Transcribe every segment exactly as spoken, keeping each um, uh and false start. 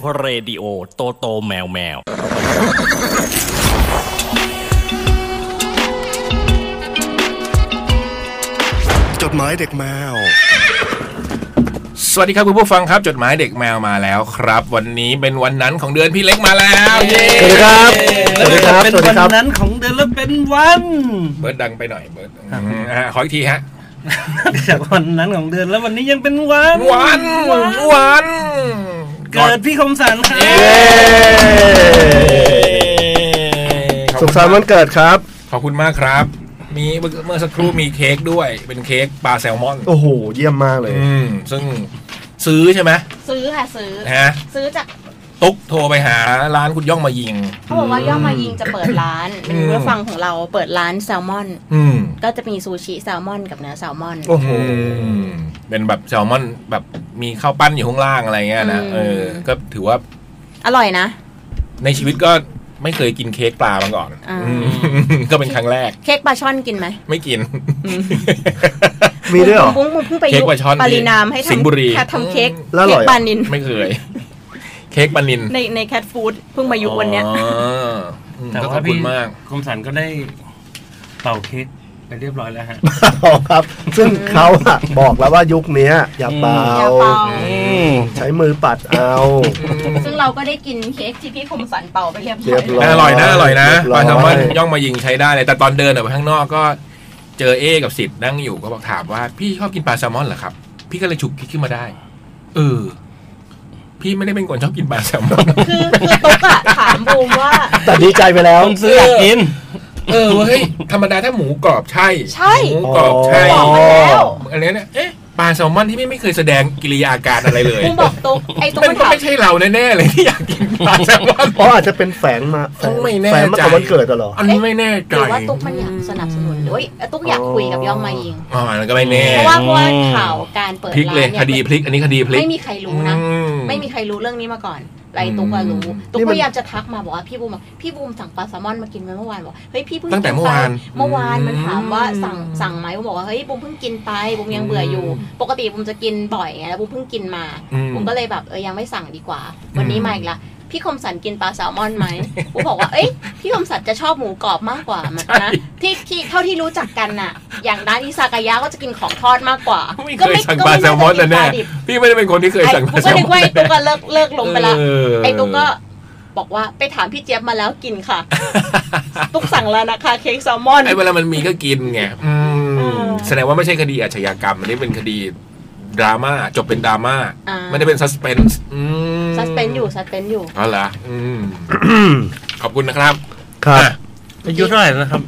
เรดิโอโตโตแมวแมวจดหมายเด็กแมวสวัสดีครับคุณผู้ฟังครับจดหมายเด็กแมวมาแล้วครับวันนี้เป็นวันนั้นของเดือนพี่เล็กมาแล้วเย้สวัสดีครับสวัสดีครับเป็นวันนั้นของเดือนแล้วเป็นวันเบิร์ดดังไปหน่อยเบิร์ดอ่าขออีกทีฮะจากวันนั้นของเดือนแล้ววันนี้ยังเป็นวันวันวันเกิดพี่คมสันครับสุขสันต์วันเกิดครับขอบคุณมากครับมีเมื่อสักครู่มีเค้กด้วยเป็นเค้กปลาแซลมอนโอ้โหเยี่ยมมากเลยอืมซึ่งซื้อใช่ไหมซื้อค่ะซื้อฮะซื้อจากตุ๊กโทรไปหาร้านคุณย่องมายิงเขาบอกว่าย่องมายิงจะเปิดร้านเป็นผู้ฟังของเราเปิดร้านแซลมอนก็จะมีซูชิแซลมอนกับเนื้อแซลมอนโอ้โหเป็นแบบแซลมอนแบบมีข้าวปั้นอยู่ข้างล่างอะไรเงี้ยนะเออก็ถือว่าอร่อยนะในชีวิตก็ไม่เคยกินเค้กปลามาก่อนก็เป็นครั้งแรกเค้กปลาช่อนกินไหมไม่กินมีด้วยเหรอปุ้งปุ้งไปยุปรินามให้ทำแค่ทำเค้กเค้กปลานินไม่เคยเค้กปลานินในในแคทฟู้ดเพิ่งมายุวันเนี้ยแต่ว่าพี่คมสันก็ได้เป่าเค้กไปเรียบร้อยแล้วฮะครับซึ่งเขาบอกแล้วว่ายุคนี้อย่าเป่าใช้มือปัดเอาซึ่งเราก็ได้กินเค้กที่พี่คมสันเป่าไปเรียบร้อยอร่อยนะอร่อยนะปลาแซลมอนย่องมายิงใช้ได้เลยแต่ตอนเดินออกไปข้างนอกก็เจอเอกับสิทธิ์นั่งอยู่ก็บอกถามว่าพี่ชอบกินปลาแซลมอนเหรอครับพี่ก็เลยฉุกคิดขึ้นมาได้เออพี่ไม่ได้เป็นคนชอบกินปลาแซลมอนคือคือตุ๊กอะถามบูมว่าแต่ดีใจไปแล้วต้องซื้ออยากกินเออเฮ้ยธรรมดาถ้าหมูกรอบใช่ใช่หมูกรอบใช่อันนี้เนี่ยเอ๊ะปลาแซลมอนที่ไม่ไม่เคยแสดงกิริยาการอะไรเลยบูมบอกตุ๊กไอ้ตุ๊กมันไม่ใช่เราแน่ๆเลยที่อยากกินปลาแซลมอนเพราะอาจจะเป็นแฝงมาแฝงไม่แน่ใจวันเกิดตลอดอันไม่แน่ใจหรือว่าตุ๊กมันอยากสนับสนุนหรือว่าตุ๊กอยากคุยกับย่องมายิงอ๋อแล้วก็ไม่แน่เพราะว่าเพราะว่าข่าวการเปิดร้านเนี่ยคดีพลิกอันนี้คดีพลิกไม่มีใครรู้นะไม่มีใครรู้เรื่องนี้มาก่อนไรตุ๊กก็รู้ตุ๊กพยายามจะทักมาบอกว่าพี่บูมพี่บูมสั่งปลาแซลมอนมากินเมื่อวานบอกเฮ้ยพี่เพิ่งตั้งแต่เมื่อวานเมื่อวานมันถามว่าสั่งสั่งไหมบูมบอกว่าเฮ้ยบูมเพิ่งกินไปบูมยังเบื่ออยู่ปกติบูมจะกินบ่อยไงแล้วบูมเพิ่งกินมาบูมก็เลยแบบเออยังไม่สั่งดีกว่าวันนี้มาอีกละพี่คมสันกินปลาแซลมอนไหมบูมบอกว่าเอ้ยพี่คมสันจะชอบหมูกรอบมากกว่านะที่ที่เท่าที่รู้จักกันน่ะอย่างร้านอิซากายะก็จะกินของทอดมากกว่าก็ไม่สั่งปลาแซลมอนแน่พี่ไม่ได้เป็นคนที่เคยสั่งปลาแซลมอนก็นึกว่าไอ้ตุ๊กก็เลิกเลิกลงไปละไอ้ตุ๊กก็บอกว่าไปถามพี่เจี๊ยบมาแล้วกินค่ะตุ๊กสั่งแล้วนะคะเค้กแซลมอนไอ้เวลามันมีก็กินไงแสดงว่าไม่ใช่คดีอาชญากรรมอันนี้เป็นคดีดราม่าจบเป็นดราม่าไม่ได้เป็นซัสเพนส์ซัสเพนส์อยู่ซัสเพนส์อยู่อ๋อเหรอขอบคุณนะครับครับอายุเท่าไหร่นะครับ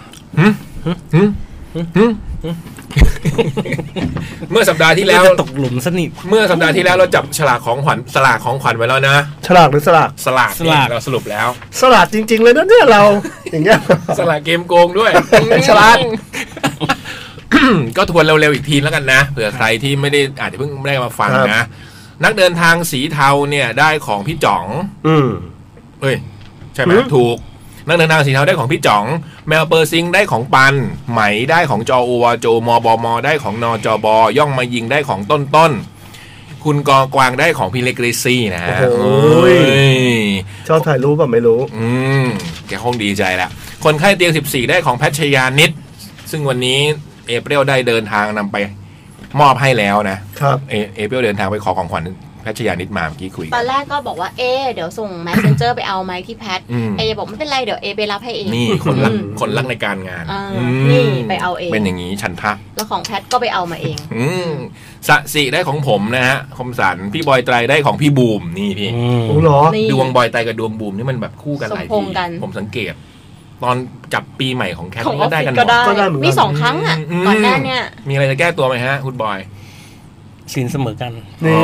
เมื่อสัปดาห์ที่แล้วตกหลุมสนิทเมื่อสัปดาห์ที่แล้วเราจับฉลากของขวัญสลากของขวัญไว้แล้วนะฉลากหรือสลากสลากสลากเราสรุปแล้วสลากจริงๆเลยนะเนี่ยเราอย่างเงี้ยสลากเกมโกงด้วยฉลากก็ทวนเร็วๆอีกทีแล้วกันนะเผื่อใครที่ไม่ได้อาจจะเพิ่งไม่ได้มาฟังนะนักเดินทางสีเทาเนี่ยได้ของพี่จ๋องอืมเอ้ยใช่ไหมถูกนักเดินทางสีเทาได้ของพี่จ๋องแมวเปอร์ซิงได้ของปันไหมได้ของจอโอวาโจมอบมได้ของนอจบย่องมายิงได้ของต้นต้นคุณกอกวางได้ของพี่เล็กเรซี่นะฮะโอ้ยชอบถ่ายรูปแบบไม่รู้อืมแกคงดีใจแหละคนไข้เตียงสิบสี่ได้ของแพทยานิดซึ่งวันนี้เอเปรี้ยวได้เดินทางนำไปมอบให้แล้วนะครับเอเอเปรี้ยวเดินทางไปขอของขวัญแพทยานิดมาเมื่อกี้คุยตอนแรกก็บอกว่าเอเดี๋ยวส่ง Messenger ไปเอาไหมที่แพทเอบอกไม่เป็นไรเดี๋ยวเอไปรับให้เองนี่คนรักคนรักในการงานนี่ไปเอาเองเป็นอย่างนี้ฉันทะแล้วของแพทก็ไปเอามาเองอืมสะสิได้ของผมนะฮะคมสันพี่บอยไตรได้ของพี่บูมนี่พี่โอ้โหดวงบอยไตรกับดวงบูมนี่มันแบบคู่กันหลายทีผมสังเกตตอนจับปีใหม่ของแคทก็ได้กันหมดมีสองครั้งอ่ะก่อนหน้าเนี่ยมีอะไรจะแก้ตัวไหมฮะคุณบอยสินเสมอกันนี่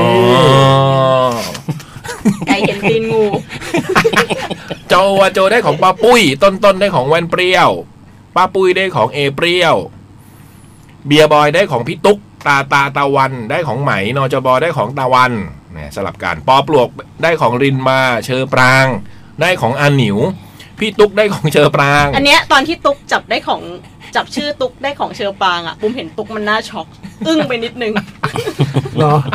ไก่เห็นตีนงูโจวาโจได้ของป้าปุ้ยต้นต้นได้ของแวนเปรี้ยวป้าปุ้ยได้ของเอเปรี้ยวเบียร์บอยได้ของพี่ตุ๊กตาตาตะวันได้ของไหมนอจบได้ของตะวันเนี่ยสลับกันปอปลวกได้ของรินมาเชอปรางได้ของอาหนิวพี่ตุ๊กได้ของเชอปรางอันเนี้ยตอนที่ตุ๊กจับได้ของจับชื่อตุ๊กได้ของเชอปรางอ่ะปุ้มเห็นตุ๊กมันน่าช็อกอึ้งไปนิดนึงเหรอ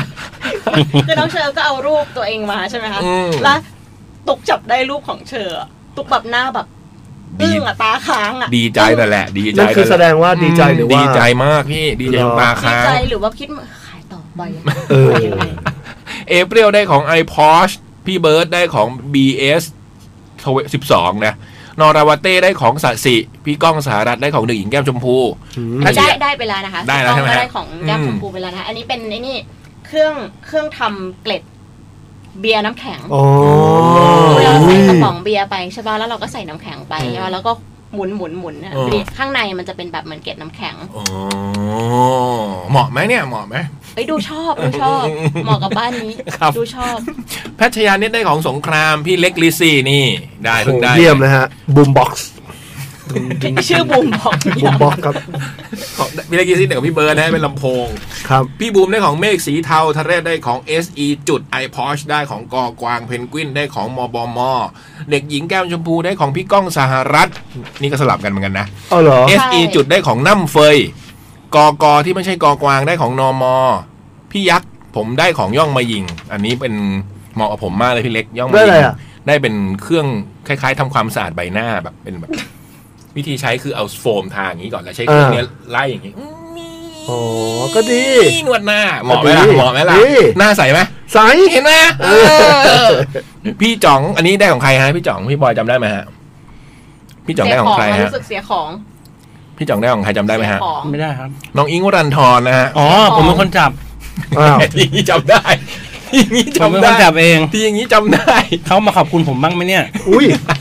คือน้องเชอก็เอารูปตัวเองมาใช่ไหมคะอืมแล้วตุกจับได้รูปของเชอตุกแบบหน้าแบบอึ้งอะตาค้างอะดีใจนั่นแหละ ดีใจนั่นคือแสดงว่าดีใจหรือว่าดีใจมากพี่ดีใจจนตาดีค้างใจหรือว่าคิดขายต่อไปเออยังไงเอเปรียวได้ของ iPosh พี่เบิร์ดได้ของ บี เอส สิบสองนะนอราวาเต้ได้ของสัสิพี่ก้องสหรัฐได้ของเด็กหญิงแก้มชมพู ถ้าได้ได้ไปแล้วนะคะได้แล้วใช่ไหมได้ของแก้มชมพูไปแล้วนะอันนี้เป็นไอ้นี่เครื่องเครื่องทำเกล็ดเบียร์น้ำแข็งอ๋อเราใส่กระป๋องเบียร์ไปใช่ป่ะแล้วเราก็ใส่น้ำแข็งไปใช่ป่ะแล้วก็หมุนหมุนหมุนนะข้างในมันจะเป็นแบบเหมือนเกล็ดน้ำแข็งอ๋อเหมาะไหมเนี่ยเหมาะไหมเอ้ยดูชอบดูชอบเหมาะกับบ้านนี้ครับดูชอบแพทยานิดได้ของสงครามพี่เล็กลิซี่นี่ได้เพิ่งได้เยี่ยมนะฮะบูมบ็อกซ์ชื่อบูมบอกบูมบ็อกซ์ครับของพี่เล็กลิซี่เด็กกับพี่เบิร์ดนะเป็นลำโพงครับพี่บูมได้ของเมฆสีเทาทะเรศได้ของ เอส อี จุด iPosh ได้ของกอกวางเพนกวินได้ของมบมเด็กหญิงแก้มชมพูได้ของพี่ก้องสหรัฐนี่ก็สลับกันเหมือนกันนะอ๋อเหรอเอส อี จุดได้ของน้ำเฟยกอกอที่ไม่ใช่กอกวางได้ของนมพี่ยักษ์ผมได้ของย่องมายิง อันนี้เป็นเหมาะกับผมมากเลยพี่เล็กย่องมาได้ยิอะไรงอ่ะได้เป็นเครื่องคล้ายๆทำความสะอาดใบหน้าแบบเป็นแบบ วิธีใช้คือเอาโฟมทาอย่างนี้ก่อนแล้วใช้เครื่องนี้ไล่อย่างนี้อ๋อก็ดีนวดหน้าเหมาะไหมล่ะดีเหมาะไหมล่ะดีหน้าใสไหมใสเห็นไหมเออพี่จ๋องอันนี้ได้ของใครฮะพี่จ๋องพี่บอยจำได้ไหมฮะพี่จ๋องได้ของใครฮะรู้สึกเสียของพี่จ๋องได้ของใครจำได้ไหมฮะเสียของไม่ได้ครับน้องอิงวรันทรนะฮะอ๋อ ผมเป็นคนจับอ้าวที่อย่างนี้จำได้ที่อย่างนี้ผมเป็นจำคได้นจับเองที่อย่างนี้จำได้เขามาขอบคุณผมบ้างไหมเนี่ยอุ้ย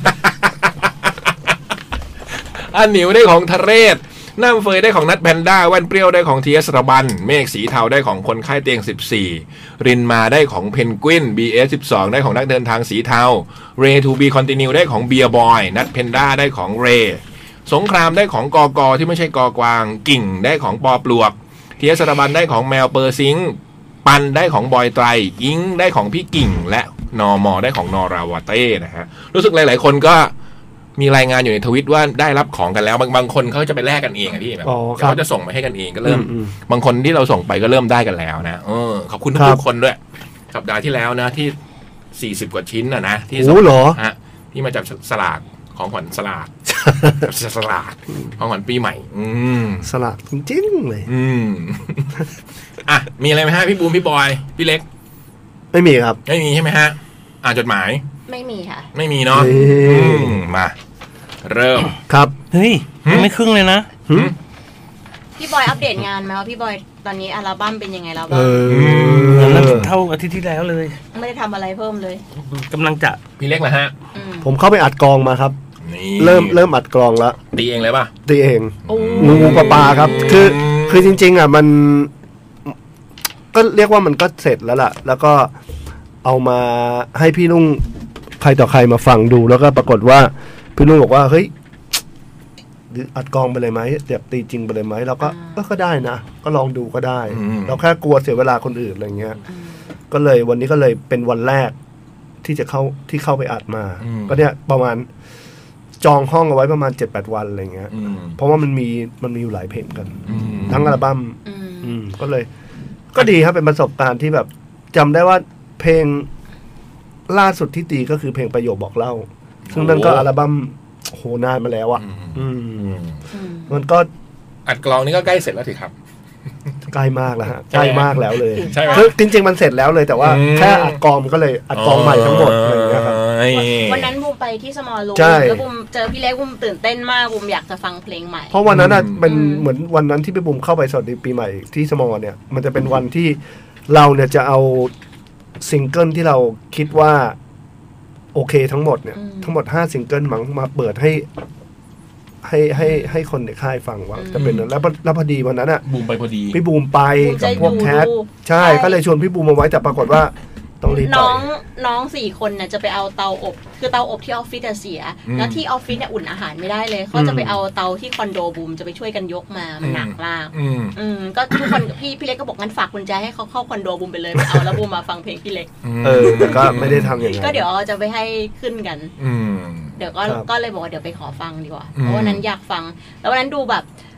อันหนิวได้ของทะเรศน้ำเฟยได้ของนัดแพนด้าแว่นเปรี้ยวได้ของทีเอสระบันเมฆสีเทาได้ของคนไข้เตียงสิบสี่รินมาได้ของเพนกวิน บี เอส สิบสองได้ของนักเดินทางสีเทาเรทูบีคอนติเนียได้ของเบียร์บอยนัดเพนด้าได้ของเรสงครามได้ของกอกอที่ไม่ใช่กอกวางกิ่งได้ของปอปลวกทีเอสระบันได้ของแมวเปอร์ซิงปันได้ของบอยไตรอิงได้ของพี่กิ่งและนอมอได้ของนอราวาเต้นะฮะรู้สึกหลายๆคนก็มีรายงานอยู่ในทวิตว่าได้รับของกันแล้วบางบางคนเขาจะไปแลกกันเองอะพี่แบบอ๋อครับเขาจะส่งมาให้กันเองก็เริ่มอืมบางคนที่เราส่งไปก็เริ่มได้กันแล้วนะเออขอบคุณครัทุบกคนด้วยสัปดาห์ที่แล้วนะที่สี่สิบกว่าชิ้นนะนะที่โอ้เหรอฮะที่มาจากสลากของขวัญสลาก สลากของขวัญปีใหม่ อืมสละจริงๆเลยอืม อ่ะมีอะไรไหมฮะพี่บูมพี่บอยพี่เล็กไม่มีครับไม่มีใช่ไหมฮะ อ่านจดหมายไม่มีค่ะไม่มีเนาะนี่อืมมาเริ่มครับเฮ้ยยังไม่ครึ่งเลยนะหึพี่บอยอัปเดตงานไหมว่าพี่บอยตอนนี้อัลบั้มเป็นยังไงแล้วเอบ้างอนั้นเท่าอาทิตย์ที่แล้วเลยไม่ได้ทำอะไรเพิ่มเลยกำลังจะพี่เล็กนะฮะอืมผมเข้าไปอัดกลองมาครับนี่เริ่มเริ่มอัดกลองแล้วตีเองเลยป่ะตีเองโอ้งูงูปลาปลาครับ คือ คือจริง ๆ อ่ะ มัน ก็เรียกว่ามันก็เสร็จแล้วล่ะ แล้วก็เอามาให้พี่ลุงใครต่อใครมาฟังดู แล้วก็ปรากฏว่า พี่ลุงบอกว่า เฮ้ย อัดกลองไปเลยไหมเดี๋ยวตีจริงไปเลยไหมเราก็ก็ก็ได้นะ ก็ลองดูก็ได้ เราแค่กลัวเสียเวลาคนอื่นอะไรเงี้ย ก็เลยวันนี้ก็เลยเป็นวันแรกที่จะเข้าที่เข้าไปอัดมา ก็เนี่ยประมาณจองห้องเอาไว้ประมาณเจ็ดแปดวันอะไรเงี้ยอืมเพราะว่ามันมีมันมีอยู่หลายเพลงกันอืมทั้งอัลบั้มอืมอืมก็เลย ก็ดีครับเป็นประสบการณ์ที่แบบจำได้ว่าเพลงล่าสุดที่ตีก็คือเพลงประโยคบอกเล่า ซึ่งนั่นก็อัลบั้มโหนานมาแล้วอ่ะ อืมอืมอืมมันก็อัดกลองนี่ก็ใกล้เสร็จแล้วสิครับใกล้มากแล้วฮะใช่ใกไหมล้มากแล้วเลยใช่ไหมคือจริงๆมันเสร็จแล้วเลยแต่ว่าอืมแค่อัดกลองมันก็เลยอัดกลองใหม่ทั้งหมดอะไรอย่างเงี้ยครับเอ้ยวันนั้นบูมไปที่สมอลรูมใช่แล้วบูมเจอพี่เล็กบูมตื่นเต้นมากบูมอยากจะฟังเพลงใหม่เพราะวันนั้นอ่ะอืมเป็นอืมเหมือนวันนั้นที่พี่บุ๋มเข้าไปสวัสดีปีใหม่ที่สมอเนี่ย มันจะเป็นวันที่เราเนี่ยจะเอาซิงเกิลที่เราคิดว่า โอเคทั้งหมดเนี่ย ทั้งหมดห้าซิงเกิลมั้งมาเปิดให้ ให้ให้ให้คนในค่ายฟังว่าจะเป็นนั้นแล้วแล้วพอดีวันนั้นอ่ะบูมไปพอดีพี่บูมไปบูมกับจะพวกอยู่แคทดูใช่ใช่ก็เลยชวนพี่บูมมาไว้แต่ปรากฏว่าต้องรีบไปน้องน้องสี่คนเนี่ยจะไปเอาเตาอบ คือเตาอบที่ออฟฟิศอะเสียอืมแล้วที่ออฟฟิศเนี่ยอุ่นอาหารไม่ได้เลยเขาจะไปเอาเตาที่คอนโดบูมจะไปช่วยกันยกมามันหนักมากอืมอืมก็ทุกคนพี่พี่เล็กก็บอกงั้นฝากกุญแจให้เขาเข้าคอนโดบูมไปเลยไปเอาแล้วบูมมาฟังเพลงพี่เล็กเออแต่ก็ไม่ได้ทำอย่างนั้นก็เดี๋ยวจะไปให้ขึ้นกันอืมเดี๋ยวก็ครับก็เลยบอกว่าเดี๋ยวไปขอฟังดีกว่าอืมเพราะวันนั้นอยากฟัง แล้ววันนั้นดูแบบ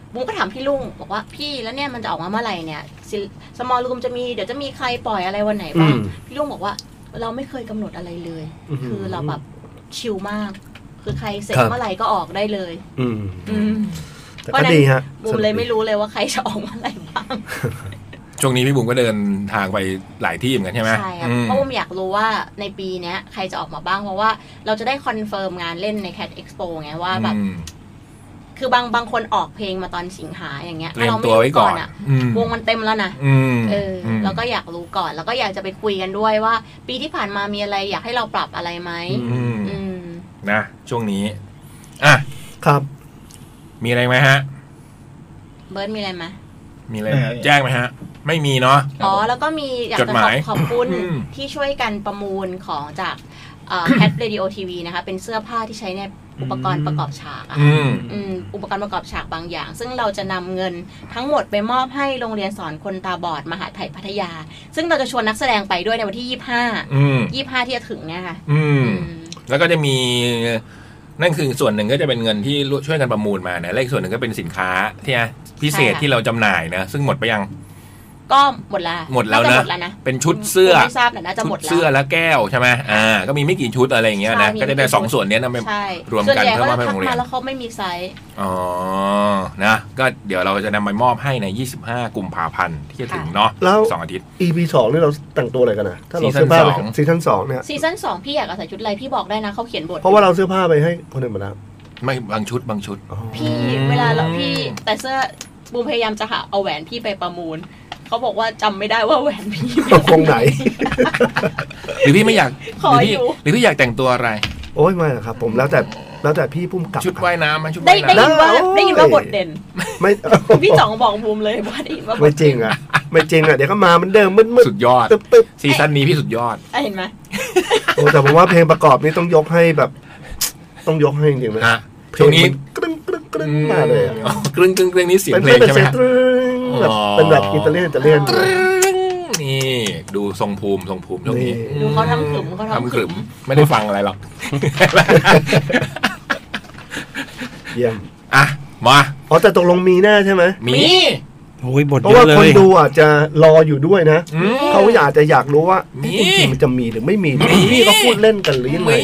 บุ้งก็ถามพี่ลุงบอกว่าพี่แล้วเนี่ยมันจะออกมาเมื่อไหร่เนี่ยสมอลรูมจะมีเดี๋ยวจะมีใครปล่อยอะไรวันไหนบ้างพี่ลุงบอกว่าเราไม่เคยกำหนดอะไรเลยคือเราแบบชิลมากคือใครเสร็จเมื่อไหร่ก็ออกได้เลยอืมอืมแต่ก็ดีฮะบุ้มเลยไม่รู้เลยว่าใครจะออกเมื่อไหร่บ้างช่วงนี้พี่บุ๋มก็เดินทางไปหลายที่เหมือนกันใช่ไหมใช่ครับเพราะบุ๋มอยากรู้ว่าในปีนี้ใครจะออกมาบ้างเพราะว่าเราจะได้คอนเฟิร์มงานเล่นใน Cat Expo ไงว่าแบบคือบางบางคนออกเพลงมาตอนสิงหาอย่างเงี้ยเราไม่รู้ก่อนอ่ะวงมันเต็มแล้วนะเออเราก็อยากรู้ก่อนแล้วก็อยากจะไปคุยกันด้วยว่าปีที่ผ่านมามีอะไรอยากให้เราปรับอะไรไหมนะช่วงนี้อ่ะครับมีอะไรไหมฮะเบิร์ดมีอะไรไหมมีอะไรแจ้งไหมฮะไม่มีเนาะอ๋อแล้วก็มีอยากจะขอบคุณที่ช่วยกันประมูลของจากแคทเรดิโอทีวีนะคะเป็นเสื้อผ้าที่ใช้ในอุปกรณ์ประกอบฉากอ่ะอุปกรณ์ประกอบฉากบางอย่าง ซึ่งเราจะนำเงินทั้งหมดไปมอบให้โรงเรียนสอนคนตาบอดมหาไทยพัทยาซึ่งเราจะชวนนักแสดงไปด้วยในวันที่ยี่สิบห้า ยี่สิบห้าที่จะถึงเนี่ยค่ะแล้วก็จะมีนั่นคือส่วนหนึ่งก็จะเป็นเงินที่ช่วยกันประมูลมานะและอีกส่วนหนึ่งก็เป็นสินค้าที่พิเศษที่เราจำหน่ายนะซึ่งหมดไปยังก็หมดแล้วหมดแล้วนะเป็นชุดเสื้อไม่ทราบแต่น่าจะหมดแล้วเสื้อและแก้วใช่ไหมอ่าก็มีไม่กี่ชุดอะไรอย่างเงี้ยนะก็จะได้สองส่วนนี้นะรวมกันเพื่อมาให้โรงเรียนแล้วเขาไม่มีไซส์อ๋อนะก็เดี๋ยวเราจะนำไปมอบให้ในยี่สิบห้ากุมภาพันธ์ที่จะถึงเนาะสองอาทิตย์อี พี สองนี่เราแต่งตัวอะไรกันนะถ้าเราเสื้อผ้าซีซั่นสองเนี่ยซีซั่นสองพี่อยากใส่ชุดอะไรพี่บอกได้นะเขาเขียนบทเพราะว่าเราเสื้อผ้าไปให้คนอื่นหมดแล้วไม่บางชุดบางชุดพี่เวลาเราพี่แต่เสื้อบูมพยายามจะหาเอาแหวนพี่ไปประมูลเขาบอกว่าจำไม่ได้ว่าแหวนพี่คงไหนหรือพี่ไม่อยากหรือพี่หรือพี่อยากแต่งตัวอะไรโอ้ยไม่ครับผมแล้วแต่แล้วแต่พี่พุ่มกับชุดว่ายน้ำมันชุดว่ายน้ำได้ยินว่าได้ยินว่าบทเด่นไม่พี่จ่องบอกบูมเลยว่าได้ยินว่าไม่จริงอ่ะไม่จริงอ่ะเดี๋ยวก็มามันเดิมมืดๆสุดยอดซีซั่นนี้พี่สุดยอดเห็นไหมโอ้แต่ผมว่าเพลงประกอบนี้ต้องยกให้แบบต้องยกให้จริงๆนะช่วงนี้กรึ้งกรึ้งกรึ้งมาเลยกรึ้งกรึ้งกรึ้งนี้เสียงเพลงใช่ไหมแบบเป็นแบบอิตาเลียนอิตาเลียนนี่ดูทรงภูมิทรงภูมิช่วงนี้ดูเขาทำขึมเขาทำขึมไม่ได้ฟังอะไรหรอกเยี่ยมอ่ะมาอ๋อแต่ตกลงมีแน่ใช่ไหมมีโอ้ยบทเยอะเลยเพราะว่าคนดูอาจจะรออยู่ด้วยนะเขาอยากจะอยากรู้ว่าจริงๆมันจะมีหรือไม่มีนี่ก็พูดเล่นกันหรือยังไง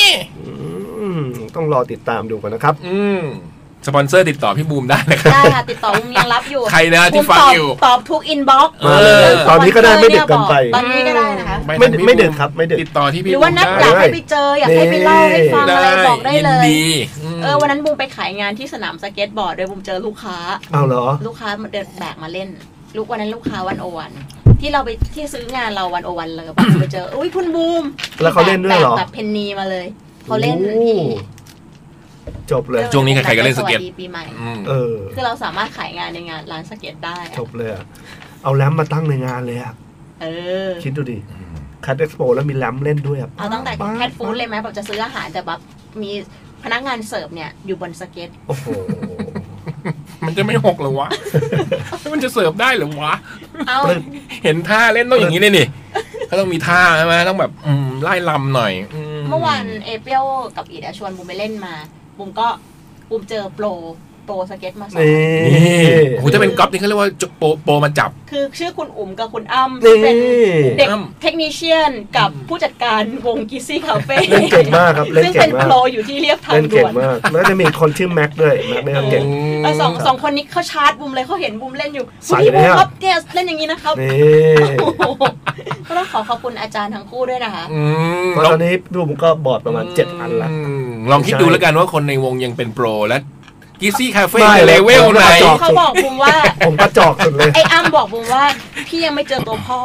ต้องรอติดตามดูกันนะครับอืมสปอนเซอร์ติดต่อพี่บูมได้เลยครับได้ค่ะติดต่อบูมยังรับอยู่ใครนะที่ฟังอยู่ตอบทุกอินบ็อกซ์ตอนนี้ก็ได้ไม่ดึกกันไปตอนนี้ก็ได้นะคะไม่ไม่ดึกครับไม่ดึกติดต่อที่พี่หรือว่านัดอยากให้ไปเจออยากให้ไปเล่าให้ฟังอะไรบอกได้เลยเออวันนั้นบูมไปขายงานที่สนามสเก็ตบอร์ดโดยบูมเจอลูกค้าอ้าวเหรอลูกค้าเดินแบกมาเล่นลูกวันนั้นลูกค้าวันโอวันที่เราไปที่ซื้องานเราวันโอวันเลยไปเจออุ้ยคุณบูมแล้วเขาเล่นด้วยเหรอแบบเพนนีมาเลยเขาเล่นพี่จบเลยช่วงนี้ใครๆก็เล่นสเก็ตปีใหม่เออคือเราสามารถขายงานในงานร้านสเก็ตได้จบเลยเอาแรมมาตั้งในงานเลยอ่ะเออคิดดูดิคัทเอ็กซ์โปแล้วมีแรมเล่นด้วยอ่ะเอาตั้งแต่แคทฟู้ดเลยไหมแบบจะซื้ออาหารแต่แบบมีพนักงานเสิร์ฟเนี่ยอยู่บนสเก็ตโอ้โหมันจะไม่หกหรอวะมันจะเสิร์ฟได้หรือวะเห็นท่าเล่นต้องอย่างนี้เลยนี่เขาต้องมีท่าใช่ไหมต้องแบบไล่ลำหน่อยเมื่อวานเอเปียวกับอีดชวนบูมไปเล่นมาบูมก็บูมเจอโปรโปรสเก็ตมาสองนี่โอ้จะเป็นก๊อปนี่เขาเรียกว่าโปรโปรมาจับคือชื่อคุณอุ๋มกับคุณอ้ำที่เป็นเด็กเทคนิเชียนกับผู้จัดการวงกิซี่คาเฟ่เล่นเก่งมากครับเล่นเก่งมากซึ่งเป็นโปรอยู่ที่เรียบทางด่วนแล้วจะมีคนชื่อแม็กด้วยแม็กเนี่ยเก่งแล้วสองสองคนนี้เขาชาร์จบูมเลยเขาเห็นบูมเล่นอยู่พี่บูมครับเกสเล่นอย่างนี้นะครับก็ต้องขอขอบคุณอาจารย์ทั้งคู่ด้วยนะคะตอนนี้บูมก็บอร์ดประมาณเจ็ดอันละลองคิดดูแล้วกันว่าคนในวงยังเป็นโปรและกิซี่คาเฟ่เลเวลไหนเขาบอกบูมว่าผมก็จอกสุดเลยไอ้อ้ำบอกบูมว่าพี่ยังไม่เจอตัวพ่อ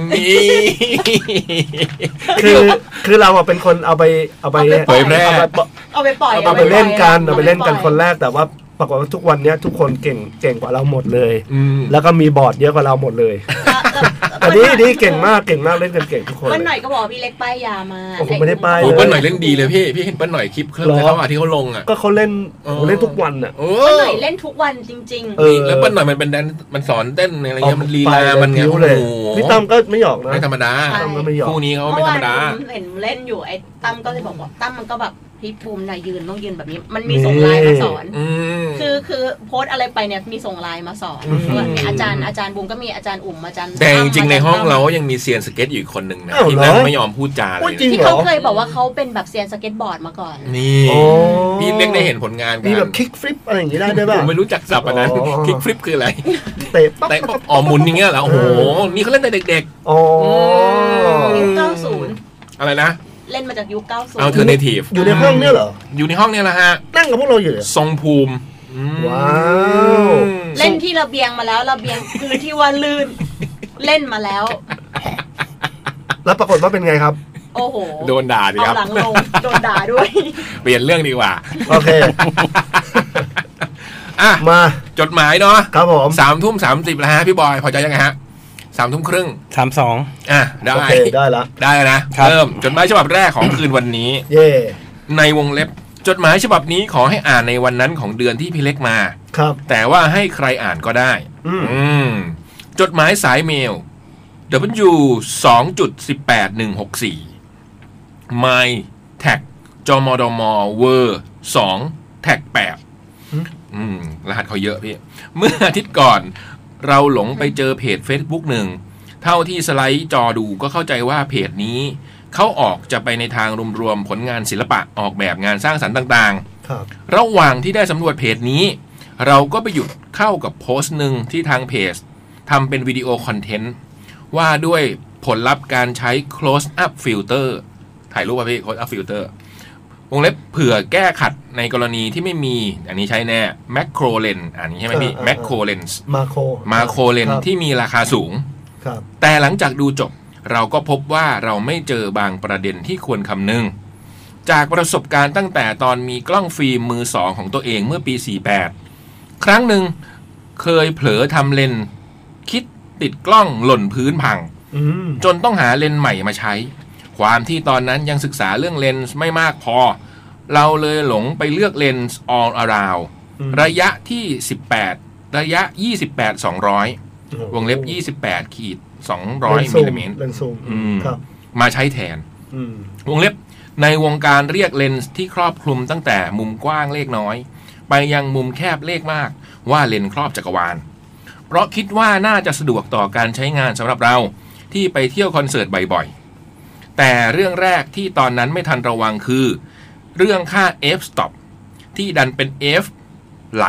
คือคือเราเป็นคนเอาไปเอาไปเผยแพร่เอาไปปล่อยเอาไปเล่นกันเอาไปเล่นกันคนแรกแต่ว่าปรากฏว่าทุกวันนี้ทุกคนเก่งเก่งกว่าเราหมดเลยแล้วก็มีบอร์ดเยอะกว่าเราหมดเลยอันนี้ดีเก่งมากเก่งมากเล่นกันเก่งทุกคนเปิ้ลหน่อยก็บอกพี่เล็กป้ายยามาผมไม่ได้ป้ายเปิ้ลหน่อยเล่นดีเลยพี่พี่เห็นเปิ้ลหน่อยคลิปเครื่องเขาอ่ะที่เขาลงอ่ะก็เขาเล่นเล่นทุกวันอ่ะเปิ้ลหน่อยเล่นทุกวันจริงๆแล้วเปิ้ลหน่อยมันเป็นแดนมันสอนเต้นอะไรเงี้ยมันลีลามันเงี้ยพี่ตั้มก็ไม่หยอกนะไม่ธรรมดาคู่นี้เขาไม่ธรรมดาเห็นเล่นอยู่ไอ้ตั้มก็เลยบอกว่าตั้มมันก็แบบพี่ภูมินายยืนต้องยืนแบบนี้มันมีส่งไลน์มาสอนคือคือโพสต์อะไรไปเนี่ยมีส่งไลน์มาสอนว่ามีอาจารย์อาจารย์บุ้งก็มีอาจารย์อุ่มอาจารย์แต่จริงๆในห้องเรายังมีเซียนสเก็ตอยู่คนหนึ่งนะที่นั่งไม่ยอมพูดจาเลยที่เขาเคยบอกว่าเขาเป็นแบบเซียนสเก็ตบอร์ดมาก่อนนี่พี่เล็กได้เห็นผลงานกันมีแบบคิกฟลิปอะไรอย่างงี้ได้ด้วยป่ะผมไม่รู้จักศัพท์อันนั้นคิกฟลิปคืออะไรเตะปั๊บเตะปั๊บอ๋อหมุนอย่างเงี้ยเหรอโอ้โหนี่เขาเล่นแต่เด็กๆอ๋อยุคเก้าสิบอะไรนะเล่นมาจากยุคเก้าสิบ Alternative อยู่ในห้องเนี่ยเหรออยู่ในห้องเนี่ยแหละฮะนั่งกับพวกเราอยู่ทรงภูมิว้าวเล่นที่ระเบียงมาแล้วระเบียงพื้นที่ว่าลื่นเล่นมาแล้วแล้วปรากฏว่าเป็นไงครับโอ้โหโดนด่าดิครับเอาหลังลงโดนด่าด้วยเปลี่ยนเรื่องดีกว่าโอเคอ่ะมาจดหมายเนาะครับผมสามทุ่มสามสิบแล้วฮะพี่บอยพอใจยังไงฮะสามทุ่มครึ่งสามสองอ่ะได้ได้ละได้นะเริ่มจดหมายฉบับแรกของคืนวันนี้เย่ในวงเล็บจดหมายฉบับนี้ขอให้อ่านในวันนั้นของเดือนที่พี่เล็กมาครับแต่ว่าให้ใครอ่านก็ได้อืมจดหมายสายเมล ดับเบิลยู สองจุดหนึ่งแปดหนึ่งหกสี่ my tag จมดมเวอร์สองแท็กแปดอืมรหัสเขาเยอะพี่เมื่ออาทิตย์ก่อนเราหลงไปเจอเพจ Facebook หนึ่งเท่าที่สไลด์จอดูก็เข้าใจว่าเพจนี้เขาออกจะไปในทางรวมๆผลงานศิลปะออกแบบงานสร้างสรรค์ต่างๆครับระหว่างที่ได้สำรวจเพจนี้เราก็ไปหยุดเข้ากับโพสต์หนึ่งที่ทางเพจทำเป็นวิดีโอคอนเทนต์ว่าด้วยผลลัพธ์การใช้ close up filter ถ่ายรูปป่ะพี่ close up filter วงเล็บเผื่อแก้ขัดในกรณีที่ไม่มีอันนี้ใช้แน่ macro lens อันนี้ใช่ไหมพี่ macro lens macro macro lens ที่มีราคาสูงแต่หลังจากดูจบเราก็พบว่าเราไม่เจอบางประเด็นที่ควรคำนึงจากประสบการณ์ตั้งแต่ตอนมีกล้องฟิล์มมือสองของตัวเองเมื่อปีสี่สิบแปดครั้งหนึ่งเคยเผลอทำเลนส์คิดติดกล้องหล่นพื้นพังจนต้องหาเลนส์ใหม่มาใช้ความที่ตอนนั้นยังศึกษาเรื่องเลนส์ไม่มากพอเราเลยหลงไปเลือกเลนส์ all around ระยะที่สิบแปดระยะยี่สิบแปด สองร้อยวงเล็บยี่สิบแปดขีดสองร้อยมิลลิเมตรมาใช้แทนวงเล็บในวงการเรียกเลนส์ที่ครอบคลุมตั้งแต่มุมกว้างเลขน้อยไปยังมุมแคบเลขมากว่าเลนส์ครอบจักรวาลเพราะคิดว่าน่าจะสะดวกต่อการใช้งานสำหรับเราที่ไปเที่ยวคอนเสิร์ตบ่อยๆแต่เรื่องแรกที่ตอนนั้นไม่ทันระวังคือเรื่องค่า f stop ที่ดันเป็น f ไหล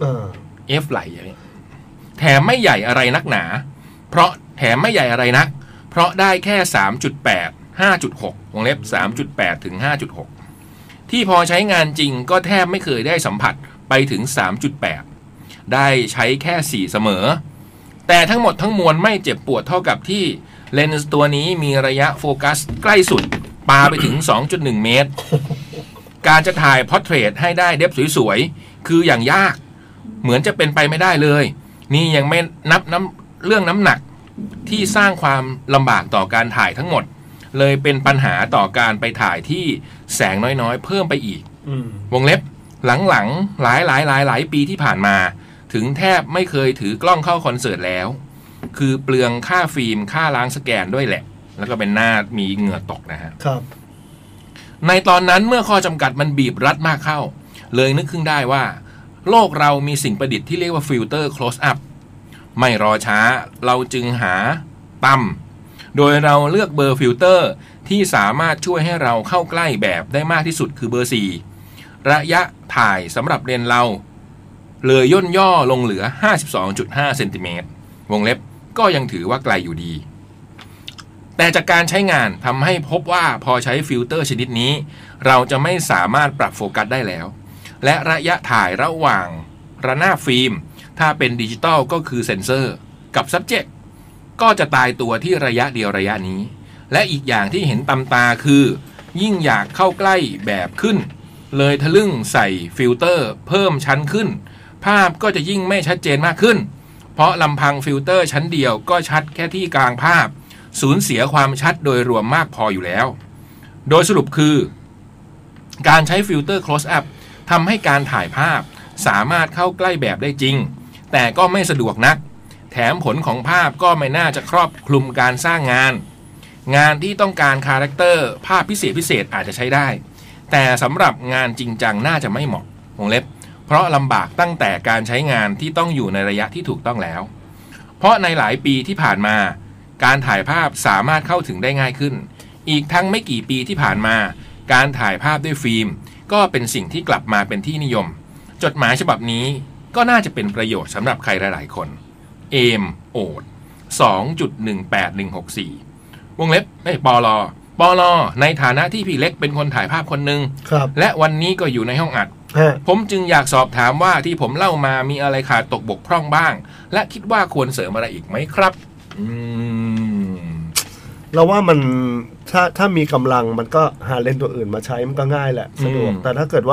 f ไหลอย่างนี้แถมไม่ใหญ่อะไรนักหนาเพราะแถมไม่ใหญ่อะไรนักเพราะได้แค่ สามจุดแปด ห้าจุดหก วงเล็บ สามจุดแปด ถึง ห้าจุดหก ที่พอใช้งานจริงก็แทบไม่เคยได้สัมผัสไปถึง สามจุดแปด ได้ใช้แค่สี่เสมอแต่ทั้งหมดทั้งมวลไม่เจ็บปวดเท่ากับที่เลนส์ตัวนี้มีระยะโฟกัสใกล้สุดปาไปถึง สองจุดหนึ่ง เมตรการจะถ่ายพอร์เทรตให้ได้เดปสวยๆคืออย่างยากเหมือนจะเป็นไปไม่ได้เลยนี่ยังไม่นับน้ำเรื่องน้ำหนักที่สร้างความลำบากต่อการถ่ายทั้งหมดเลยเป็นปัญหาต่อการไปถ่ายที่แสงน้อยๆเพิ่มไปอีกวงเล็บหลังๆหลายหลายหลายหลายปีที่ผ่านมาถึงแทบไม่เคยถือกล้องเข้าคอนเสิร์ตแล้วคือเปลืองค่าฟิล์มค่าล้างสแกนด้วยแหละแล้วก็เป็นหน้ามีเหงื่อตกนะฮะครับในตอนนั้นเมื่อข้อจำกัดมันบีบรัดมากเข้าเลยนึกขึ้นได้ว่าโลกเรามีสิ่งประดิษฐ์ที่เรียกว่าฟิลเตอร์ close up ไม่รอช้าเราจึงหาตั้มโดยเราเลือกเบอร์ฟิลเตอร์ที่สามารถช่วยให้เราเข้าใกล้แบบได้มากที่สุดคือเบอร์สี่ระยะถ่ายสำหรับเลนส์เราเลยย่นย่อลงเหลือ ห้าสิบสองจุดห้า เซนติเมตรวงเล็บก็ยังถือว่าไกลอยู่ดีแต่จากการใช้งานทำให้พบว่าพอใช้ฟิลเตอร์ชนิดนี้เราจะไม่สามารถปรับโฟกัสได้แล้วและระยะถ่ายระหว่างระนาบฟิล์มถ้าเป็นดิจิตอลก็คือเซ็นเซอร์กับ subject ก็จะตายตัวที่ระยะเดียวระยะนี้และอีกอย่างที่เห็นตำตาคือยิ่งอยากเข้าใกล้แบบขึ้นเลยทะลึ่งใส่ฟิลเตอร์เพิ่มชั้นขึ้นภาพก็จะยิ่งไม่ชัดเจนมากขึ้นเพราะลำพังฟิลเตอร์ชั้นเดียวก็ชัดแค่ที่กลางภาพสูญเสียความชัดโดยรวมมากพออยู่แล้วโดยสรุปคือการใช้ฟิลเตอร์ close up ทำให้การถ่ายภาพสามารถเข้าใกล้แบบได้จริงแต่ก็ไม่สะดวกนักแถมผลของภาพก็ไม่น่าจะครอบคลุมการสร้างงานงานที่ต้องการคาแรคเตอร์ภาพพิเศษพิเศษอาจจะใช้ได้แต่สำหรับงานจริงจังน่าจะไม่เหมาะวงเล็บเพราะลำบากตั้งแต่การใช้งานที่ต้องอยู่ในระยะที่ถูกต้องแล้วเพราะในหลายปีที่ผ่านมาการถ่ายภาพสามารถเข้าถึงได้ง่ายขึ้นอีกทั้งไม่กี่ปีที่ผ่านมาการถ่ายภาพด้วยฟิล์มก็เป็นสิ่งที่กลับมาเป็นที่นิยมจดหมายฉบับนี้ก็น่าจะเป็นประโยชน์สำหรับใครหลายๆคนเอมโอด สองจุดหนึ่งแปดหนึ่งหกสี่ วงเล็บไอ้ปลอปลอในฐานะที่พี่เล็กเป็นคนถ่ายภาพคนหนึ่งและวันนี้ก็อยู่ในห้องอัดผมจึงอยากสอบถามว่าที่ผมเล่ามามีอะไรขาดตกบกพร่องบ้างและคิดว่าควรเสริมอะไรอีกไหมครับอืมเราว่ามันถ้าถ้ามีกำลังมันก็หาเลนส์ตัวอื่นมาใช้มันก็ง่ายแหละสะดวกแต่ถ้าเกิดว่า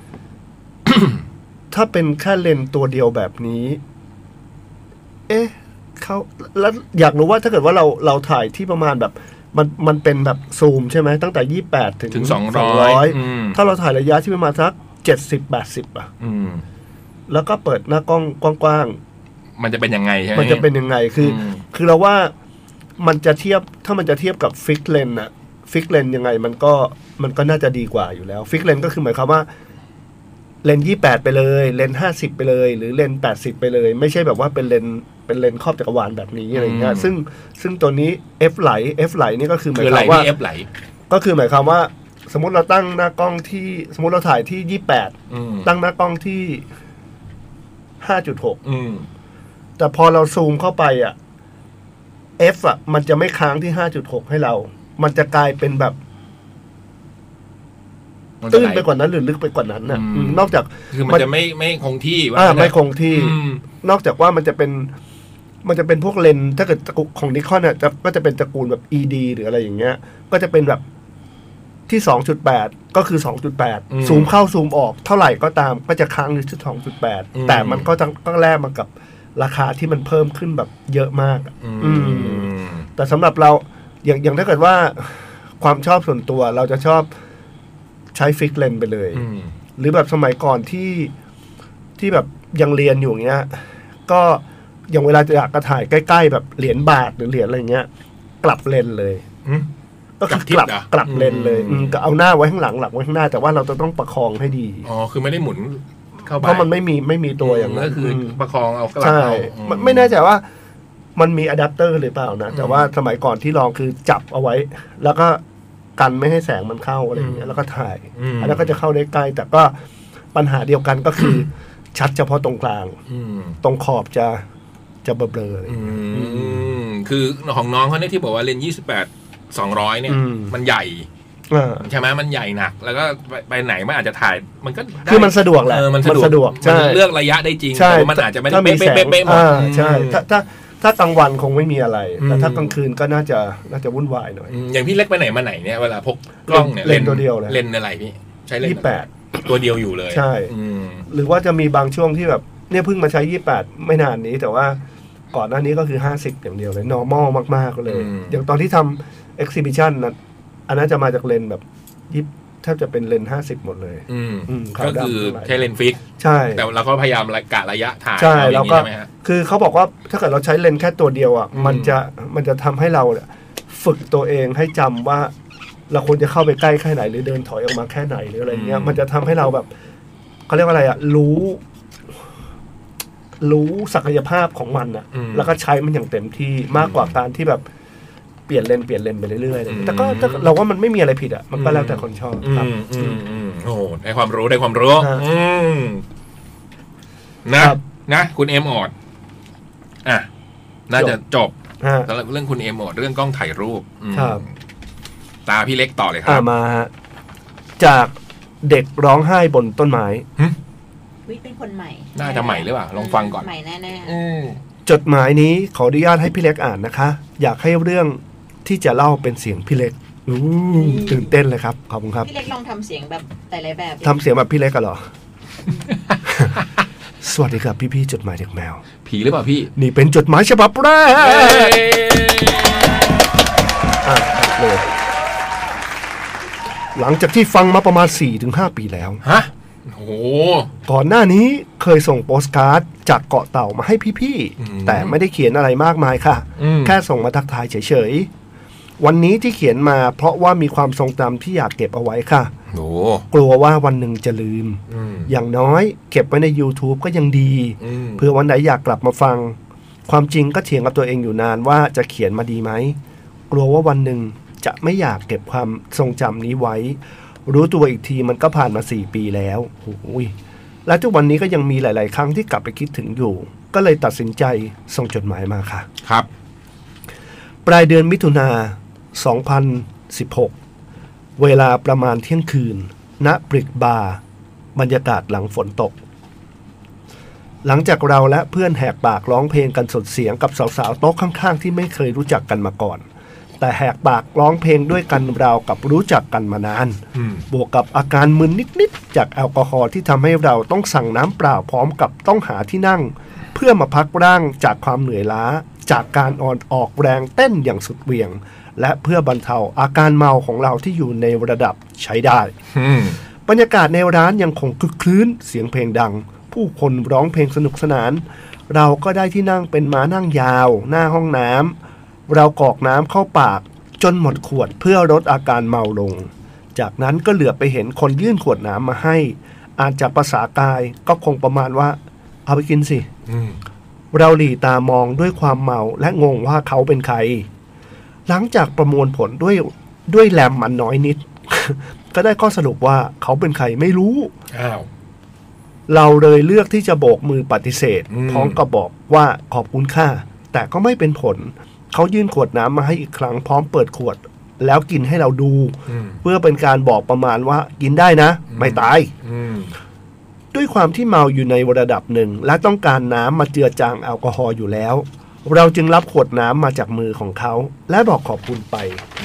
ถ้าเป็นแค่เลนส์ตัวเดียวแบบนี้เอ๊ะเขาแล้วอยากรู้ว่าถ้าเกิดว่าเราเราถ่ายที่ประมาณแบบมันมันเป็นแบบซูมใช่ไหมตั้งแต่ยี่สิบแปดถึงถึงสองร้อยถ้าเราถ่ายระยะที่ประมาณสักเจ็ดสิบแปดสิบอ่ะแล้วก็เปิดหน้ากล้องกว้างๆมันจะเป็นยังไงใช่ไหมมันจะเป็นยังไงคือคือเราว่ามันจะเทียบถ้ามันจะเทียบกับฟิกเลนอะฟิกเลนยังไงมันก็มันก็น่าจะดีกว่าอยู่แล้วฟิกเลนก็คือหมายความว่าเลนยี่สิบแปดไปเลยเลนห้าสิบไปเลยหรือเลนแปดสิบไปเลยไม่ใช่แบบว่าเป็นเลนเป็นเลนครอบจักรวาลแบบนี้อะไรเงี้ยซึ่งซึ่งตัวนี้ F ไหล F ไหลนี่ก็คือหมายความว่า F ไหลก็คือหมายความว่าสมมติเราตั้งหน้ากล้องที่สมมติเราถ่ายที่ยี่สิบแปดตั้งหน้ากล้องที่ห้าจุดหกแต่พอเราซูมเข้าไปอ่ะF อ่ะมันจะไม่ค้างที่ ห้าจุดหก ให้เรา มันจะกลายเป็นแบบตื้นไปกว่านั้นหรือลึกไปกว่านั้นน่ะนอกจากคือมันจะไม่ไม่คงที่ว่าไม่คงที่นอกจากว่ามันจะเป็นมันจะเป็นพวกเลนส์ถ้าเกิดของนิคอนเนี่ยจะก็จะเป็นตระกูลแบบ อี ดี หรืออะไรอย่างเงี้ยก็จะเป็นแบบที่ สองจุดแปด ก็คือ สองจุดแปด ซูมเข้าซูมออกเท่าไหร่ก็ตามก็จะค้างอยู่ที่ สองจุดแปด แต่มันก็ต้องแลกมากับราคาที่มันเพิ่มขึ้นแบบเยอะมากอืมแต่สำหรับเราอย่างอย่างถ้าเกิดว่าความชอบส่วนตัวเราจะชอบใช้ฟิกเลนส์ไปเลยหรือแบบสมัยก่อนที่ที่แบบยังเรียนอยู่เงี้ยก็อย่างเวลาจะอยากกระถ่ายใกล้ๆแบบเหรียญบาทหรือเหรียญอะไรเงี้ยกลับเลนส์เลยก็คือกลับกลับเลนส์เลยก็เอาหน้าไว้ข้างหลังหลังไว้ข้างหน้าแต่ว่าเราจะต้องประคองให้ดีอ๋อคือไม่ได้หมุนเพราะมันไม่มีไม่มีตัวอย่างนั้นก็คือประคองเอากลับเอาไม่แน่ใจว่ามันมีอะแดปเตอร์หรือเปล่านะแต่ว่าสมัยก่อนที่ลองคือจับเอาไว้แล้วก็กันไม่ให้แสงมันเข้าอะไรอย่างเงี้ยแล้วก็ถ่ายแล้วก็จะเข้าได้ใกล้แต่ก็ปัญหาเดียวกันก็คือชัดเฉพาะตรงกลางตรงขอบจะจะเบลอๆเลยคือของน้องเขาเนี่ยที่บอกว่าเลนส์ยี่สิบแปด สองร้อยเนี่ยมันใหญ่ใช่ไหมมันใหญ่หนักแล้วก็ไปไหนมันอาจจะถ่ายมันก็คือมันสะดวกแหละมันสะดวกมันเลือกระยะได้จริงแต่มันอาจจะไม่ได้เป๊ะๆหมดใช่ถ้าถ้าถ้ากลางวันคงไม่มีอะไรแต่ถ้ากลางคืนก็น่าจะน่าจะวุ่นวายหน่อยอย่างพี่เล็กไปไหนมาไหนเนี่ยเวลาพกกล้องเนี่ยเลนตัวเดียวเลยเลนอะไรพี่ใช้เลนยี่สิบแปดตัวเดียวอยู่เลยใช่หรือว่าจะมีบางช่วงที่แบบเนี่ยเพิ่งมาใช้ยี่สิบแปดไม่นานนี้แต่ว่าก่อนหน้านี้ก็คือห้าสิบอย่างเดียวเลย normal มากๆเลยอย่างตอนที่ทำ exhibition นะอันนั้นจะมาจากเลนแบบยิบแทบจะเป็นเลนห้าสิบหมดเลยก็คือใช้เลนฟิกใช่แต่เราก็พยายามกะระยะถ่ายใช่แล้วก็คือเขาบอกว่าถ้าเกิดเราใช้เลนแค่ตัวเดียวอ่ะมันจะมันจะทำให้เราฝึกตัวเองให้จำว่าเราควรจะเข้าไปใกล้แค่ไหนหรือเดินถอยออกมาแค่ไหนหรืออะไรเงี้ยมันจะทำให้เราแบบเขาเรียกว่าอะไรอ่ะรู้รู้ศักยภาพของมันอ่ะแล้วก็ใช้มันอย่างเต็มที่มากกว่าการที่แบบเปลี่ยนเลนเปลี่ยนเลนไปเรื่อยๆแต่ก็เราว่ามันไม่มีอะไรผิดอ่ะมันก็แล้วแต่คนชอบครับโอ้ได้ความรู้ได้ความรู้นะนะคุณเอ็มออดอ่ะน่าจะจบสำหรับเรื่องคุณเอ็มออดเรื่องกล้องถ่ายรูปตาพี่เล็กต่อเลยครับมาจากเด็กร้องไห้บนต้นไม้วิเป็นคนใหม่น่าจะใหม่หรือเปล่าลองฟังก่อนใหม่แน่ๆจดหมายนี้ขออนุญาตให้พี่เล็กอ่านนะคะอยากให้เรื่องที่จะเล่าเป็นเสียงพี่เล็กตื่นเต้นเลยครับขอบคุณครับพี่เล็กลองทำเสียงแบบหลายๆแบบทำเสียงแบบพี่เล็กกันเหรอ สวัสดีครับพี่ๆจดหมายเด็กแมวผีหรือเปล่าพี่นี่เป็นจดหมายฉบับแรกอ่ะเลยหลังจากที่ฟังมาประมาณ สี่ถึงห้า ปีแล้วฮะโอ้ก่อนหน้านี้เคยส่งโปสการ์ดจากเกาะเต่ามาให้พี่ๆแต่ไม่ได้เขียนอะไรมากมายค่ะแค่ส่งมาทักทายเฉยๆวันนี้ที่เขียนมาเพราะว่ามีความทรงจำที่อยากเก็บเอาไว้ค่ะโอ้กลัวว่าวันหนึ่งจะลืมอย่างน้อยเก็บไว้ใน YouTube ก็ยังดีเผื่อวันไหนอยากกลับมาฟังความจริงก็เถียงกับตัวเองอยู่นานว่าจะเขียนมาดีไหมกลัวว่าวันหนึ่งจะไม่อยากเก็บความทรงจำนี้ไว้รู้ตัวอีกทีมันก็ผ่านมาสี่ปีแล้วโอ้ยและทุกวันนี้ก็ยังมีหลายๆครั้งที่กลับไปคิดถึงอยู่ก็เลยตัดสินใจส่งจดหมายมาค่ะครับปลายเดือนมิถุนาสองพันสิบหกเวลาประมาณเที่ยงคืนณบริกบาร์บรรยากาศหลังฝนตกหลังจากเราและเพื่อนแหกปากร้องเพลงกันสดเสียงกับสาวๆโต๊ะข้างๆที่ไม่เคยรู้จักกันมาก่อนแต่แหกปากร้องเพลงด้วยกันราวกับรู้จักกันมานานบวกกับอาการมึนนิดๆจากแอลกอฮอล์ที่ทำให้เราต้องสั่งน้ำเปล่าพร้อมกับต้องหาที่นั่งเพื่อมาพักร่างจากความเหนื่อยล้าจากการอ่อนออกแรงเต้นอย่างสุดเหวี่ยงและเพื่อบรรเทาอาการเมาของเราที่อยู่ในระดับใช้ได้บรรยากาศในร้านยังคงคึกคลื้นเสียงเพลงดังผู้คนร้องเพลงสนุกสนานเราก็ได้ที่นั่งเป็นม้านั่งยาวหน้าห้องน้ำเรากรอกน้ำเข้าปากจนหมดขวดเพื่อลดอาการเมาลงจากนั้นก็เหลือไปเห็นคนยื่นขวดน้ำมาให้อ่านจากภาษากายก็คงประมาณว่าเอาไปกินสิเราหลีตามองด้วยความเมาและงงว่าเขาเป็นใครหลังจากประมวลผลด้วยด้วยแรมมันน้อยนิด ก็ได้ข้อสรุปว่าเขาเป็นใครไม่รู้อ้าวเราเลยเลือกที่จะโบกมือปฏิเสธพร้อมกับบอกว่าขอบคุณค่ะแต่ก็ไม่เป็นผลเขายื่นขวดน้ำมาให้อีกครั้งพร้อมเปิดขวดแล้วกินให้เราดูเพื่อเป็นการบอกประมาณว่ากินได้นะไม่ตายด้วยความที่เมาอยู่ในระดับหนึ่งและต้องการน้ำมาเจือจางแอลกอฮอล์อยู่แล้วเราจึงรับขวดน้ำมาจากมือของเขาและบอกขอบคุณไป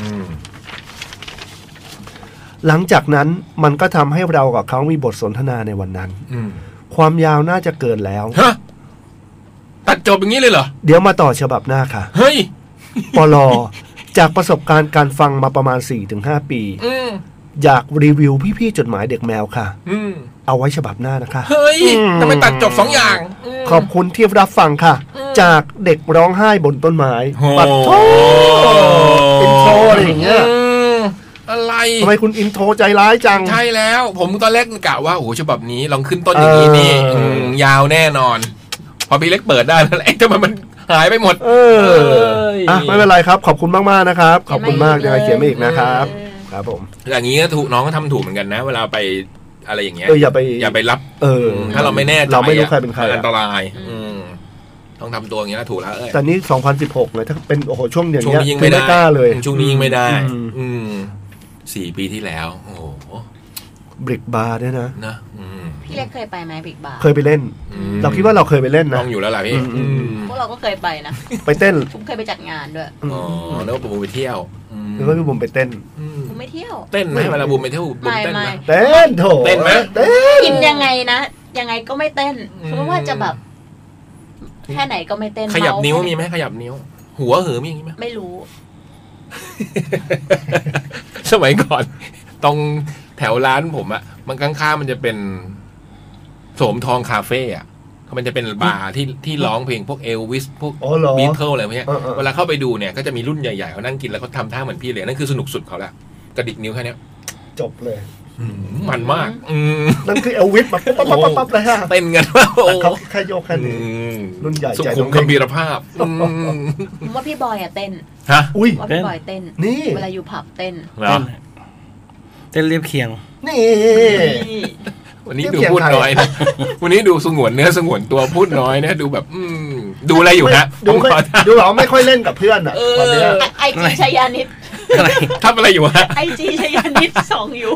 หลังจากนั้นมันก็ทำให้เรากับเขามีบทสนทนาในวันนั้นความยาวน่าจะเกินแล้วฮะตัดจบอย่างนี้เลยเหรอเดี๋ยวมาต่อฉบับหน้าค่ะเฮ้ยปลอจากประสบการณ์การฟังมาประมาณ สี่ถึงห้า ปีอยากรีวิวพี่ๆจดหมายเด็กแมวค่ะเอาไว้ฉบับหน้านะคะเฮ้ยทำไมตัดจบสองอย่างขอบคุณที่รับฟังค่ะจากเด็กร้องไห้บนต้นไม้ปัดโทอินโทรอะไรอย่างเงี้ยอะไรทำไมคุณอินโทรใจร้ายจังใช่แล้วผมตอนแรกกะว่าโอ้ฉบับนี้ลองขึ้นต้นอย่างนี้นี่ยาวแน่นอนพอพี่เล็กเปิดได้แล้วไอ้ทำไมมันหายไปหมดเอออ่ะไม่เป็นไรครับขอบคุณมากๆนะครับขอบคุณมากยังไงเขียนมาอีกนะครับครับผมอย่างนี้ก็ถูกน้องก็ทำถูกเหมือนกันนะเวลาไปอะไรอย่างเงี้ยเอออย่าไปอย่าไปรับเออถ้าเราไม่แน่ใจเราไม่รู้ใครเป็นใครอันตรายต้องทำตัวอย่างนี้นะถูกแล้วเอ้ยแต่นี่สองพันสิบหกเลยถ้าเป็นโอ้โหช่วงอย่างเงี้ยไม่ได้กล้าเลยช่วงนี้ยิงไม่ได้อืมสี่ปีที่แล้วโอ้โหบริกบาร์ด้วยนะนะพี่เล็กเคยไปไหมบริกบาร์เคยไปเล่นเราคิดว่าเราเคยไปเล่นนะต้องอยู่แล้วล่ะพี่พวกเราก็เคยไปนะไปเต้นผมเคยไปจัดงานด้วยอ๋อแล้วบุ๋มไปเที่ยวแล้วก็พี่บุ๋มไปเต้นบุ๋มไม่เที่ยวเต้นไหมเวลาบุ๋มไปเที่ยวบุ๋มเต้นไหมเต้นโถเต้นไหมเต้นกินยังไงนะยังไงก็ไม่เต้นเพราะว่าจะแบบแค่ไหนก็ไม่เต้นขยับนิ้วมีไหมขยับนิ้วหัวเหอมีอย่างนี้ไหมไม่รู้สมัยก่อนตรงแถวร้านผมอะมันข้างๆมันจะเป็นโสมทองคาเฟ่อะมันจะเป็นบาร์ที่ที่ร้องเพลงพวกเอลวิสพวกบีเทิลอะไรพวกนี้เวลาเข้าไปดูเนี่ยก็จะมีรุ่นใหญ่ๆเขานั่งกินแล้วเขาทำท่าเหมือนพี่เลยนั่นคือสนุกสุดเขาละกระดิกนิ้วแค่นี้จบเลยมันมากนั่นคือเอลวิสมาปั๊บปั๊บปั๊บปั๊บเลยฮะเต้นกันว่าเขาแค่โยกแค่นี้รุ่นใหญ่ใจตรงคัมภีรภาพว่าพี่บอยอะเต้นฮะอุ้ยว่าพี่บอยเต้นนี่เวลาอยู่ผับเต้นเต้นเรียบเคียงนี่วันนี้ดูพูดน้อยนะวันนี้ดูสงวนเนื้อสงวนตัวพูดน้อยนะดูแบบดูอะไรอยู่นะดูดูเราไม่ค่อยเล่นกับเพื่อนอ่ะตอนนี้ไอจีชยานิดทำอะไรอยู่ฮะไอจีชยานิดสองอยู่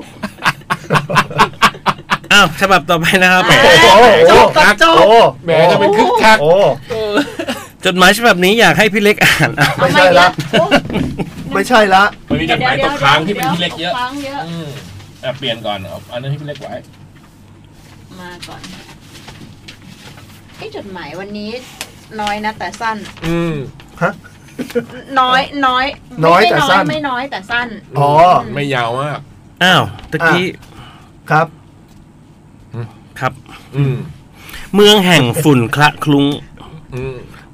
อ้าวฉบับต่อไปนะครับโจกับโจแหมจะเป็นคึกคักจดหมายฉบับนี้อยากให้พี่เล็กอ่านไม่ใช่ละไม่ใช่ละมันมีจดหมายตกค้างที่เป็นพี่เล็กเยอะอ่ะเปลี่ยนก่อนเอาอันนั้นที่พี่เล็กไว้มาก่อนไอ้จดหมายวันนี้น้อยนะแต่สั้นอืมฮะน้อยน้อยน้อยแต่สั้นไม่น้อยแต่สั้นอ๋อไม่ยาวมากอ้าวตะกี้ครับครับอืมเมืองแห่งฝุ่นคละคลุ้ง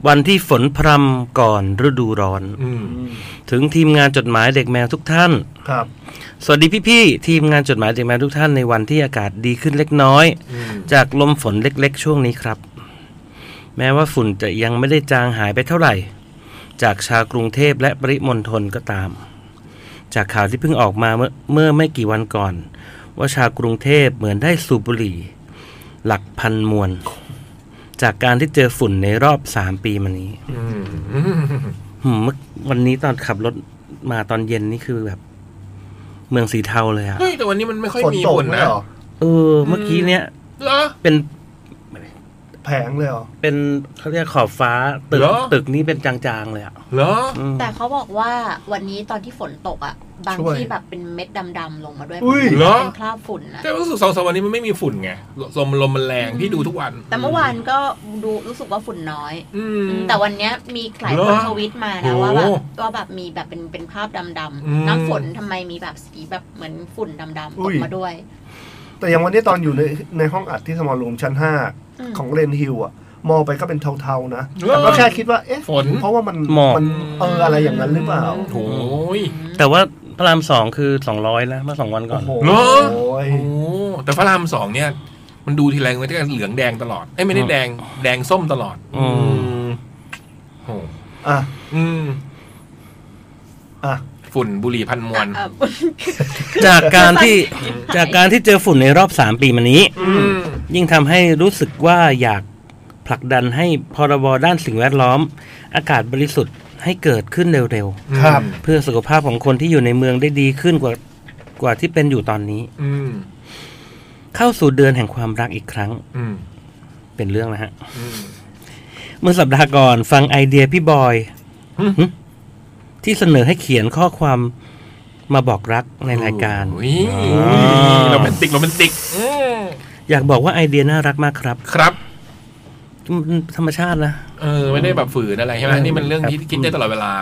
วันที่ฝนพรำก่อนฤดูร้อนถึงทีมงานจดหมายเด็กแมวทุกท่านครับสวัสดีพี่ๆทีมงานจดหมายเด็กแมวทุกท่านในวันที่อากาศดีขึ้นเล็กน้อยจากลมฝนเล็กๆช่วงนี้ครับแม้ว่าฝุ่นจะยังไม่ได้จางหายไปเท่าไหร่จากชาวกรุงเทพและปริมณฑลก็ตามจากข่าวที่เพิ่งออกมาเมื่อเมื่อไม่กี่วันก่อนว่าชาวกรุงเทพเหมือนได้สูบบุหรี่หลักพันมวนจากการที่เจอฝุ่นในรอบสามปีมานี้เมื่อวันนี้ตอนขับรถมาตอนเย็นนี่คือแบบเมืองสีเทาเลยอะเฮ้ยแต่วันนี้มันไม่ค่อยมีฝุ่นนะเออเมื่อกี้เนี้ยเป็นแผงเลยเหรอเป็นเขาเรียกขอบฟ้าตึกตึกนี้เป็นจางๆเลยอ่ะเหรอแต่เขาบอกว่าวันนี้ตอนที่ฝนตกอ่ะบางที่แบบเป็นเม็ดดำๆลงมาด้วยเป็นคราบฝุ่นนะแต่รู้สึกสองสามวันนี้มันไม่มีฝุ่นไงลมลมมันแรงพี่ดูทุกวันแต่เมื่อวานก็ดูรู้สึกว่าฝุ่นน้อยแต่วันนี้มีหลายคนทวิตมานะว่าแบบว่าแบบมีแบบเป็นเป็นคราบดำๆน้ำฝนทำไมมีแบบสีแบบเหมือนฝุ่นดำๆตกมาด้วยแต่อย่างวันนี้ตอนอยู่ในในห้องอัดที่สมอลรูมชั้นห้าของเรนฮิลอ่ะมองไปก็เป็นเทาๆนะแต่ก็แค่คิดว่าเอ๊ะฝนเพราะว่ามันมันเอออะไรอย่างนั้นหรือเปล่าโอ้ยแต่ว่าพระรามสองคือสองร้อยแล้วเมื่อสองวันก่อนโอ้โหแต่พระรามสองเนี่ยมันดูทีไรมันจะเหลืองแดงตลอดเอ้ยไม่ได้แดงแดงส้มตลอดอืมโอ้อ่ะอืมอ่ะฝุ่นบุหรี่พันมวนจากการที่จากการที่เจอฝุ่นในรอบสามปีมานี้ยิ่งทำให้รู้สึกว่าอยากผลักดันให้พรบด้านสิ่งแวดล้อมอากาศบริสุทธิ์ให้เกิดขึ้นเร็วๆเพื่อสุขภาพของคนที่อยู่ในเมืองได้ดีขึ้นกว่ากว่าที่เป็นอยู่ตอนนี้เข้าสู่เดือนแห่งความรักอีกครั้งเป็นเรื่องนะฮะเมื่อสัปดาห์ก่อนฟังไอเดียพี่บอยที่เสนอให้เขียนข้อความมาบอกรักในรายการโรแมนติกโรแมนติกอยากบอกว่าไอเดียน่ารักมากครับครับธรรมชาตินะเออไม่ได้แบบฝืนอะไรใช่ไหมนี่มันเรื่องที่คิดได้ตลอดเวลา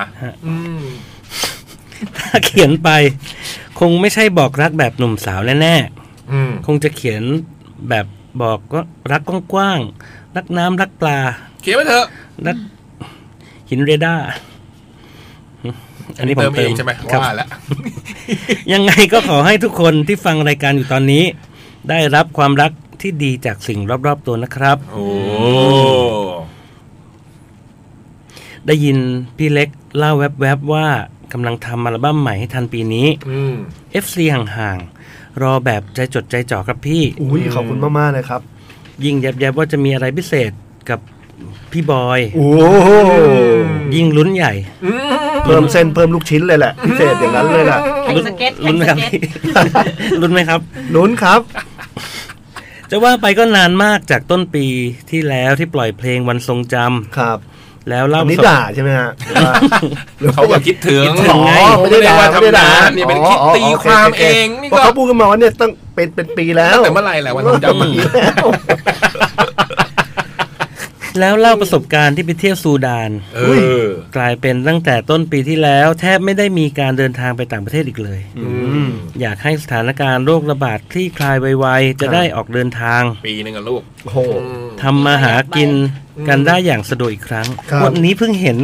ถ้าเขียนไปคงไม่ใช่บอกรักแบบหนุ่มสาวแน่ๆคงจะเขียนแบบบอกว่ารักกว้างๆรักน้ำรักปลาเขียนไปเถอะรักหินเรดาร์อันนี้ผมเติมใช่ไหมว่าแล้วยังไงก็ขอให้ทุกคนที่ฟังรายการอยู่ตอนนี้ได้รับความรักที่ดีจากสิ่งรอบๆตัวนะครับโอ้ได้ยินพี่เล็กเล่าแวบๆว่ากำลังทำอัลบั้มใหม่ให้ทันปีนี้ เอฟ ซี ห่างๆรอแบบใจจดใจจ่อครับพี่อุ้ยขอบคุณมากๆเลยครับยิ่งแยบๆว่าจะมีอะไรพิเศษกับพี่บอยโอ้ยิ่งลุ้นใหญ่เพิ่มเส้นเพิ่มลูกชิ้นเลยแหละพิเศษอย่างนั้นเลยล่ะลุ้นไหมครับลุ้นไหมครับลุ้นครับจะว่าไปก็นานมากจากต้นปีที่แล้วที่ปล่อยเพลงวันทรงจำครับแล้วเล่านี่ด่าใช่ไหมฮะเขาก็คิดถึงไม่ได้ด่าไม่ได้ด่านี่เป็นคิดตีความเองนี่ก็เขาพูดกันมาว่าเนี่ยตั้งเป็นเป็นปีแล้วแต่เมื่อไหร่แหละวันทรงจำมันแล้วเล่าประสบการณ์ที่ไปเที่ยวซูดานกลายเป็นตั้งแต่ต้นปีที่แล้วแทบไม่ได้มีการเดินทางไปต่างประเทศอีกเลยอยากให้สถานการณ์โรคระบาดคลี่คลายไวๆจะได้ออกเดินทางปีนึงอะลูกทำมาหากินกันได้อย่างสะดวกอีกครั้งวันนี้เพิ่งเห็น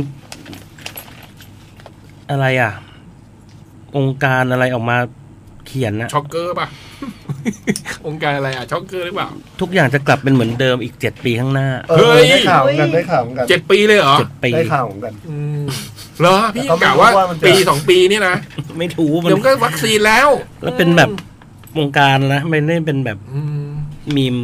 อะไรอ่ะองค์การอะไรออกมาเขียนนะช็อกเกอร์ป่ะองค์การอะไรอ่ะช็อกเกอร์หรือเปล่าทุกอย่างจะกลับเป็นเหมือนเดิมอีกเจ็ดปีข้างหน้าเฮ้ยได้ข่าวกันได้ข่าวกันเจ็ดปีเลยเหรอเจ็ดปีได้ข่าวกันเหรอพี่กล่าวว่าปีสองปีนี่นะไม่ถูกเดี๋ยวก็วัคซีนแล้วแล้วเป็นแบบวงการนะไม่ได้เป็นแบบมีม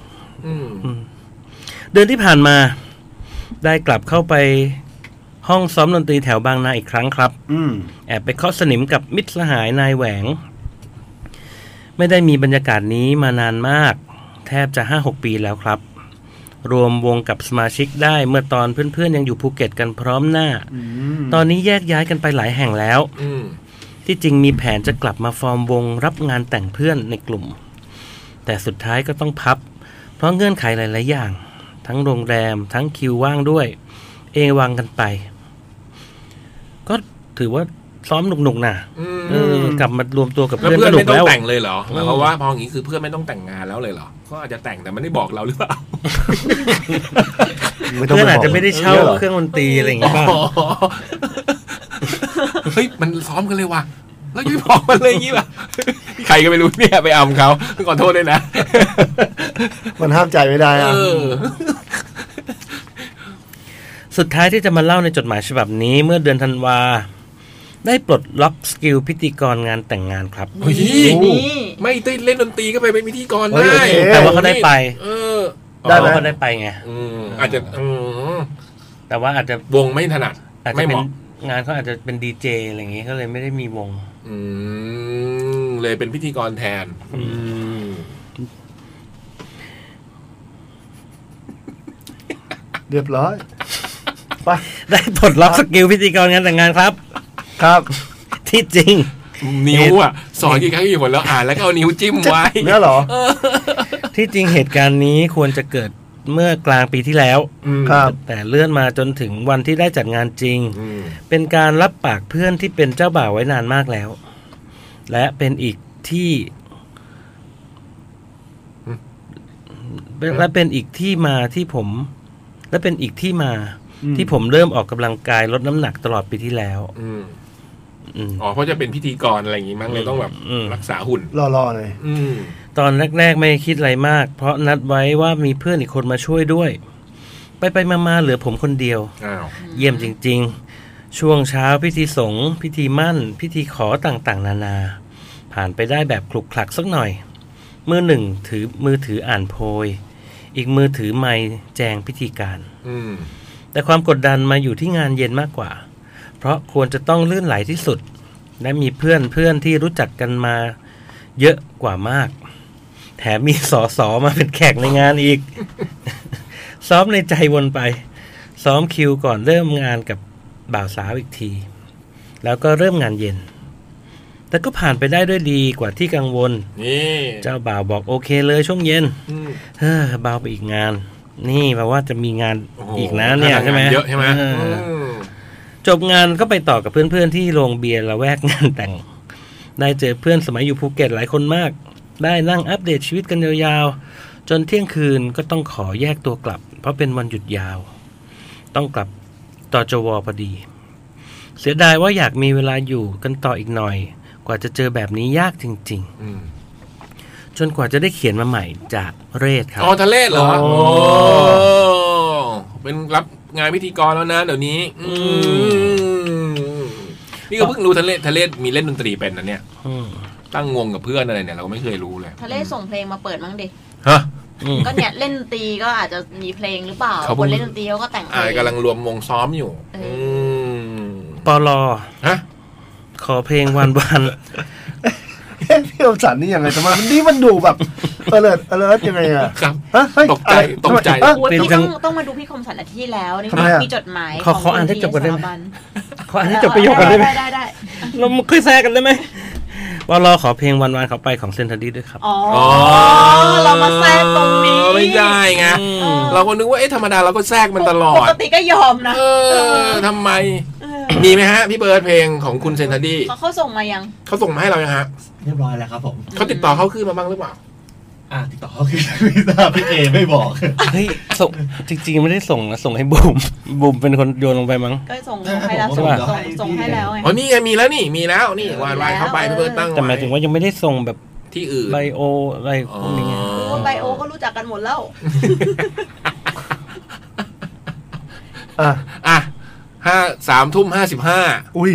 เดือนที่ผ่านมาได้กลับเข้าไปห้องซ้อมดนตรีแถวบางนาอีกครั้งครับแอบไปเคาะสนิมกับมิตรสหายนายแหวงไม่ได้มีบรรยากาศนี้มานานมากแทบจะ ห้าหก ปีแล้วครับรวมวงกับสมาชิกได้เมื่อตอนเพื่อนๆยังอยู่ภูเก็ตกันพร้อมหน้าตอนนี้แยกย้ายกันไปหลายแห่งแล้วที่จริงมีแผนจะกลับมาฟอร์มวงรับงานแต่งเพื่อนในกลุ่มแต่สุดท้ายก็ต้องพับเพราะเงื่อนไขหลายๆอย่างทั้งโรงแรมทั้งคิวว่างด้วยเอวังกันไปก็ถือว่าซ้อมหนุกๆน่ะอืมเออกลับมารวมตัวกับแล้วเพื่อนเพื่อนก็หนุไม่กต้องแล้วแต่งเลยเหรอหอืมมายความว่าพออย่างนี้คือเพื่อนไม่ต้องแต่งงานแล้วเลยเหรอก็อาจจะแต่งแต่ไม่ได้บอกเราหรือเปล่าไม่ต้งเพื่อนปอาจบกจะไม่ได้เช่านี่ยหรอเครื่องดนตรีอะไรอย่างเงี้ยป่ะอ๋อเฮ้ยมันซ้อมกันเลยว่ะแล้วยังไม่บอกมันเลยอย่างนี้ป่ะใครก็ไม่รู้เนี่ยไปอำเขาขอโทษด้วยนะมันห้ามใจไม่ได้อะเออสุดท้ายที่จะมาเล่าในจดหมายฉบับนี้เมื่อเดือนธันวาได้ปลดล็อกสกิลพิธีกรงานแต่งงานครับเฮ้ยนี่ไม่ได้เล่นดนตรีก็ไปเป็นพิธีกรเฮ้ยได้โอเคแต่ว่าเขาได้ไปเออได้ไหมอ๋อเขาได้ไปไงอืมอาจจะอืมแต่ว่าอาจจะวงไม่ถนัดอาจจะไม่เหเป็นมาะงานเขาอาจจะเป็นดีเจอะไรอย่างเงี้ยก็เลยไม่ได้มีวงอืมเลยเป็นพิธีกรแทน อืมเรียบร้อยไปได้ปลดล็อกสกิลพิธีกรงานแต่งงานครับครับที่จริงนิ้วอ่ะ สอนกี่ครั้งกี่หนแล้วอ่านแล้วก็เอานิ้วจิ้มไว้เนี่ยเหรอที่จริงเหตุการณ์นี้ควรจะเกิดเมื่อกลางปีที่แล้วอืมครับแต่เลื่อนมาจนถึงวันที่ได้จัดงานจริงอืมเป็นการรับปากเพื่อนที่เป็นเจ้าบ่าวไว้นานมากแล้ว และเป็นอีกที่และเป็นอีกที่มาที่ผม และเป็นอีกที่มาอืมที่ผมเริ่มออกกำลังกายลดน้ำหนักตลอดปีที่แล้วอืมอืมอ๋อเพราะจะเป็นพิธีกรอะไรอย่างงี้มั้งเลยต้องแบบอืมรักษาหุ่นรอๆหน่อยอืมตอนแรกๆไม่คิดอะไรมาก เพราะนัดไว้ว่ามีเพื่อนอีกคนมาช่วยด้วย ไปไปๆมาๆเหลือผมคนเดียวอ้าวเยี่ยมจริงๆ ช่วงเช้าพิธีสงฆ์พิธีมั่น พิธีขอต่างๆ นานา ผ่านไปได้แบบคลุกคลักสักหน่อย มือหนึ่งถือมือถืออ่านโพย อีกมือถือไมค์แจงพิธีการอืมแต่ความกดดันมาอยู่ที่งานเย็นมากกว่า เพราะควรจะต้องลื่นไหลที่สุด และมีเพื่อนเพื่อนที่รู้จักกันมาเยอะกว่ามาก แถมมีสอสอมาเป็นแขกในงานอีก ซ้อมในใจวนไป ซ้อมคิวก่อนเริ่มงานกับบ่าวสาวอีกที แล้วก็เริ่มงานเย็น แต่ก็ผ่านไปได้ด้วยดีกว่าที่กังวลนี่เจ้าบ่าวบอกโอเคเลยช่วงเย็นอืมเฮ้อเบาไปอีกงาน นี่แปลว่าจะมีงานโอ้โหอีกนะเนี่ยใช่ไหมเยอะใช่ไหมเอออืมจบงานก็ไปต่อกับเพื่อนๆที่โรงเบียร์ละแวกงานแต่ง ได้เจอเพื่อนสมัยอยู่ภูเก็ตหลายคนมาก ได้นั่งอัปเดตชีวิตกันยาวๆ จนเที่ยงคืนก็ต้องขอแยกตัวกลับ เพราะเป็นวันหยุดยาว ต้องกลับต่อจวพอดี เสียดายว่าอยากมีเวลาอยู่กันต่ออีกหน่อย กว่าจะเจอแบบนี้ยากจริงอืมๆ จนกว่าจะได้เขียนมาใหม่จากเรศครับอ๋อทะเลเหรอโอ้โอ้เป็นรับงานพิธีกรแล้วนะเดี๋ยวนี้ อืมนี่ก็เพิ่งรู้ทะเลทะเลมีเล่นดนตรีเป็นนะเนี่ยอืมตั้งวงกับเพื่อนอะไรเนี่ยเราก็ไม่เคยรู้เลยทะเลส่งเพลงมาเปิดมั้งดิฮะอืมก็เนี่ยเล่นดนตรีก็อาจจะมีเพลงหรือเปล่าเขาเพิ่คงนเล่นดนตรีเขาก็แต่งเพลอ่าง กำลังรวมวงซ้อมอยู่เอออือืมปลอฮะขอเพลงวันวันเอ๊ะพี่อมสันนี่ยังไงทำไมมันนี่มันดูแบบเอเลิร์ดเอเลิร์ดยังไงอะครับฮะเฮ้ยตกใจอะไรตกใจทำไมฮะโอ้ยเป็นต้องจังต้องมาดูพี่คมสันอาทิตย์ที่แล้วนี่ทำไมอะมีจดหมายขอขออ่านให้จบก่อนได้ไหมสถาบันขออ่านให้จบประโยคกันได้ไหมได้ได้ได้เราเคยแซกกันได้ไหมปลอขอเพลงวันวันเขาไปของเซนทันดี้ด้วยครับอ๋ออ๋อเรามาแทรกตรงนี้ไม่ได้ไงอืมเออเราก็นึกว่าเอ๊ะธรรมดาเราก็แทรกมันตลอปดกติก็ยอมนะเออทำไมเออมีไหมฮะ พี่เบิร์ดเพลงของคุณเซนทันดี้เขาเขาส่งมายังเขาส่งมาให้เรายังฮะเรียบร้อยแล้วครับผมเขาติดต่อเข้าคืนมาบ้างหรือเปล่าอ่ะติดต่อเขาคือไม่ทราบพี่เอไม่บอกเฮ้ยส่งจริงๆไม่ได้ส่งนะส่งให้บุ๋มบุ๋มเป็นคนโยนลงไปมั้งก็ส่งส่งให้แล้วผมส่งว่าส่งส่งให้แล้วไงอ๋อนี่ไงมีแล้วนี่มีแล้วนี่วานวานเข้าไปพี่เบิร์ดตั้งแต่หมายถึงว่ายังไม่ได้ส่งแบบที่อื่นไบโออะไรพวกนี้ไงโอ้ไบโอก็รู้จักกันหมดแล้วอ่ะอ่ะห้าสามทุ่มห้าสิบห้าอุ้ย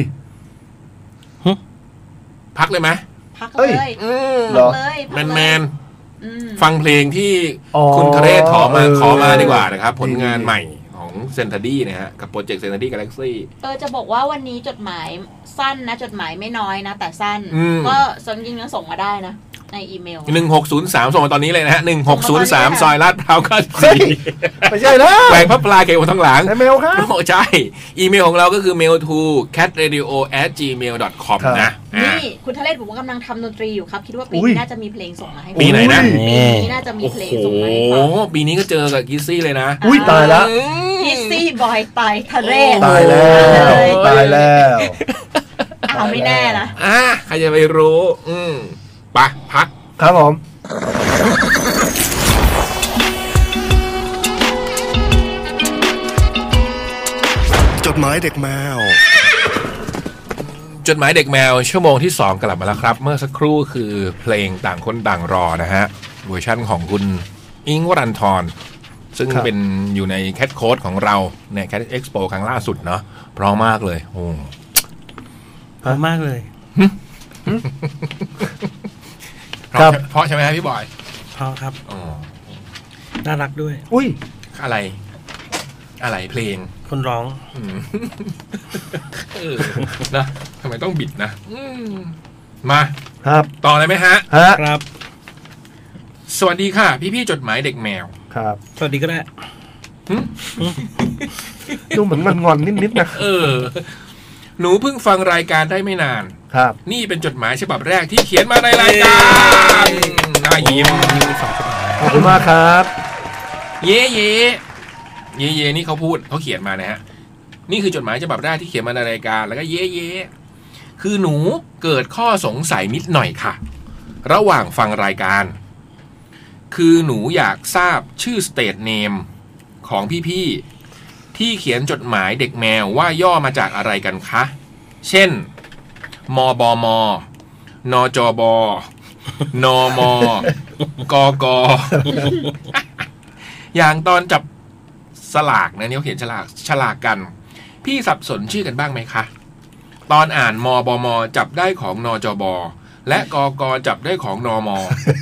พักเลยไหมพักเอ้เลย ยอืมเหรอพักเลยพักแมนเลยแมนอืมฟังเพลงที่อ๋อคุณทะเลขอมาเออขอมาดีกว่านะครับ ผลงานดีๆใหม่ของเซนทันดี้นะฮะ กับโปรเจกต์เซนทันดี้กาแล็กซี่เออจะบอกว่าวันนี้จดหมายสั้นนะจดหมายไม่น้อยนะ แต่สั้นอืมก็สนจริงๆส่งมาได้นะ ในอีเมลหนึ่งหกศูนย์สามส่งมาตอนนี้เลยนะฮะหนึ่งหกศูนย์สามส่งมาตอนนี้ซอยลาดพร้าวเก้าสิบเฮ้ยสี่ไม่ใช่แล้วแหวงพระปลาเกวทั้งหลังไอเมลครับโอ้ใช่ อีเมลของเราก็คือ mail to cat radio at gmail dot com ครับนะอ่านี่คุณทะเลศบอกว่ากำลังทำดนตรีอยู่ครับ คิดว่าปีอุ้ยนี้น่าจะมีเพลงส่งมาให้ปีไหนนะปีนี้น่าจะมีโอ้เพลงโหส่งมาให้ฟังปีนี้ก็เจอกับกิซซี่เลยนะอุ้ยตายแล้วกิซซี่บอยไตทะเลศตายแล้วเลยตายแล้วอ้าวไม่แน่นะอ่าใครจะไปรู้ อืมไปพักครับผมจดหมายเด็กแมวจดหมายเด็กแมวชั่วโมงที่สองกลับมาแล้วครับ เมื่อสักครู่คือเพลงต่างคนต่างรอนะฮะเวอร์ชั่นของคุณอิงค์วรันธรซึ่งครับเป็นอยู่ในแคทโค้ดของเราในแคทเอ็กซ์โปครั้งล่าสุดเนาะเพราะมากเลยโอ้เพราะมากเลยเพราะเพราะใช่ไหมครับพี่บอยเพราะครับอ๋อน่ารักด้วยอุ้ยอะไร อะไรเพลงคนร้องอืม เออนะทำไมต้องบิดนะอืมมาครับต่อเลยไหมฮะฮะครับสวัสดีค่ะ พี่ๆจดหมายเด็กแมวครับสวัสดีก็ได้ดูเหมือนมันงอนนิดๆนะเออ หนูเพิ่งฟังรายการได้ไม่นานครับนี่เป็นจดหมายฉบับแรกที่เขียนมาในรายการน่ายิ้มขอบคุณมากครับเย่เย่เย่เย่นี่เขาพูดเขาเขียนมานะฮะนี่คือจดหมายฉบับแรกที่เขียนมาในรายการแล้วก็เย่เย่คือหนูเกิดข้อสงสัยนิดหน่อยค่ะ ระหว่างฟังรายการ คือหนูอยากทราบชื่อสเตทเนมของพี่ๆที่เขียนจดหมายเด็กแมวว่าย่อมาจากอะไรกันคะเช่นมบมนจบนมกก อย่างตอนจับสลากนะเนี่ยเขาเขียนฉลากฉลากกัน พี่สับสนชื่อกันบ้างไหมคะ ตอนอ่านมบมจับได้ของนจบและกกจับได้ของนม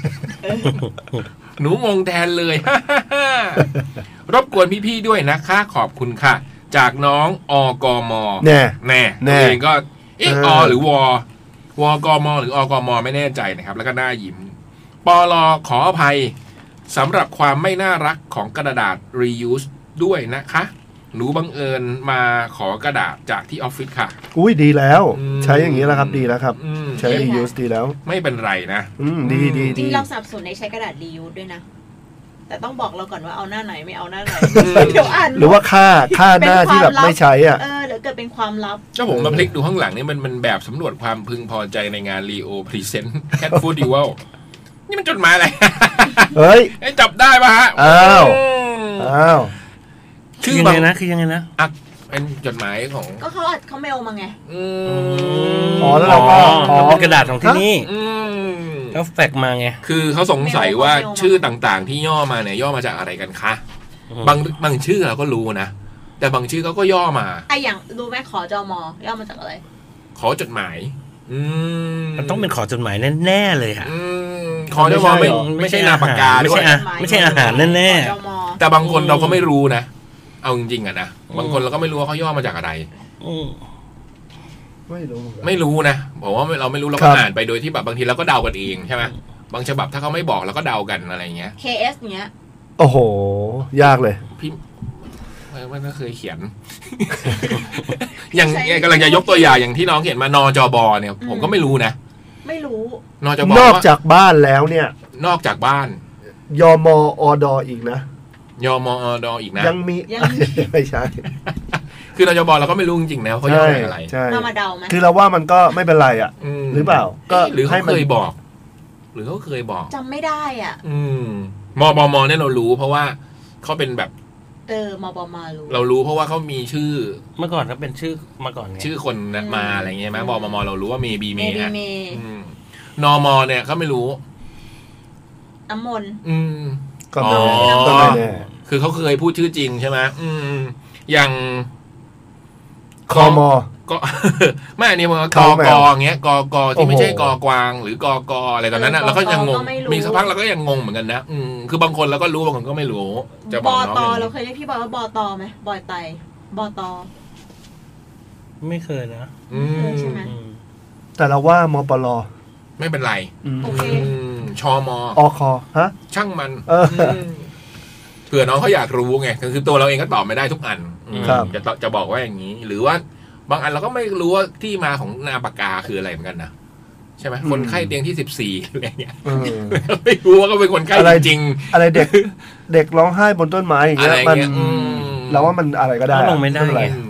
หนูงงแทนเลย รบกวนพี่ๆด้วยนะคะ ขอบคุณค่ะ จากน้องอกมแน่แน่แน่ตัวเองก็เอะเอออหรือววกมหรืออกมไม่แน่ใจนะครับ แล้วก็หน้ายิ้มปลขออภัยสำหรับความไม่น่ารักของกระดาษ reuse ด้วยนะคะ หนูบังเอิญมาขอกระดาษจากที่ออฟฟิศค่ะอุ้ยดีแล้วอืมใช้อย่างนี้แล้วครับดีแล้วครับอืมใช้ reuse ดีแล้วไม่เป็นไรนะอืมดีดีจริดีงเราสับสนในใช้กระดาษรียูสด้วยนะ แต่ต้องบอกเราก่อนว่าเอาหน้าไหนไม่เอาหน้าไหนอืมเดี๋ยวอ่านหรือว่าค่าค่าหน้าที่แบบไม่ใช้อ่ะเออเดี๋ยวเกิดเป็นความลับเจ้าผมมาพลิกดูข้างหลังนี่มันมันแบบสำรวจความพึงพอใจในงาน Leo Present Cat Food Duel นี่มันจดหมายอะไรเฮ้ยไอ้จับได้ปะฮะอ้าวมอ้าวชื่คืออยังบาไงงนะคือยังไงนะอักเป็นจดหมายของก็เขาอัดเขาเมลมาไงอืมอ๋อแล้วเราก็อ๋อเป็นกระดาษของที่นี่อืมแล้วแฟกมาไงคือเขาสงสัยว่าเมลมาชื่อต่างๆ ที่ย่อมาเนี่ยย่อมาจากอะไรกันคะ บางบางชื่อเราก็รู้นะ แต่บางชื่อเขาก็ย่อมาไออย่างรู้ไหมขอจมย่อมาจากอะไรขอจดหมาย อืมมันต้องเป็นขอจดหมายแน่ๆเลยค่ะอืมขอจดหมายไม่ไม่ใช่นามปากกาไม่ด้วใช่ยอาหารไม่ใช่อาหารแน่ขอจมแต่บางคนเราก็ไม่รู้นะ เอาจริงๆอะนะ บางคนเราก็ไม่รู้ว่าเขาย่อมาจากอะไรๆอืมไม่รู้ไม่รู้นะผมว่าเราไม่รู้เราครัก็บอ่านไปโดยที่แบบบางทีเราก็เดากันเองใช่ไหมบางฉบับถ้าเขาไม่บอกเราก็เดากันอะไรอย่างเงี้ยเคเอสเนี้ยโอ้โห ยากเลยพี่ไม่ไม่เคยเขียน อย่างกำลังจะยกตัวอย่างอย่างที่น้องเขียนมานจบเนี่ย ผมก็ไม่รู้นะไม่รู้นจบนอกจากบ้านแล้วเนี่ยนอกจากบ้านยมอดอีกนะยมอดอีกนะยังมียังมีไม่ใช่คือนจบเราก็ไม่รู้จริงๆนะว่าเขาย่อใช่มาจากอะไรใช่เรามาเดาไหมคือเราว่ามันก็ไม่เป็นไรอ่ะมหรือเปล่าก็หรือให้เขามันเคยบอก หรือเขาเคยบอกจำไม่ได้อ่ะอืมมบมเนี่ยเรารู้ เพราะว่าเขาเป็นแบบเออมบมารู้เรารู้เพราะว่าเขามีชื่อเมื่อก่อนเขาเป็นชื่อมาก่อนไงชื่อคนนะมาอะไรเงี้ยไหมอืมบมมเรารู้ว่าเมบีเมเมบีฮะเมอืมนมเนี่ยเขาไม่รู้น้ำมนต์อืมก็อ๋ไม่อก็ไม่แน่คือเขาเคยพูดชื่อจริงใช่ไหมอืมอย่างคอมอก็ ไม่อันนี้มันก็กเขาอแมกวอเงี้ยกอกอที่ไม่ใช่โอ้โหกอกวาง หรือกอกออะไรตอนนั้นน่ะเราก็ยังงงมีสักพักเราก็ยังงงเหมือนกันนะอืมคือบางคนเราก็รู้บางคนก็ไม่รู้ จะบบ อกอน้องตออย่างเรานี้เคยเรียกพี่บอยว่าบอตอไหมบอยไตบอตอไม่เคยนะอืมใช่ไหมอืมแต่เราว่ามปลไม่เป็นไรอืมโอเคอืมชอมออคอฮะช่างมันเอออืมเผื่อน้องเขาอยากรู้ไงคือตัวเราเองก็ตอบไม่ได้ทุกอันอืมครับจะตจะบอกว่าอย่างนี้ หรือว่าบางอันเราก็ไม่รู้ว่าที่มาของนามปากกาคืออะไรเหมือนกันนะใช่ไหมคนไข้เตียงที่สิบสี่อะไรเงี้ยเออไม่รู้ว่าก็เป็นคนไข้อะไรจริงอะไรเด็ก เด็กร้องไห้บนต้นไม้อย่างอะเงี้ไรยมันเงี้ยอืมเราว่ามันอะไรก็ได้ก็ลงไม่ได้เป็นรอืม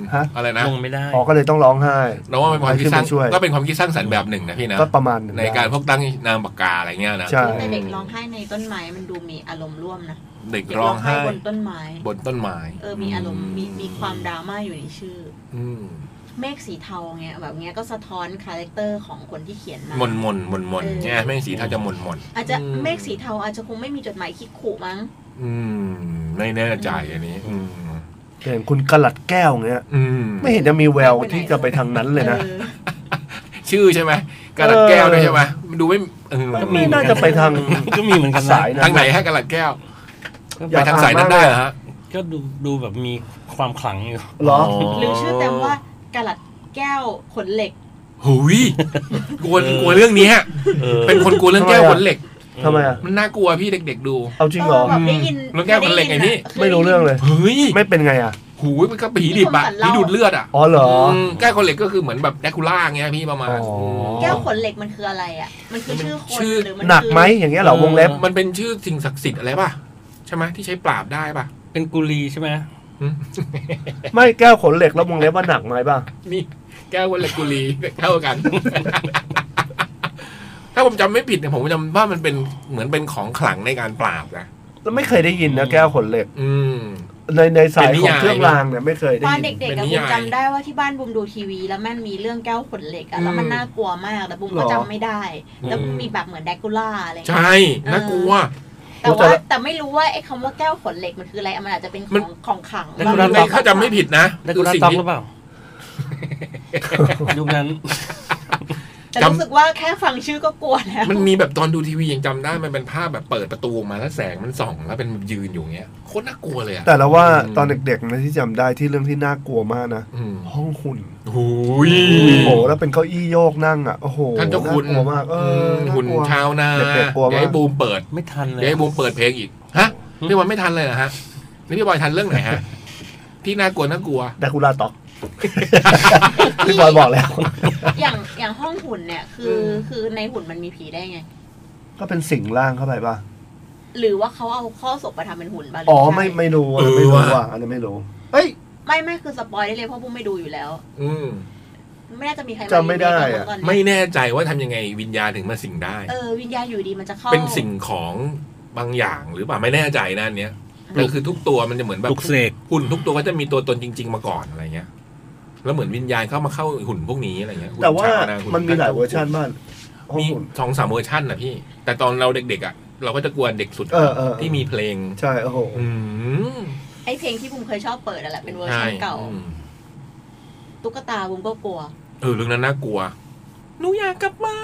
ฮะอะไรนะลงไม่ได้อ๋อก็เลยต้องร้องไห้เราว่าเป็นความคิดสร้างให้ขึ้นมาช่วยก็เป็นความคิดสร้างสรรค์แบบหนึ่งนะพี่นะก็ประมาณนึงในการพวกตั้งนามปากกาอะไรเงี้ยนะใช่แต่เด็กร้องไห้ในต้นไม้มันดูมีอารมณ์ร่วมนะเด็กร้องไห้บนต้นไม้บนต้นไม้เออมีอารมณ์มีมีความดราม่าอยู่ในชื่ออืมเมฆสีเทาเงี้ยแบบเงี้ยก็สะท้อนคาแรคเตอร์ของคนที่เขียนมามนมนมนมนเออเนี่ยแม่งสีเทาจะมนมนอาจจะเมฆสีเทาอาจจะคงไม่มีจดหมายคิกขู่มั้งอืมไม่แน่ใจอันนี้ อืมเห็นคุณกลัดแก้วเงี้ยอืมไม่เห็นจะมีแววที่จะไปทางนั้นเลยนะออชื่อใช่ไหมกระดาษแก้วด้วยใช่ไหมมันดูไม่เออก็มีน่าจะไปทางก็มีเหมือนกันนะสายนั้นทางไหนฮะกระดาษแก้วก็ไปทางสายนั้นได้เหรอฮะก็ดูดูแบบมีความขลังอยู่เหรอหรือชื่อเต็มว่ากะหลัดแก้วขนเหล็กหุยกลัวกลัวเรื่องนี้ฮะเออเป็นคนกลัวเรื่องแก้วขนเหล็กทำไมอ่ะมันน่ากลัวพี่เด็กๆดูเอาจริงเหรอแบบได้ยินแล้วแก้วขนเหล็กไงพี่คยด้ยินอะไม่รู้เรื่องเลยเฮ้ยไม่เป็นไงอ่ะหูยมันก็ผีดิบอะผีดูดเลือดอะอ๋อเหรอมแก้วขนเหล็กก็คือเหมือนแบบแดคูล่าเงี้ยพี่ประมาณอ๋อแก้วขนเหล็กมันคืออะไรอ่ะ มันคือชื่อคนชื่อหรือมันหนักไหมอย่างเงี้ยเหรอวงเล็บมันเป็นชื่อสิ่งศักดิ์สิทธิ์อะไรป่ะใช่ไหมที่ใช้ปราบได้ป่ะเป็นกุลีใช่ไหมอืมไม่แก้วขนเหล็กแล้ววงเล็บว่าหนักไหมป่ะนี่แก้วขนเหล็กกุลีเท่ากัน ถ้าผมจำไม่ผิดเนี่ยผมจำว่ามันเป็นเหมือนเป็นของขลังในการปราบนะแล้วไม่เคยได้ยินนะแก้วขนเหล็กอืมในในสายเป็นนิของยายเครื่องรางเนี่ยไม่เคยได้ตอนยินเด็กเป็ๆนอะนิบุมยายจำได้ว่าที่บ้านบุมดูทีวี แล้วแม่นมีเรื่องแก้วขนเหล็กอะแล้วมันน่ากลัวมากแต่บุมก็จำไม่ได้ แล้วมีแบบเหมือนแดกูล่าอะไรอย่างใช่เงี้ยน่ากลัวแต่ว่าแต่ไม่รู้ว่าไอ้คำว่าแก้วขนเหล็กมันคืออะไรมันอาจจะเป็นขมัอน งของขลังแล้วมันคุณในถ้าจำไม่ผิดนะได้คืกุอลาสิ่งต็อกที่หรือเปล่ายุคนั้นแต่รู้สึกว่าแค่ฟังชื่อก็กลัวแล้วมันมีแบบตอนดูทีวียังจำได้มันเป็นภาพแบบเปิดประตูออกมาแล้วแสงมันส่องแล้วเป็นยืนอยู่อย่างเงี้ยโคตรน่ากลัวเลยอะแต่แล้วว่าตอนเด็กๆนะที่จำได้ที่เรื่องที่น่ากลัวมากนะอืมห้องหุ่นหูยโอ้โหแล้วเป็นเก้าอี้โยกนั่งอ่ะโอ้โหท่านเจ้าคุณน่ากลัวมากเออมน่ากลัวหุ่นชาวนาเด็กๆกลัวมากเดี๋ยวให้บูมเปิดไม่ทันเลยเดี๋ยวให้บูมเปิดเพลงอีกฮะพี่บอลไม่ทันเลยเหรอฮะนี่พี่บอยทันเรื่องไหนฮะที่น่ากลัวน่ากลัวแดกูล่าต็อก พี่บอยบอกแล้วอย่างอย่างห้องหุ่นเนี่ยคือคือในหุ่นมันมีผีได้ไงก็เป็นสิ่งล่างเข้าไปป่ะหรือว่าเขาเอาข้อศพมาทำเป็นหุ่นบ้างอ๋อไม่ไม่รู้อันนั้นไม่รู้อ่ะอันนั้นไม่รู้เอ้ยไม่ไม่คือสปอยได้เลยเพราะบุ้มไม่ดูอยู่แล้วอืมไม่น่าจะมีใครจำไม่ได้อะตอนนี้ไม่แน่ใจว่าทำยังไงวิญญาณถึงมาสิงได้เออวิญญาณอยู่ดีมันจะเข้าเป็นสิ่งของบางอย่างหรือเปล่าไม่แน่ใจนะอันเนี้ยแต่คือทุกตัวมันจะเหมือนแบปบลุกเสกหุ่นทุกตัวก็จะมีตัวตนจริง ๆ มาก่อนอะไรเงี้ย แล้วเหมือนวิญญาณเข้ามาเข้าหุ่นพวกนี้อะไรเงี้ยหุ่นแต่ว่าชวะหุ่มันมีหลายเวอร์ชันมากห้องมีหุ่นสองสามเวอร์ชันนะพี่ แต่ตอนเราเด็กๆอ่ะเราก็จะกลัวเด็กสุดเออเออที่มีเพลงใช่โอ้โหอืมไอเพลงที่บุ้มเคยชอบเปิดนั่นแหละเป็นเวอร์ใช่ชันเก่าอืมตุ๊กตาบุ้มก็กลัวเออเรื่องนั้นน่ากลัวหนูอยากกลับบ้าน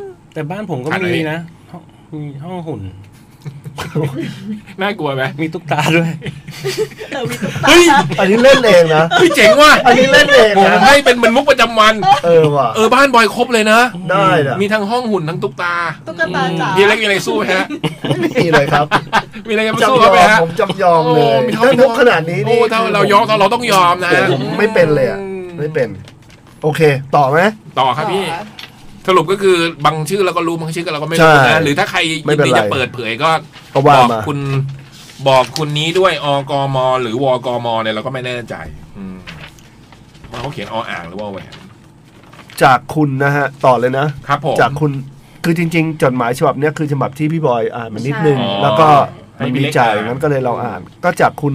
แต่บ้านผมก็อันไหนมีนะห้องมีห้องหุ่นน่ากลัวไหมมีตุ๊กตาด้วยเออมีตุ๊กตาเฮ้ยอันนี้เล่นเองนะเฮ้ยเจ๋งว่ะอันนี้เล่นเองผมนะให้เป็นมันมุกประจำวันเออว่ะเออบ้านบอยครบเลยนะได้นะมีทั้งห้องหุ่นทั้งตุ๊กตาตุ๊กตาจ๋าพี่เล็กมีอะไรสู้ไหมฮะไม่มีเลยครับมีอะไรจะมาจำสู้ยเขาอไหมมฮะผมจำยอมเลยโอ้มีเท่าถ้ามีนุเท่ากขนาดนี้โอ้นี่ถ้าเรายอมเราต้องยอมนะผมไม่เป็นเลยอ่ะไม่เป็น โอเค ต่อไหมต่อครับพี่ สรุปก็คือบางชื่อเราก็รู้บางชื่อเราก็ไม่ใช่รู้นะหรือถ้าใครไม่ยินเป็นดีไรจะเปิดเผยก็ก็บว่าอกมาคุณบอกคุณนี้ด้วยอกมหรือวกมเนี่ยเราก็ไม่แน่ใจ อืมว่าเขาเขียนออ่างหรือว่าแหวนจากคุณนะฮะ ต่อเลยนะครับผมจากคุณคือจริง ๆ จดหมายฉบับเนี้ยคือฉบับที่พี่บอยอ่านมานิดนึงใช่แล้วก็ให้มันพี่มีเล็กจ่ายอ่านงั้นก็เลยเราอ่าน ก็จากคุณ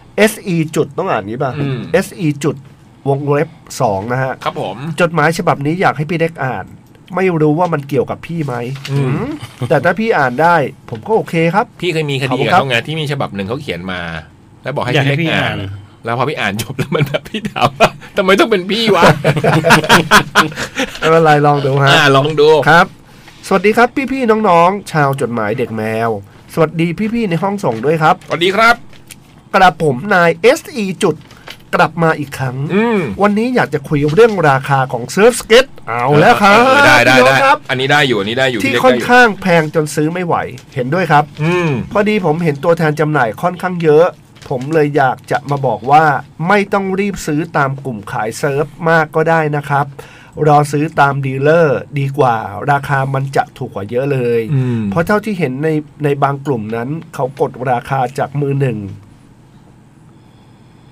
se จุดต้องอ่านนี้ป่ะอืม se จุดวงเล็บสองนะฮะครับผมจดหมายฉบับนี้อยากให้พี่เล็กอ่าน ไม่รู้ว่ามันเกี่ยวกับพี่ไหมอืมอืมแต่ถ้าพี่อ่านได้ ผมก็โอเคครับพี่เคยมีคขอบดีคุณกับครับเขาไงที่มีฉบับหนึ่งเขาเขียนมา แล้วบอกให้อยากพี่ให้เล็กพี่อ่าอ่าน นแล้วพอพี่อ่านจบแล้วมันแบบพี่ถามว่าทำไมต้องเป็นพี่วะไม่เป็นไรลองดูฮะอ่าลองดูครับ สวัสดีครับพี่ๆน้องๆชาวจดหมายเด็กแมว สวัสดีพี่ๆในห้องส่งด้วยครับสวัสดีครับกระผมนาย se จุดกลับมาอีกครั้งอืมวันนี้อยากจะคุยเรื่องราคาของเซิร์ฟสเก็ตเอาแล้วครับเออได้ได้พี่น้อได้งครับอันนี้ได้อยู่อันนี้ได้อยู่ที่พี่เล็กค่อนได้ยู่ข้างแพงจนซื้อไม่ไหว เห็นด้วยครับอืมพอดีผมเห็นตัวแทนจำหน่ายค่อนข้างเยอะ ผมเลยอยากจะมาบอกว่าไม่ต้องรีบซื้อตามกลุ่มขายเซิร์ฟมากก็ได้นะครับ รอซื้อตามดีลเลอร์ดีกว่า ราคามันจะถูกกว่าเยอะเลยอืมเพราะเท่าที่เห็นในในบางกลุ่มนั้น เขากดราคาจากมือหนึ่ง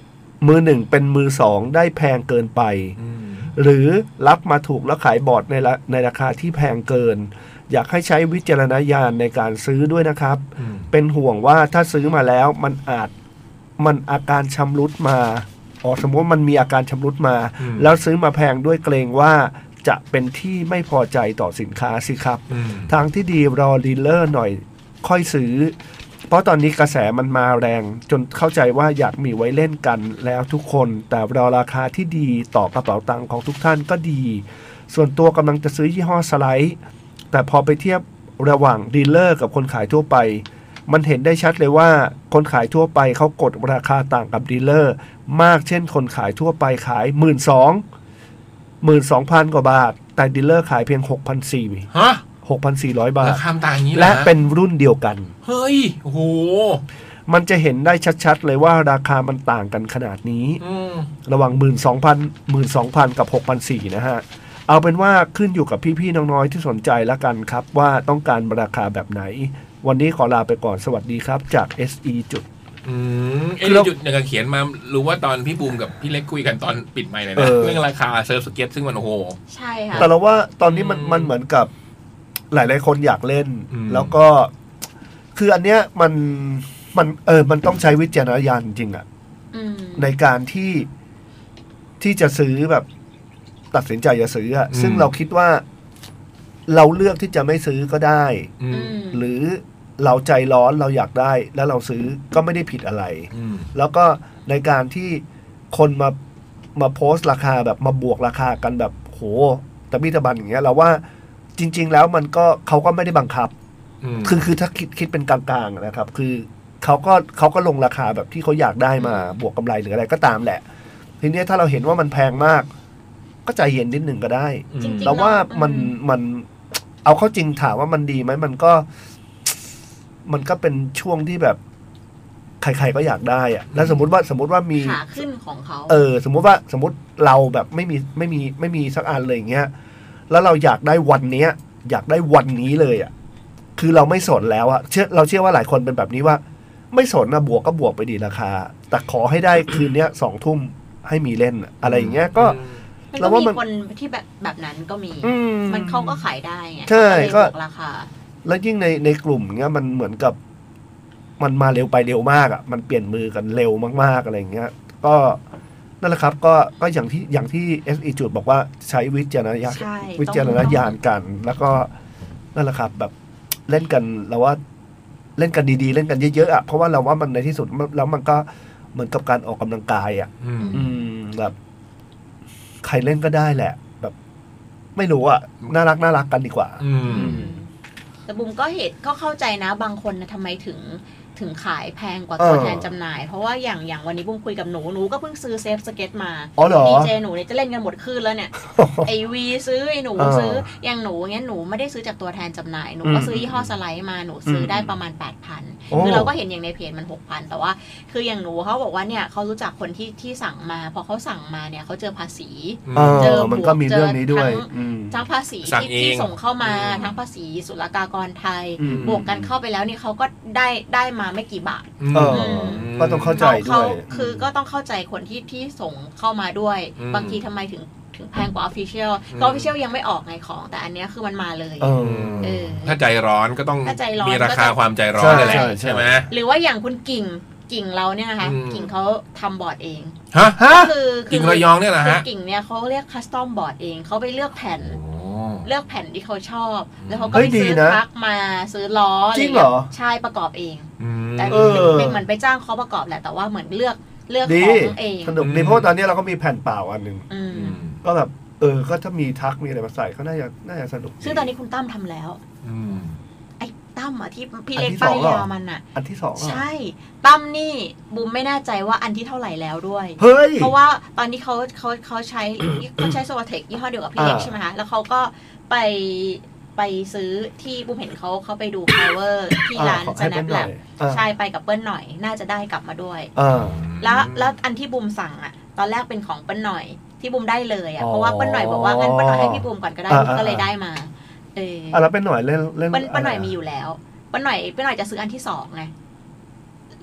มือหนึ่งเป็นมือสองได้แพงเกินไปหรือรับมาถูกแล้วขายบอร์ดในละในราคาที่แพงเกินอยากให้ใช้วิจารณญาณในการซื้อด้วยนะครับเป็นห่วงว่าถ้าซื้อมาแล้วมันอาจมันอาการชำรุดมาอ๋อสมมติมันมีอาการชำรุดมาแล้วซื้อมาแพงด้วยเกรงว่าจะเป็นที่ไม่พอใจต่อสินค้าสิครับทางที่ดีรอดีลเลอร์หน่อยค่อยซื้อเพราะตอนนี้กระแสมันมาแรงจนเข้าใจว่าอยากมีไว้เล่นกันแล้วทุกคนแต่รอราคาที่ดีต่อกระเป๋าตังค์ของทุกท่านก็ดีส่วนตัวกำลังจะซื้อยี่ห้อสไลด์แต่พอไปเทียบระหว่างดีลเลอร์กับคนขายทั่วไปมันเห็นได้ชัดเลยว่าคนขายทั่วไปเขากดราคาต่างกับดีลเลอร์มากเช่นคนขายทั่วไปขาย หนึ่งหมื่นสองพัน หนึ่งหมื่นสองพัน กว่าบาทแต่ดีลเลอร์ขายเพียง หกพันสี่ร้อยฮะหกพันสี่ร้อย บาทราคาต่างอย่างนี้และเป็นรุ่นเดียวกันเฮ้ยโอ้โหมันจะเห็นได้ชัดๆเลยว่าราคามันต่างกันขนาดนี้ระหว่าง หนึ่งหมื่นสองพัน หนึ่งหมื่นสองพัน กับ หกพันสี่ร้อย นะฮะเอาเป็นว่าขึ้นอยู่กับพี่ๆน้องๆที่สนใจแล้วกันครับว่าต้องการราคาแบบไหนวันนี้ขอลาไปก่อนสวัสดีครับจาก เอส อี จุดอืมเอส อี จุดเนี่ยเขียนมารู้ว่าตอนพี่บูมกับพี่เล็กคุยกันตอนปิดไมค์เลยนะเรื่องราคาเซิร์ฟสเก็ตซึ่งมันโอ้โหใช่ค่ะแต่เราว่าตอนนี้มันมันเหมือนกับหลายๆคนอยากเล่นแล้วก็คืออันเนี้ยมันมันเออมันต้องใช้วิจารณญาณจริงๆอ่ะในการที่ที่จะซื้อแบบตัดสินใจจะซื้ออ่ะซึ่งเราคิดว่าเราเลือกที่จะไม่ซื้อก็ได้หรือเราใจร้อนเราอยากได้แล้วเราซื้อก็ไม่ได้ผิดอะไรแล้วก็ในการที่คนมามาโพสต์ราคาแบบมาบวกราคากันแบบโหตะบี้ตะบันอย่างเงี้ยเราว่าจริงๆแล้วมันก็เขาก็ไม่ได้บังคับคือคือถ้าคิดคิดเป็นกลางๆนะครับคือเขาก็เขาก็ลงราคาแบบที่เขาอยากได้มาบวกกำไรหรืออะไรก็ตามแหละทีนี้ถ้าเราเห็นว่ามันแพงมากก็ใจเย็นนิดหนึ่งก็ได้แล้วว่ามันมันเอาเข้าจริงถามว่ามันดีไหมมันก็มันก็เป็นช่วงที่แบบใครๆก็อยากได้อะแล้วสมมติว่าสมมติว่ามีขาขึ้นของเขาเออสมมติว่าสมมติเราแบบไม่มีไม่มีไม่มีสักอันเลยอย่างเงี้ยแล้วเราอยากได้วันเนี้ยอยากได้วันนี้เลยอ่ะคือเราไม่สนแล้วอะเชื่อเราเชื่อว่าหลายคนเป็นแบบนี้ว่าไม่สนนะบวกก็บวกไปดีราคาแต่ขอให้ได้คืนเนี้ยสองทุ่มให้มีเล่นอะไรอย่างเงี้ยก็แล้วว่ามีคนที่แบบแบบนั้นก็มีมันเขาก็ขายได้ไงใช่ก็ราคาแล้วยิ่งในในกลุ่มเงี้ยมันเหมือนกับมันมาเร็วไปเร็วมากอ่ะมันเปลี่ยนมือกันเร็วมากๆอะไรอย่างเงี้ยก็นั่นแหละครับก็ก็อย่างที่อย่างที่ เอส อี จุดบอกว่าใช้วิจารณญาณวิจารณญาณกันแล้วก็นั่นแหละครับแบบเล่นกันเราว่าเล่นกันดีๆเล่นกันเยอะๆอ่ะเพราะว่าเราว่ามันในที่สุดแล้วมันก็เหมือนกับการออกกำลังกายอ่ะอืมแบบใครเล่นก็ได้แหละแบบไม่รู้อ่ะน่ารักน่ารักกันดีกว่าแต่บุมก็เห็นก็เข้าใจนะบางคนนะทำไมถึงถึงขายแพงกว่าตัวแทนจำหน่ายเพราะว่าอย่างอย่างวันนี้บุมคุยกับหนูหนูก็เพิ่งซื้อเซฟสเก็ตมาดีเจหนูเนี่ยจะเล่นกันหมดคืนแล้วเนี่ยไอวีซื้อไอหนูซื้ออย่างหนูเงี้ยหนูไม่ได้ซื้อจากตัวแทนจำหน่ายหนูก็ซื้อยี่ห้อสไลด์มาหนูซื้อได้ประมาณ แปดพัน คือเราก็เห็นอย่างในเพจมัน หกพัน แต่ว่าคืออย่างหนูเขาบอกว่าเนี่ยเขารู้จักคนที่ที่สั่งมาพอเขาสั่งมาเนี่ยเขาเจอภาษีเจอมันก็มีเรื่องนี้ด้วยทั้งภาษีที่ที่ส่งเข้ามาทั้งภาษีศุลกากรไทยบวกกันเข้าไปแล้วนี่เขาก็ได้ได้มาไม่กี่บาทก็ต้องเข้าใจด้วยคือก็ต้องเข้าใจคนที่ที่ส่งเข้ามาด้วยบางทีทำไมถึงถึงแพงกว่า Official ก็ Official ยังไม่ออกไงของแต่อันนี้คือมันมาเลยเออถ้าใจร้อนก็ต้องมีราคาความใจร้อนนั่นแหละใช่ไหมหรือว่าอย่างคุณกิ่งกิ่งเราเนี่ยนะคะกิ่งเขาทำบอร์ดเองฮะคือกิ่งระยองเนี่ยนะฮะกิ่งเนี่ยเขาเรียกคัสตอมบอร์ดเองเขาไปเลือกแผ่นเลือกแผ่นที่เขาชอบแล้วเขาก็ไปซื้อทักมาซื้อล้ออะไรอย่างเงี้ยใช่ประกอบเองแต่เป็นเหมือนไปจ้างเขาประกอบแหละแต่ว่าเหมือนเลือกเลือกของเองสนุกดีเพราะตอนนี้เราก็มีแผ่นเปล่าอันหนึ่งก็แบบเออก็ถ้ามีทักมีอะไรมาใส่ก็น่าจะน่าจะสนุกซึ่งตอนนี้คุณตั้มทำแล้วไอ้ตั้มอ่ะที่พี่เล็กป้ายยามันอ่ะอันที่สองใช่ตั้มนี่บูมไม่แน่ใจว่าอันที่เท่าไหร่แล้วด้วยเพราะว่าตอนนี้เขาเขาเขาใช้เขาใช้โซลาเทคยี่ห้อเดียวกับพี่เล็กใช่ไหมคะแล้วเขาก็ไปไปซื้อที่บูมเห็นเขาเขาไปดู power ที่ร้าน Snap Lab ใช่ไปกับเปิ้ลหน่อยน่าจะได้กลับมาด้วยแล้วแล้วอันที่บูมสั่งอ่ะตอนแรกเป็นของเปิ้ลหน่อยที่บูมได้เลยอ่ะเพราะว่าเปิ้ลหน่อยบอกว่างั้นเปิ้ลหน่อยให้พี่บูมก่อนก็ได้ก็เลยได้มาเออแล้วเป็นหน่อยเล่นเล่นเปิ้ลเปิ้ลหน่อยมีอยู่แล้วเปิ้ลหน่อยเปิ้ลหน่อยจะซื้ออันที่สองไง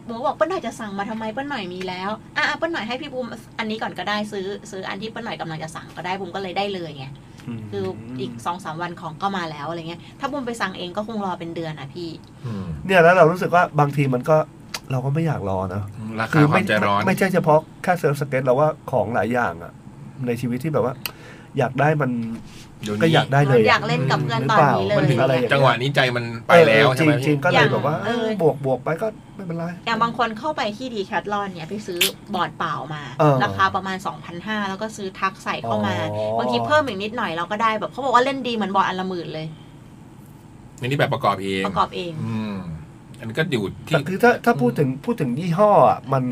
บูมก็บอกเปิ้ลหน่อยจะสั่งมาทำไมเปิ้ลหน่อยมีแล้วอ่ะเปิ้ลหน่อยให้พี่บูมอันนี้ก่อนก็ได้ซื้อซื้ออันที่เปิ้ลหน่อยกำลังจะสั่งก็ได้บูมก็เลยได้เลยไงคืออีก สองสาม วันของก็มาแล้วอะไรเงี้ยถ้าบูมไปสั่งเองก็คงรอเป็นเดือนอ่ะพี่เนี่ยแล้วเรารู้สึกว่าบางทีมันก็เราก็ไม่อยากรอนะราคาความใจร้อนไม่ใช่เฉพาะแค่เซิร์ฟสเก็ตเราว่าของหลายอย่างอ่ะในชีวิตที่แบบว่าอยากได้มันก็อยากได้เลยอยากเล่นกับเพื่อนตอนนี้เลยจังหวะนี้ใจมันไปแล้วใช่ไหมจริงๆก็เลยแบบว่าบวกบวกไปก็ไม่เป็นไรอย่างบางคนเข้าไปที่ดีแคทลอนเนี่ยไปซื้อบอร์ดเปล่ามาราคาประมาณ สองพันห้าร้อย แล้วก็ซื้อทักใส่เข้ามาบางทีเพิ่มอีกนิดหน่อยเราก็ได้แบบเขาบอกว่าเล่นดีเหมือนบอร์ดอันละหมื่นเลยนี่แบบประกอบเองประกอบเองอันนี้ก็อยู่ที่คือถ้าถ้าพูดถึงพูดถึงยี่ห้ออ่ะมัน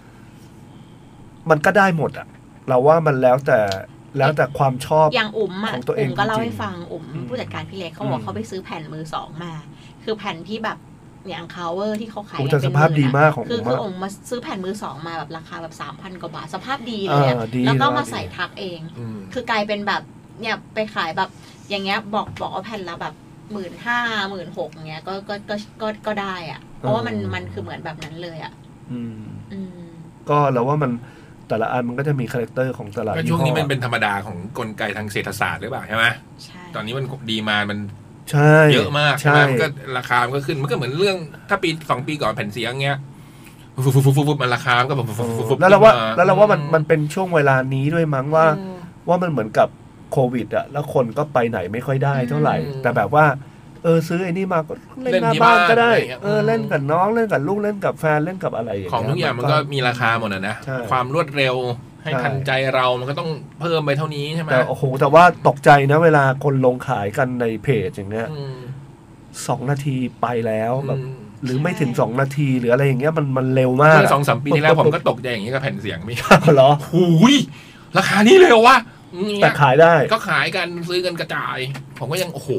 มันก็ได้หมดอ่ะเราว่ามันแล้วแต่แล้วแต่ความชอบอย่างอุ๋มอ่ะอุ๋มก็เล่าให้ฟังอุ๋มผู้จัดการพี่เล็กเขาบอกเขาไปซื้อแผ่นมือสองมาคือแผ่นที่แบบอย่างคาวเวอร์ที่เขาขายเป็นสภาพดีมากของคือคืออุ๋มมาซื้อแผ่นมือสองมาแบบราคาแบบ สามพัน กว่าบาทสภาพดีเลยแล้วก็มาใส่ทักเองคือกลายเป็นแบบเนี่ยไปขายแบบอย่างเงี้ยบอกบอกว่าแผ่นละแบบหมื่นห้าหมื่นหกเงี้ยก็ก็ก็ก็ก็ได้อ่ะเพราะว่ามันมันคือเหมือนแบบนั้นเลยอ่ะอืมอืมก็เราว่ามันแต่ละอันมันก็จะมีคาแรคเตอร์ของตลาดช่วงนี้มันเป็นธรรมดาของกลไกทางเศรษฐศาสตร์หรือเปล่าใช่ไหมใช่ตอนนี้มันดีมามันเยอะมากใช่ไหมมันก็ราคามันก็ขึ้นมันก็เหมือนเรื่องถ้าปีสองปีก่อนแผ่นเสียงเงี้ยฟุบฟุบฟุบฟุบมันราคาก็แบบฟุบแล้วเราว่าแล้วเราว่ามันมันเป็นช่วงเวลานี้ด้วยมั้งว่าว่ามันเหมือนกับโควิดอ่ะแล้วคนก็ไปไหนไม่ค่อยได้เท่าไหร่แต่แบบว่าเออซื้อไอ้นี่มาก็เล่นหน้าบ้านก็ได้เออเล่นกับน้องเล่นกับลูกเล่นกับแฟนเล่นกับอะไรของทุกอย่างมันก็มีราคาหมดนะความรวดเร็วให้ทันใจเรามันก็ต้องเพิ่มไปเท่านี้ใช่ไหมแต่โอ้โหแต่ว่าตกใจนะเวลาคนลงขายกันในเพจอย่างเงี้ยสองนาทีไปแล้วแบบหรือไม่ถึงสองนาทีหรืออะไรอย่างเงี้ยมันมันเร็วมากสองสามปีที่แล้วผมก็ตกใจอย่างนี้กับแผ่นเสียงไม่เหรอหูยราคานี้เลยวะแต่ขายได้ก็ขายกันซื้อกันกระจายผมก็ยังโอ้โห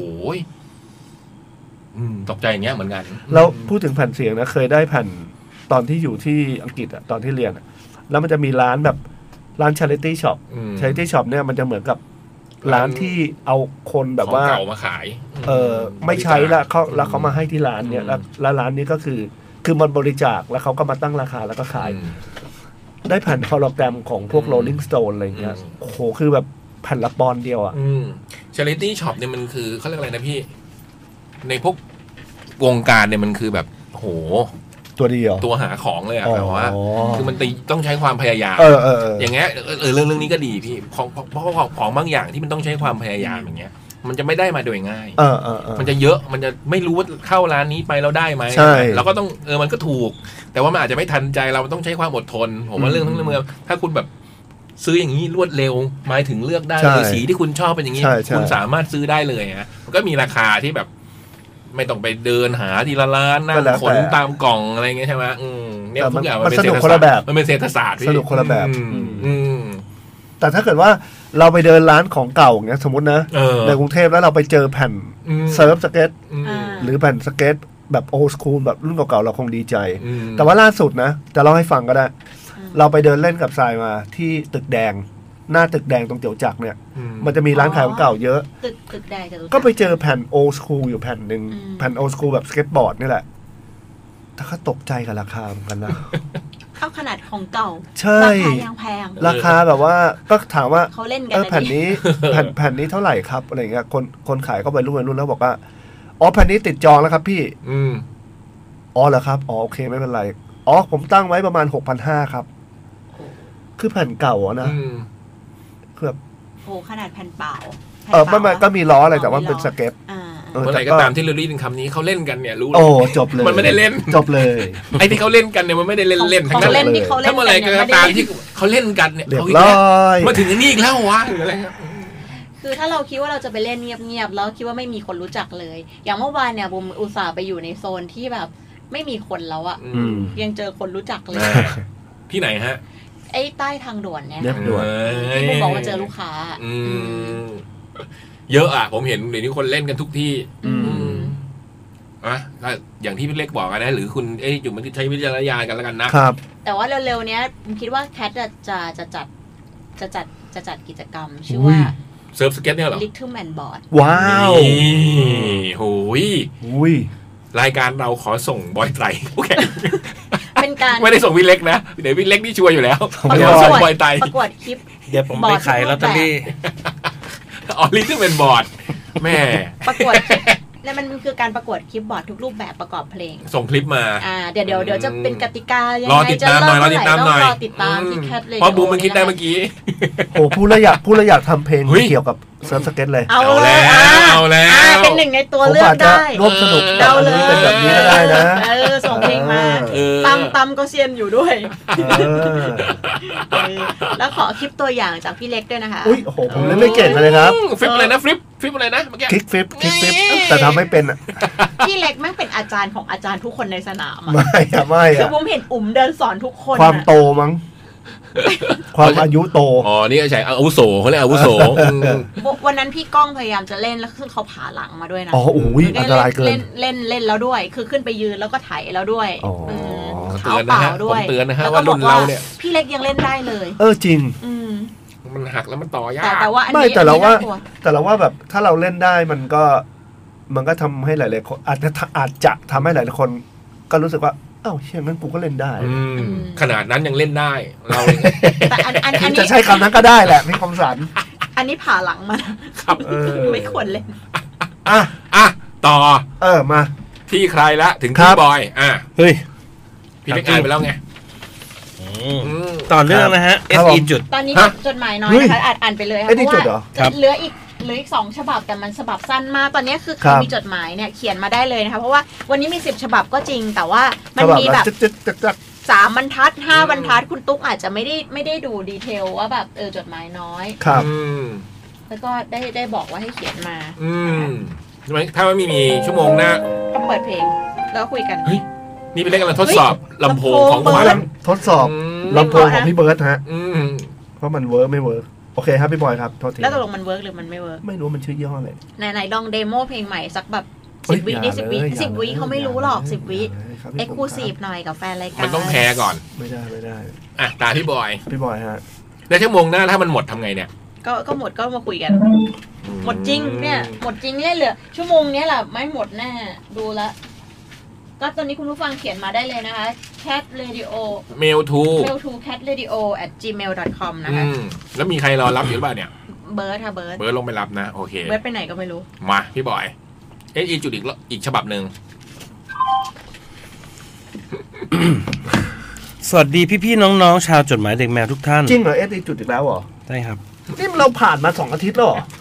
ตกใจอย่างเงี้ยเหมือนกันเราพูดถึงแผ่นเสียงนะเคยได้แผ่นตอนที่อยู่ที่อังกฤษอะตอนที่เรียนอะแล้วมันจะมีร้านแบบร้าน charity shop charity shop เนี่ยมันจะเหมือนกับร้านที่เอาคนแบบว่าเก่ามาขายเออไม่ใช้ละเขาแล้วเขามาให้ที่ร้านเนี่ยแล้วแล้วร้านนี้ก็คือคือมันบริจาคแล้วเขาก็มาตั้งราคาแล้วก็ขายได้แผ่นฮอลโลแกรมของพวก Rolling Stone อะไรเงี้ยโอ้โหคือแบบแผ่นละปอนเดียวอะ charity shop เนี่ยมันคือเขาเรียกอะไรนะพี่ในพวกวงการเนี่ยมันคือแบบโหตัวเดียวตัวหาของเลยอะแบบว่าคือมันต้องใช้ความพยายามเออเอออย่างเงี้ยเออเรื่องเรื่องนี้ก็ดีพี่ของเพราะของของบางอย่างที่มันต้องใช้ความพยายามอย่างเงี้ยมันจะไม่ได้มาโดยง่ายเออเออมันจะเยอะมันจะไม่รู้ว่าเข้าร้านนี้ไปแล้วได้ไหมเราก็ต้องเออมันก็ถูกแต่ว่ามันอาจจะไม่ทันใจเราต้องใช้ความอดทนผมว่าเรื่องทั้งเรื่องถ้าคุณแบบซื้ออย่างนี้รวดเร็วหมายถึงเลือกได้เลยสีที่คุณชอบเป็นอย่างนี้คุณสามารถซื้อได้เลยฮะมันก็มีราคาที่แบบไม่ต้องไปเดินหาทีละร้านนั่งขนตามกล่องอะไรเงี้ยใช่ไหมอืมเนี่ยทุกอย่างมันเป็นเศรษฐศาสตร์มันเป็นเศรษฐศาสตร์สนุกคนละแบบแต่ถ้าเกิดว่าเราไปเดินร้านของเก่าเงี้ยสมมตินะในกรุงเทพแล้วเราไปเจอแผ่นเซิร์ฟสเก็ตหรือแผ่นสเก็ตแบบโอสคูลแบบรุ่นเก่าๆเราคงดีใจแต่ว่าล่าสุดนะจะเล่าให้ฟังก็ได้เราไปเดินเล่นกับทรายมาที่ตึกแดงหน้าตึกแดงตรงเตี๋ยวจักรเนี่ยมันจะมีร้านขายของเก่าเยอะตึกตึกแดงก็ไปเจอแผ่นโอสคูลอยู่แผ่นหนึ่งแผ่นโอสคูลแบบสเก็ตบอร์ดนี่แหละถ้าเขาตกใจกับราคาเหมือนกันนะเข้าขนาดของเก่าใช่ราคายังแพงราคาแบบว่าก็ถามว่าเขาเล่นกันแผ่นนี้แผ่นแผ่นนี้เท่าไหร่ครับอะไรเงี้ยคนคนขายก็ไปรุ่นรุ่นแล้วบอกว่าอ๋อแผ่นนี้ติดจองแล้วครับพี่อืมอ๋อเหรอครับอ๋อโอเคไม่เป็นไรอ๋อผมตั้งไว้ประมาณ หกพันห้าร้อย ครับคือแผ่นเก่าอ่ะนะคือแบบโอ้ขนาดแผ่นเปล่าเออไม่ไม่ก็มีล้ออะไรแต่ว่าเป็นสเก็ตเมื่อไหร่ก็ตามที่เราได้ยินคำนี้เขาเล่นกันเนี่ยรู้เลยโอ้จบเลยมันไม่ได้เล่นจบเลยไอ้ที่เขาเล่นกันเนี่ยมันไม่ได้เล่นเล่นทั้งนั้นถ้าเมื่อไหร่ก็ตามที่เขาเล่นกันเนี่ยเขามาถึงนี่อีกแล้ววะหรืออะไรครับคือถ้าเราคิดว่าเราจะไปเล่นเงียบๆแล้วคิดว่าไม่มีคนรู้จักเลยอย่างเมื่อวานเนี่ยบุมอุตส่าห์ไปอยู่ในโซนที่แบบไม่มีคนแล้วอะยังเจอคนรู้จักเลยที่ไหนฮะไอ้ใต้ทางด่วนเนี่ยด่วนที่ผมบอกว่าเจอลูกค้าเยอะอ่ะผมเห็นเดี๋ยวนี้คนเล่นกันทุกที่อ่ะอย่างที่พี่เล็กบอกกันนะหรือคุณเอ้ยอยู่มันใช้วิจารณญาณกันแล้วกันนะครับแต่ว่าเร็วๆเนี้ยผมคิดว่าแคทจะจะจะจัดจะจัดจะจัดกิจกรรมชื่อว่าเซิร์ฟสเก็ตเนี่ยเหรอ Little Man Board ว้าวโหยรายการเราขอส่งบอยไตรโอเคเป็นการไม่ได้ส่งพี่เล็กนะเดี๋ยวพี่เล็กนี่ชัวร์อยู่แล้วประเดี๋กยววส่งดบอยไตประกวดคลิปเดี๋ยวผมไปขายลอตเตอรี่อ๋อลิทึ่เป็นบอร์ดแม่ประกวดคลิปแล้วมันคือการประกวดคลิปบอร์ดทุกรูปแบบประกอบเพลงส่งคลิปมาอ่าเดี๋ยวเดี๋ยวเดี๋ยวจะเป็นกติกายังรอไงติดจะตามหน่เริ่อยมรอเมื่อติไหดร่ตามหน่อยต้องรอติดตามที่แคทเลยเพราะบูมมันคิดได้เมื่อกี้โอ้พูดแล้วอยากพูดแล้วอยากทำเพลงเฮ้ยเกี่ยวกับเซิร์ฟสเก็ตเลยเอาเอาเลแล้ยว อ่าเอาแล้วอ่าเป็นหนึ่งในตัวผมเลืออาก จจะได้ร่วมสนุกเอาเลยเป็นแบบนี้ก็ได้นะเออส่งเพลงมาเออตำตำก็เซียนอยู่ด้วยเออเออแล้วขอคลิปตัวอย่างจากพี่เล็กด้วยนะคะอุ้ยโอ้โหผมเล่นไม่เก่งเลยครับฟลิปอะไรนะฟลิปฟลิปอะไรนะเมื่อกี้คลิกฟิปคลิกฟิปแต่ทำไม่เป็นอ่ะพี่เล็กแม่งเป็นอาจารย์ของอาจารย์ทุกคนในสนามอะไม่อะไม่คืออะผมเห็นอุ๋มเดินสอนทุกคนความอะโตมั้ง ความอายุโตอ๋อนี่ใช่อาวุโสเขาเรียกอาวุโสอืมวันนั้นพี่ก้องพยายามจะเล่นแล้วซึ่งเขาผ่าหลังมาด้วยนะอ๋อโอ้ยอันตรายเกินเล่นเล่นเล่นแล้วด้วย คือขึ้นไปยืนแล้วก็ไถแล้วด้วยอ๋อเออเตือนนะฮะเท้าเปล่าด้วยผมเตือนนะฮะแล้วก็ว่ารุ่นเราเนี่ยบอกพี่เล็กยังเล่นได้เลยเออจริงอืมมันหักแล้วมันต่อยาแต่กแต่ว่าอันไม่นี้แต่เราว่าอันนี้น่กลัแต่เราว่าแบบถ้าเราเล่นได้มันก็ มันก็ทำให้หลายๆคนอาจจะอาจจะทำให้หลายๆคน ก็รู้สึกว่าอ้าวเชี่ยงั้นกูก็เล่นได้อืมขนาดนั้นยังเล่นได้เราแต่อันอันอันจะนี้ใช้คำนั้นก็ได้แหละมีความสันอันนี้ผ่าหลังมาครับเออไม่ควรเล่นอ่ะอ่ะต่อเออมาที่ใครละถึงครัพี่บบอยอ่ะเฮ้ยพี่เล็กอ่านไปแล้วไงอืมอืมต่อเรื่องนะฮะครับ S ผม E จุดตอนนี้ฮะจดหมายน้อยเฮ้ยนะคะอ่านอ่านไปเลยค่ะเอ้ยนี่เพราะจดเหรอว่าครับเหลืออีกเหลืออีกสองฉบับแต่มันฉบับสั้นมากตอนนี้คือใคครรับมีจดหมายเนี่ยเขียนมาได้เลยนะคะเพราะว่าวันนี้มีสิบฉบับก็จริง แต่ว่ามันฉบับมีละแบบจึ๊กจึ๊กจึ๊กจึ๊กสามบรรทัดห้าบรรทัดคุณตุ๊กอาจจะไม่ได้ไม่ได้ดูดีเทลว่าแบบเออจดหมายน้อยครับอืมแล้วก็ได้ได้บอกว่าให้เขียนมาอืมใช่ไหมถ้าไม่มีชั่วโมงหน้าก็เปิดเพลงแล้วคุยกันเฮ้ย นี่พี่เล็กกำลังทดสอบเฮ้ยลำโพงของลำโพงขวัเบิญร์ดทดสอบอืมลำโพงของพี่เบิร์ดฮะอืมเพราะมันเวิร์กไม่เวิร์กโอเคครับพี่บอยครับโทษทีแล้วตกลงมันเวิร์กหรือมันไม่เวิร์กไม่รู้มันชื่อยี่ห้ออะไรไหนไหนลองเดโมเพลงใหม่สักแบบเฮ้สิยบวิอย่านี่สิบวิเลยอย่าสิบวิเลยเขาไม่รู้หรอกอย่าเลยสิบวิครับพี่เอ็กซ์คลูซีฟผมหน่อยกับแฟนรายการมันต้องแพ้ก่อนไม่ได้ไม่ได้อ่ะ ตาพี่บอยพี่บอยฮะแล้วชั่วโมงหน้าถ้ามันหมดทำไงเนี่ยก็ก็หมดก็มาคุยกัน หมดจริงเนี่ยหมดจริงเนี่ยเหลือชั่วโมงเนี้ยแหละไม่หมดแน่ดูแลวก็ตอนนี้คุณผู้ฟังเขียนมาได้เลยนะคะ cat radio เมลทู mail to cat radio at gmail dot com นะอืคะมแล้วมีใครรอรับอยู่หรือเปล่าเนี่ยเบิร์ดค่ะเบิร์ดเบิร์ดลงไปรับนะ โอเคเบิร์ดไปไหนก็ไม่รู้มาพี่บอย เอสอีจุดอีกแล้วอีกฉบับหนึ่งสวัสดีพี่ๆน้องๆชาวจดหมายเด็กแมวทุกท่านจริงเหรอเอสดีจุดอีกแล้วเหรอใช่ครับนี่เราผ่านมาสองอาทิตย์แล้วเหรอ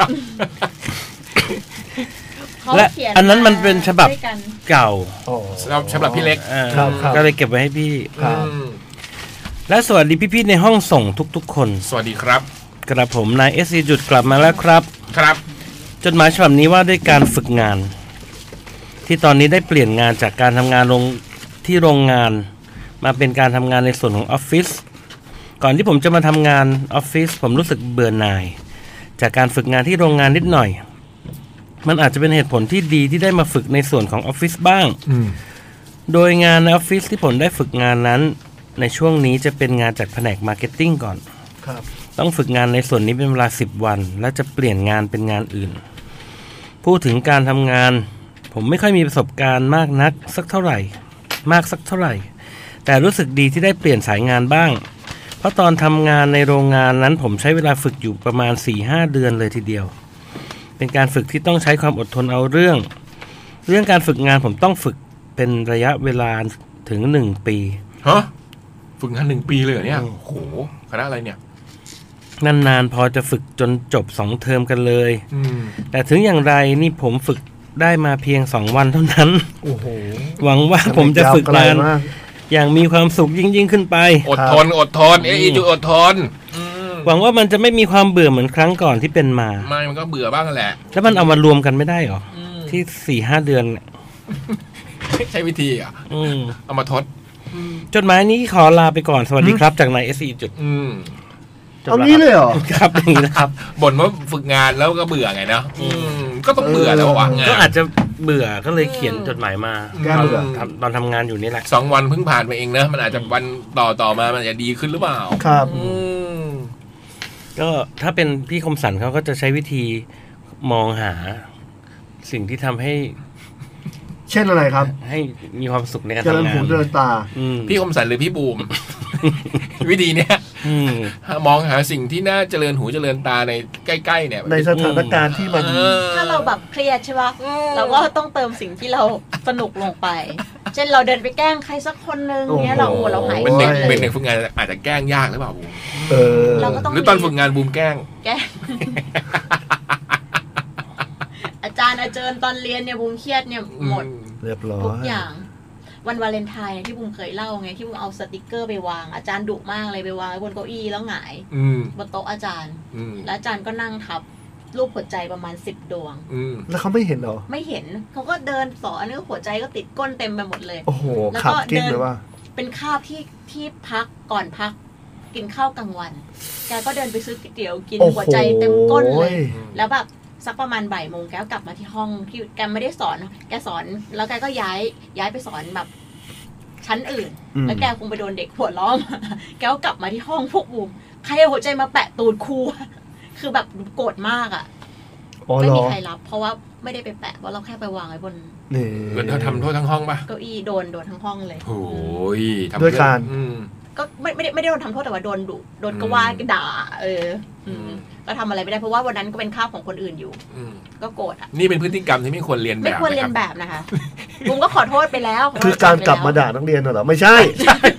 เขาและเขียนอันนั้นมันเป็นฉบับด้วยกันเก่าอ๋อเราฉบับพี่เล็กอ่าครับครับก็เลยเก็บไว้ให้พี่ครับอืมและสวัสดีพี่ๆในห้องส่งทุกๆคนสวัสดีครับกระผมนาย S E จุดกลับมาแล้วครับครับจดหมายฉบับนี้ว่าด้วยการฝึกงาน ที่ตอนนี้ได้เปลี่ยนงานจากการทำงานโรงที่โรงงาน มาเป็นการทำงานในส่วนของออฟฟิศก่อนที่ผมจะมาทำงานออฟฟิศผมรู้สึกเบื่อหน่าย จากการฝึกงานที่โรงงานนิดหน่อย มันอาจจะเป็นเหตุผลที่ดีที่ได้มาฝึกในส่วนของออฟฟิศบ้างอืมโดยงานในออฟฟิศที่ผมได้ฝึกงานนั้น ในช่วงนี้จะเป็นงานจากแผนกมาร์เก็ตติ้งก่อนครับต้องฝึกงานในส่วนนี้เป็นเวลาสิบวัน และจะเปลี่ยนงานเป็นงานอื่น พูดถึงการทำงาน ผมไม่ค่อยมีประสบการณ์มากนักสักเท่าไหร่ มากสักเท่าไหร่ แต่รู้สึกดีที่ได้เปลี่ยนสายงานบ้าง เพราะตอนทำงานในโรงงานนั้น ผมใช้เวลาฝึกอยู่ประมาณ สี่ห้า เดือนเลยทีเดียว เป็นการฝึกที่ต้องใช้ความอดทนเอาเรื่อง เรื่องการฝึกงานผมต้องฝึกเป็นระยะเวลาถึงหนึ่งปีฮะฝึกงานหนึ่งปีเลยเหรอเนี่ยโอ้โหคณะอะไรเนี่ยนานๆพอจะฝึกจนจบสองเทอมกันเลยอืมแต่ถึงอย่างไรนี่ผมฝึกได้มาเพียงสองวันเท่านั้นโอ้โหหวังว่าผมจะฝึกงานยาวไกลมากอย่างมีความสุขยิ่งยิ่งขึ้นไปอดทนอดทนเอสอีจุดอดทนอืมหวังว่ามันจะไม่มีความเบื่อเหมือนครั้งก่อนที่เป็นมาไม่มันก็เบื่อบ้างแหละแล้วมันเอามารวมกันไม่ได้หรออืมที่สี่ห้าเดือนเนี่ยใช้วิธีอ่ะอืมเอามาทดจดหมายนี้ขอลาไปก่อนสวัสดีครับจากนายเอสอีจุดอืมเอางี้เลยเหรอครับอย่างนี้นะครับบ่นว่าฝึกงานแล้วก็เบื่อไงเนาะอืมก็ต้องเบื่อแล้ววะงานก็อาจจะเบื่อก็เลยเขียนจดหมายมาแก้เบื่อทำตอนทำงานอยู่นี่แหละสองวันเพิ่งผ่านไปเองนะมันอาจจะวันต่อต่อมามันอาจจะดีขึ้นหรือเปล่าครับอืมก็ถ้าเป็นพี่คมสันเขาก็จะใช้วิธีมองหา สิ่งที่ทำให้เช่นอะไรครับให้มีความสุขในการเจริญทำงาหูนเจริญตาอืมพี่คมสันหรือพี่บูม วิธีเนี้ยอืมมองหาสิ่งที่น่าเจริญหูเจริญตาในใกล้ๆเนี่ยในสถานการณ์ที่มันเออถ้าเราแบบเครียดใช่ปะเราก็ต้องเติมสิ่งที่เราสนุกลงไป เช่นเราเดินไปแกล้งใครสักคนนึงเนี้ยเราโอ้เราหายเป็นเด็กครียดเป็นเลเด็ยกฝึกงานอาจจะแกล้งยากหรือเปล่าบูมเออเราก็ต้องหรือตอนฝึกงานบูมแกล้งแกล้ง อาจารย์อาจารย์ตอนเรียนเนี่ยบูมเครียดเนี่ยหมดเรียบร้อทุกยอย่างวันวาเลนไทน์เนี่ยที่บุมเคยเล่าไงที่บุมเอาสติกเกอร์ไปวางอาจารย์ดุมากเลยไปวางไว้บนเก้าอี้แล้วหงายอืมบนโต๊ะอาจารย์อืมแล้วอาจารย์ก็นั่งทับรูปหัวใจประมาณสิบดวงอืมแล้วเขาไม่เห็นเหรอไม่เห็นเขาก็เดินสอนเนื้อหัวใจก็ติดก้นเต็มไปหมดเลยโอ้โหแล้วขับก็กิ้งเดินเลยว่าเป็นคาบที่ที่พักก่อนพักกินข้าวกลางวันแกก็เดินไปซื้อก๋วยเตี๋ยวกินโอ้โหหัวใจเต็มก้นเลย แล้วแบบสักประมาณบ่ายโมงแกก็กลับมาที่ห้องที่แกไม่ได้สอนแกสอนแล้วแกก็ย้ายย้ายไปสอนแบบชั้นอื่นอืมแล้วแกคงไปโดนเด็กหัวล้อม แกก็กลับมาที่ห้องพวกบูมใครเอาหัวใจมาแปะตูดครู คือแบบโกรธมากอ่ะอ๋อไม่เหรมีอใครรับ เพราะว่าไม่ได้ไปแปะเพราะเราแค่ไปวางไว้บนนี่เหมือนเขาทำโทษทั้งห้องป่ะเก้าอี้โดนโดนทั้งห้องเลยโอ้ยทำด้วยการอืมก็ไม่ไม่ได้ไม่ได้โดนทำโทษแต่ว่าโดนดุโดนก็ว่าก็ด่า เออ อืมอืมก็ทำอะไรไม่ได้เพราะว่าวันนั้นก็เป็นคาบของคนอื่นอยู่อืมก็โกรธอ่ะนี่เป็นพฤติกรรมที่ไม่ควรเรียนแบบไม่ควรเรียนแบบนะคะลุงก็ขอโทษไปแล้วขโทษคือการกลับมาไปแด่านักเรียนน่ะเหรอ ไม่ใช่ใช่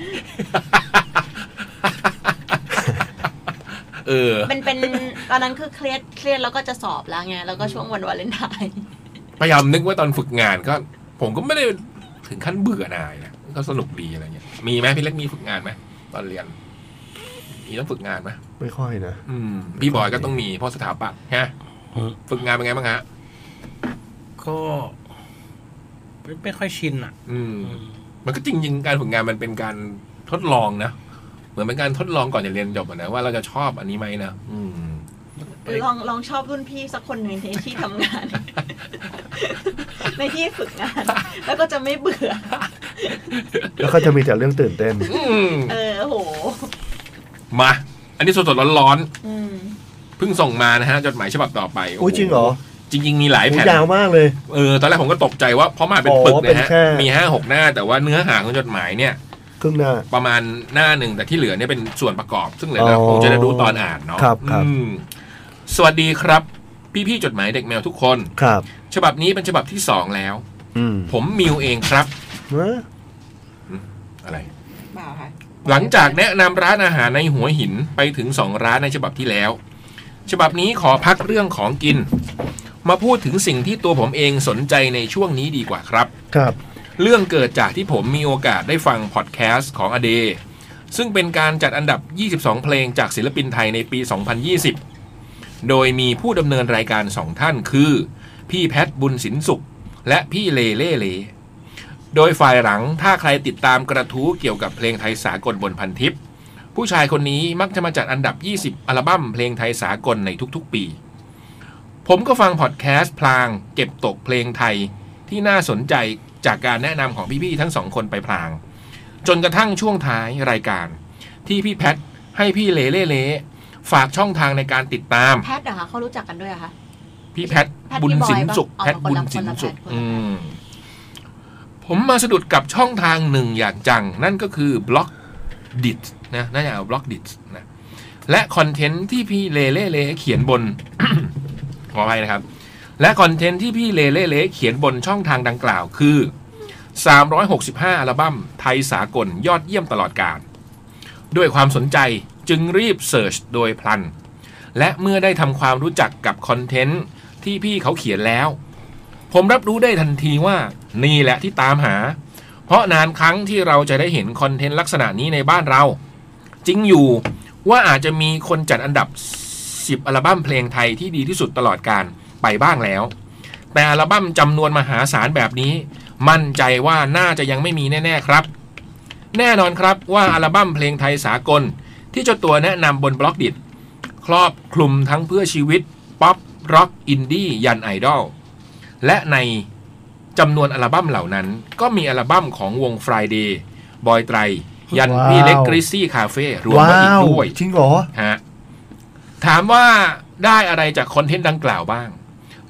เออเป็นเป็นตอนนั้นคือเครียดเครียดแล้วก็จะสอบแล้วไงแล้วก็ช่วงวันวาเลนไทน์พยายามนึกว่าตอนฝึกงานก็ ผมก็ไม่ได้ถึงขั้นเบื่อหน่ายนะก็สนุกดีอะไรเงี้ยมีไหมพี่เล็กมีฝึกงานไหมตอนเรียน มีต้องฝึกงานไหมไม่ค่อยนะอืมพี่บอยก็ต้องมีเพราะสถาปัตย์ฮะอืมฝึกงานเป็นไงบ้างฮะก็ไม่ไม่ค่อยชินอ่ะอืม มันก็จริงๆการฝึกงานมันเป็นการทดลองนะเหมือนเป็นการทดลองก่อนจะเรียนจบอะนะว่าเราจะชอบอันนี้ไหมนะอืมลองลองชอบรุ่นพี่สักคนหนึ่งในที่ทำงาน ในที่ฝึกงาน แล้วก็จะไม่เบื่อแล้วก็จะมีแต่เรื่องตื่นเต้นอืมเออโหมา อันนี้สดๆร้อนอืมๆเพิ่งส่งมานะฮะจดหมายฉบับต่อไปอุ้ยจริงเหรอจริง ๆ มีหลายโอ้แผ่นยาวมากเลยเออตอนแรกผมก็ตกใจว่าเพราะมาเป็นอ๋อปึกเป็นนะฮะแค่มีห้าหกหน้า แต่ว่าเนื้อหาของจดหมายเนี่ยครึ่งหน้าประมาณหน้าหนึ่งแต่ที่เหลือเนี่ยเป็นส่วนประกอบ ซึ่งเหลือเราอ๋อคงจะได้ดูตอนอ่านเนาะครับครับอืมสวัสดีครับ พี่ๆจดหมายเด็กแมวทุกคนครับฉบับนี้เป็นฉบับที่สองแล้วอืมผมมิวเองครับเอ้ออะไรเปล่าค่ะหลังจากแนะนำร้านอาหารในหัวหินไปถึงสองร้านในฉบับที่แล้ว ฉบับนี้ขอพักเรื่องของกิน มาพูดถึงสิ่งที่ตัวผมเองสนใจในช่วงนี้ดีกว่าครับครับเรื่องเกิดจากที่ผมมีโอกาสได้ฟังพอดแคสต์ของอเดซึ่งเป็นการจัดอันดับ ยี่สิบสอง เพลงจากศิลปินไทยในปี สองพันยี่สิบ โดยมีผู้ดำเนินรายการสองท่านคือ พี่แพทบุญสินสุข และพี่เลเล่เล โดยฝ่ายหลังถ้าใครติดตามกระทู้เกี่ยวกับเพลงไทยสากลบนพันทิป ผู้ชายคนนี้มักจะมาจัดอันดับ ยี่สิบ อัลบั้มเพลงไทยสากลในทุกๆปี ผมก็ฟังพอดแคสต์พลางเก็บตกเพลงไทยที่น่าสนใจจากการแนะนำของพี่ๆทั้งสองคนไปพลาง จนกระทั่งช่วงท้ายรายการที่พี่แพทให้พี่เลเล่เลฝากช่องทางในการติดตามแพทย์เหรอคะเขารู้จักกันด้วยเหรอคะพี่แพทแพทบุญสินสุขพี่บอยปะแพทบุญสินสุขคนละแพทอืมผมมาสะดุดกับช่องทางหนึ่งอย่างจัง นั่นก็คือบล็อกดิทนะน่าจะเอาบล็อกดิทนะและคอนเทนต์ที่พี่เลเล่เลเขียนบน ขออภัยนะครับ และคอนเทนต์ที่พี่เลเล่เลเขียนบนช่องทางดังกล่าวคือสามร้อยหกสิบห้าอัลบั้มไทยสากลยอดเยี่ยมตลอดกาลด้วยความสนใจจึงรีบเสิร์ชโดยพลัน และเมื่อได้ทำความรู้จักกับคอนเทนต์ที่พี่เขาเขียนแล้ว ผมรับรู้ได้ทันทีว่านี่แหละที่ตามหา เพราะนานครั้งที่เราจะได้เห็นคอนเทนต์ลักษณะนี้ในบ้านเรา จริงอยู่ว่าอาจจะมีคนจัดอันดับสิบอัลบั้มเพลงไทยที่ดีที่สุดตลอดกาลไปบ้างแล้ว แต่อัลบั้มจำนวนมหาศาลแบบนี้มั่นใจว่าน่าจะยังไม่มีแน่ๆครับ แน่นอนครับว่าอัลบั้มเพลงไทยสากลที่เจ้าตัวแนะนำบนบล็อกดิทครอบคลุมทั้งเพื่อชีวิตป๊อปร็อกอินดี้ยันไอดอลและในจำนวนอัลบั้มเหล่านั้นก็มีอัลบั้มของวง Friday บอยไตรยันพี่เล็กกริซซี่คาเฟ่รวมมาอีกด้วยจริงเหรอฮะถามว่าได้อะไรจากคอนเทนต์ดังกล่าวบ้าง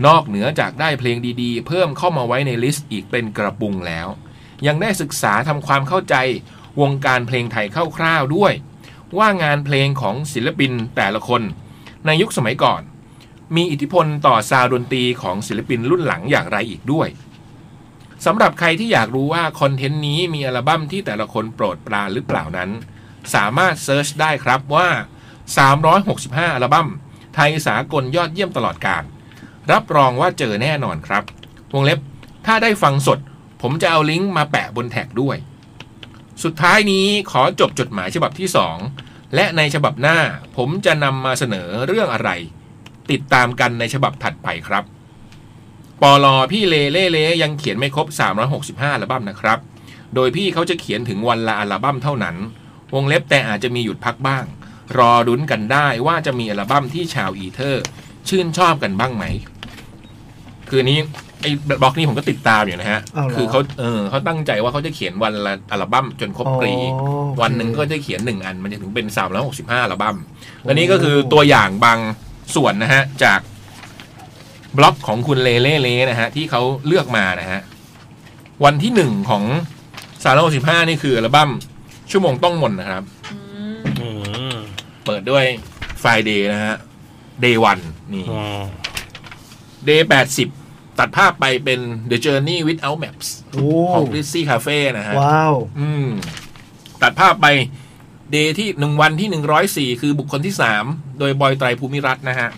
นอกเหนือจากได้เพลงดีๆเพิ่มเข้ามาไว้ในลิสต์อีกเป็นกระบุงแล้วยังได้ศึกษาทำความเข้าใจวงการเพลงไทยคร่าวๆด้วยว่างานเพลงของศิลปินแต่ละคนในยุคสมัยก่อนมีอิทธิพลต่อซาวด์ดนตรีของศิลปินรุ่นหลังอย่างไรอีกด้วยสำหรับใครที่อยากรู้ว่าคอนเทนต์นี้มีอัลบั้มที่แต่ละคนโปรดปรานหรือเปล่านั้นสามารถเซิร์ชได้ครับว่าสามร้อยหกสิบห้าอัลบั้มไทยสากลยอดเยี่ยมตลอดกาลรับรองว่าเจอแน่นอนครับวงเล็บถ้าได้ฟังสดผมจะเอาลิงก์มาแปะบนแท็กด้วยสุดท้ายนี้ขอจบจดหมายฉบับที่สองและในฉบับหน้าผมจะนำมาเสนอเรื่องอะไรติดตามกันในฉบับถัดไปครับปลอพี่เลเล่เล่ยังเขียนไม่ครบสามร้อยหกสิบห้าอัลบั้มนะครับโดยพี่เขาจะเขียนถึงวันละอัลบั้มเท่านั้นวงเล็บแต่อาจจะมีหยุดพักบ้างรอรุ้นกันได้ว่าจะมีอัลบั้มที่ชาวอีเทอร์ชื่นชอบกันบ้างไหมคือนี้ไอ้บล็อกนี้ผมก็ติดตามอยู่นะฮะคือเขาเออเขาตั้งใจว่าเขาจะเขียนวันละอัลบั้มจนครบปรีวันหนึ่งก็จะเขียนหนึ่งอันมันจะถึงเป็นสามร้อยหกสิบห้าอัลบั้มและนี่ก็คือตัวอย่างบางส่วนนะฮะจากบล็อกของคุณเลเล่เล่นะฮะที่เขาเลือกมานะฮะวันที่หนึ่งของสามร้อยหกสิบห้านี่คืออัลบั้มชั่วโมงต้องมนนะครับเปิดด้วย Friday นะฮะ Day วันนี่ Day แปดสิบตัดภาพไปเป็น The Journey Without Maps ของ Rizzy Cafe นะฮะว้าวอืมตัดภาพไป Day ที่หนึ่งวันที่หนึ่งร้อยสี่คือบุคคลที่สามโดยบอยไตรภูมิรัตน์นะฮะ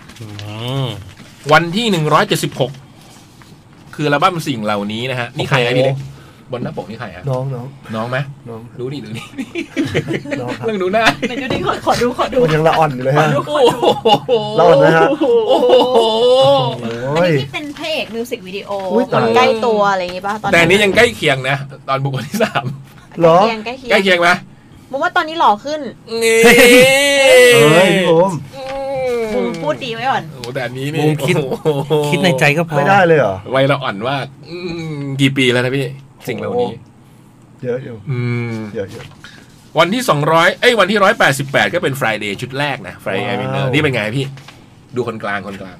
วันที่หนึ่งร้อยเจ็ดสิบหกคืออัลบั้มสิ่งเหล่านี้นะฮะนี่ใครอะพี่เล็กบนหน้าปกนี่ใครอะน้องน้องน้องไหมน้องดูนี่ดูนี่น้องครับเรื่องดูหน้าไหนดูดิขอดูขอดูมันยังละอ่อนอยู่เลยฮะโอ้โหละอ่อนนะฮะโอ้โหอันนี้ที่เป็นพระเอกมิวสิกวิดีโอมันใกล้ตัวอะไรอย่างงี้ป่ะตอนแต่นี้ยังใกล้เคียงนะตอนบุคคลที่สามหรอใกล้เคียงใกล้เคียงไหมผมว่าตอนนี้หล่อขึ้นนี่เฮ้ยผมผมพูดดีไว้ก่อนโอ้แต่อันนี้นี่ผมคิดคิดในใจก็พอไม่ได้เลยเหรอวัยเราอ่อนว่ากี่ปีแล้วนะพี่สิ่งเหล่านี้เยอะอยู่อืมเยอะๆวันที่สองร้อยเอ้ยวันที่หนึ่งร้อยแปดสิบแปดก็เป็น Friday ชุดแรกนะ Friday Winner นี่เป็นไงพี่ดูคนกลางคนกลาง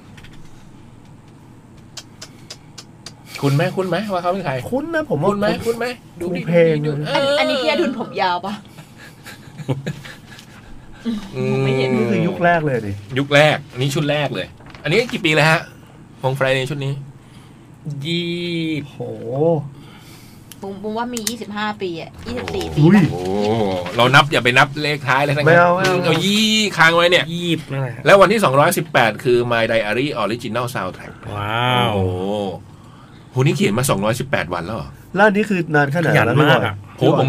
คุณไหมคุณไหมว่าเขาเป็นใครคุณนะผมว่าคุณไหมคุณไหมดูเพลงอันนี้พี่อดุลผมยาวปะไม่เห็นนี่คือยุคแรกเลยดิยุคแรกอันนี้ชุดแรกเลยอันนี้กี่ปีแล้วฮะของ Friday ชุดนี้ยี่โหปุ้มปุ้มว่ามียี่สิบห้าปีอ่ะยี่สิบสี่ปีโอ้เรานับอย่าไปนับเลขท้ายเลยทั้งนั้นเอายี่ค้างไว้เนี่ยยี่นั่นแหละแล้ววันที่สองร้อยสิบแปดคือ My Diary Original Soundtrack ว้าวโอ้โหนี่เขียนมาสองร้อยสิบแปดวันแล้วเหรอแล้วนี่คือนานขนาดนั้นมากอ่ะโหผม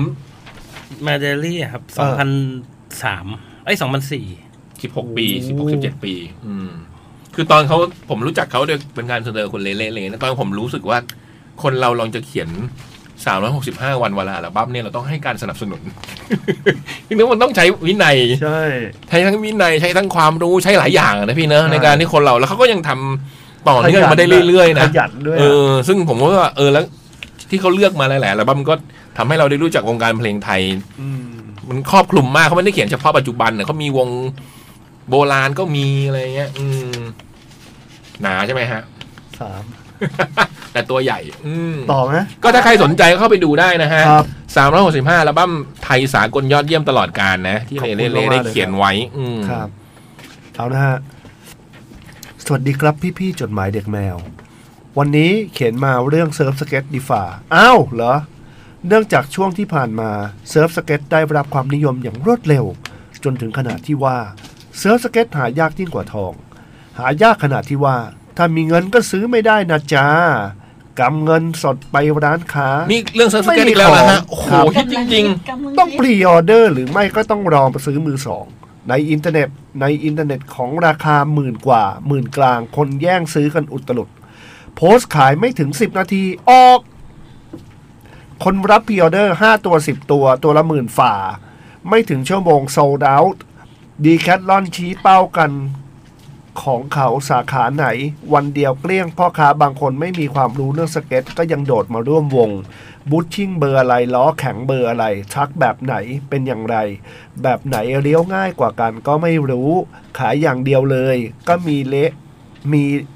My Diary ครับสองพันสามเอ้ยสองพันสี่สิบหกปีสิบหก สิบเจ็ดปีอืมคือตอนเขาผมรู้จักเขาด้วยเป็นการเสนอคนเล่ๆเลยนะตอนผมรู้สึกว่าคนเราลองจะเขียนสามร้อยหกสิบห้าวันเวลาอัลบั้มเนี่ยเราต้องให้การสนับสนุนจริงๆมันต้องใช้วินัยใช่ใช้ทั้งวินัยใช้ทั้งความรู้ใช้หลายอย่างนะพี่เนอะในการที่คนเราแล้วเขาก็ยังทำต่อเนื่องมาได้เรื่อยๆนะเออซึ่งผมว่าเออแล้วที่เขาเลือกมาหลายๆอัลบั้มก็ทำให้เราได้รู้จักวงการเพลงไทยมันครอบคลุมมากเขาไม่ได้เขียนเฉพาะปัจจุบันเนี่ยเขามีวงโบราณก็มีอะไรเงี้ยอืมหนาใช่ไหมฮะสามแต่ตัวใหญ่ต่อไหมก็ถ้าใครสนใจเข้าไปดูได้นะฮะสามร้อยหกสิบห้าอัลบั้มไทยสากลยอดเยี่ยมตลอดกาลนะที่เลเล่ได้เขียนไว้ครับเอานะฮะสวัสดีครับพี่ๆจดหมายเด็กแมววันนี้เขียนมาเรื่องเซิร์ฟสเก็ตดีฝ่าอ้าวเหรอเนื่องจากช่วงที่ผ่านมาเซิร์ฟสเก็ตได้รับความนิยมอย่างรวดเร็วจนถึงขนาดที่ว่าเซิร์ฟสเก็ตหายากยิ่งกว่าทองหายากขนาดที่ว่าถ้ามีเงินก็ซื้อไม่ได้นะจ๊ะกำเงินสดไปร้านค้านี่เรื่องเซิร์ฟสเก็ตอีกแล้วนะฮะโอ้โหฮิตจริงๆต้องพรีออเดอร์หรือไม่ก็ต้องรอมาซื้อมือสองในอินเทอร์เน็ตในอินเทอร์เน็ตของราคาหมื่นกว่าหมื่นกลางคนแย่งซื้อกันอุตลุดโพสต์ขายไม่ถึงสิบนาทีออกคนรับพรีออเดอร์ห้าตัวสิบตัวตัวละหมื่นฝ่าไม่ถึงชั่วโมงโซลด์เอาท์ดีแคทลอนชี้เป้ากันของเขาสาขาไหนวันเดียวเกลี้ยงพ่อค้าบางคนไม่มีความรู้เรื่องสเก็ตก็ยังโดดมาร่วมวงบูทชิ่งเบอร์อะไรล้อแข็งเบอร์อะไรชักแบบไหนเป็นอย่างไรแบบไหนเลี้ยวง่ายกว่ากันก็ไม่รู้ขายอย่างเดียวเลยก็มีเละมี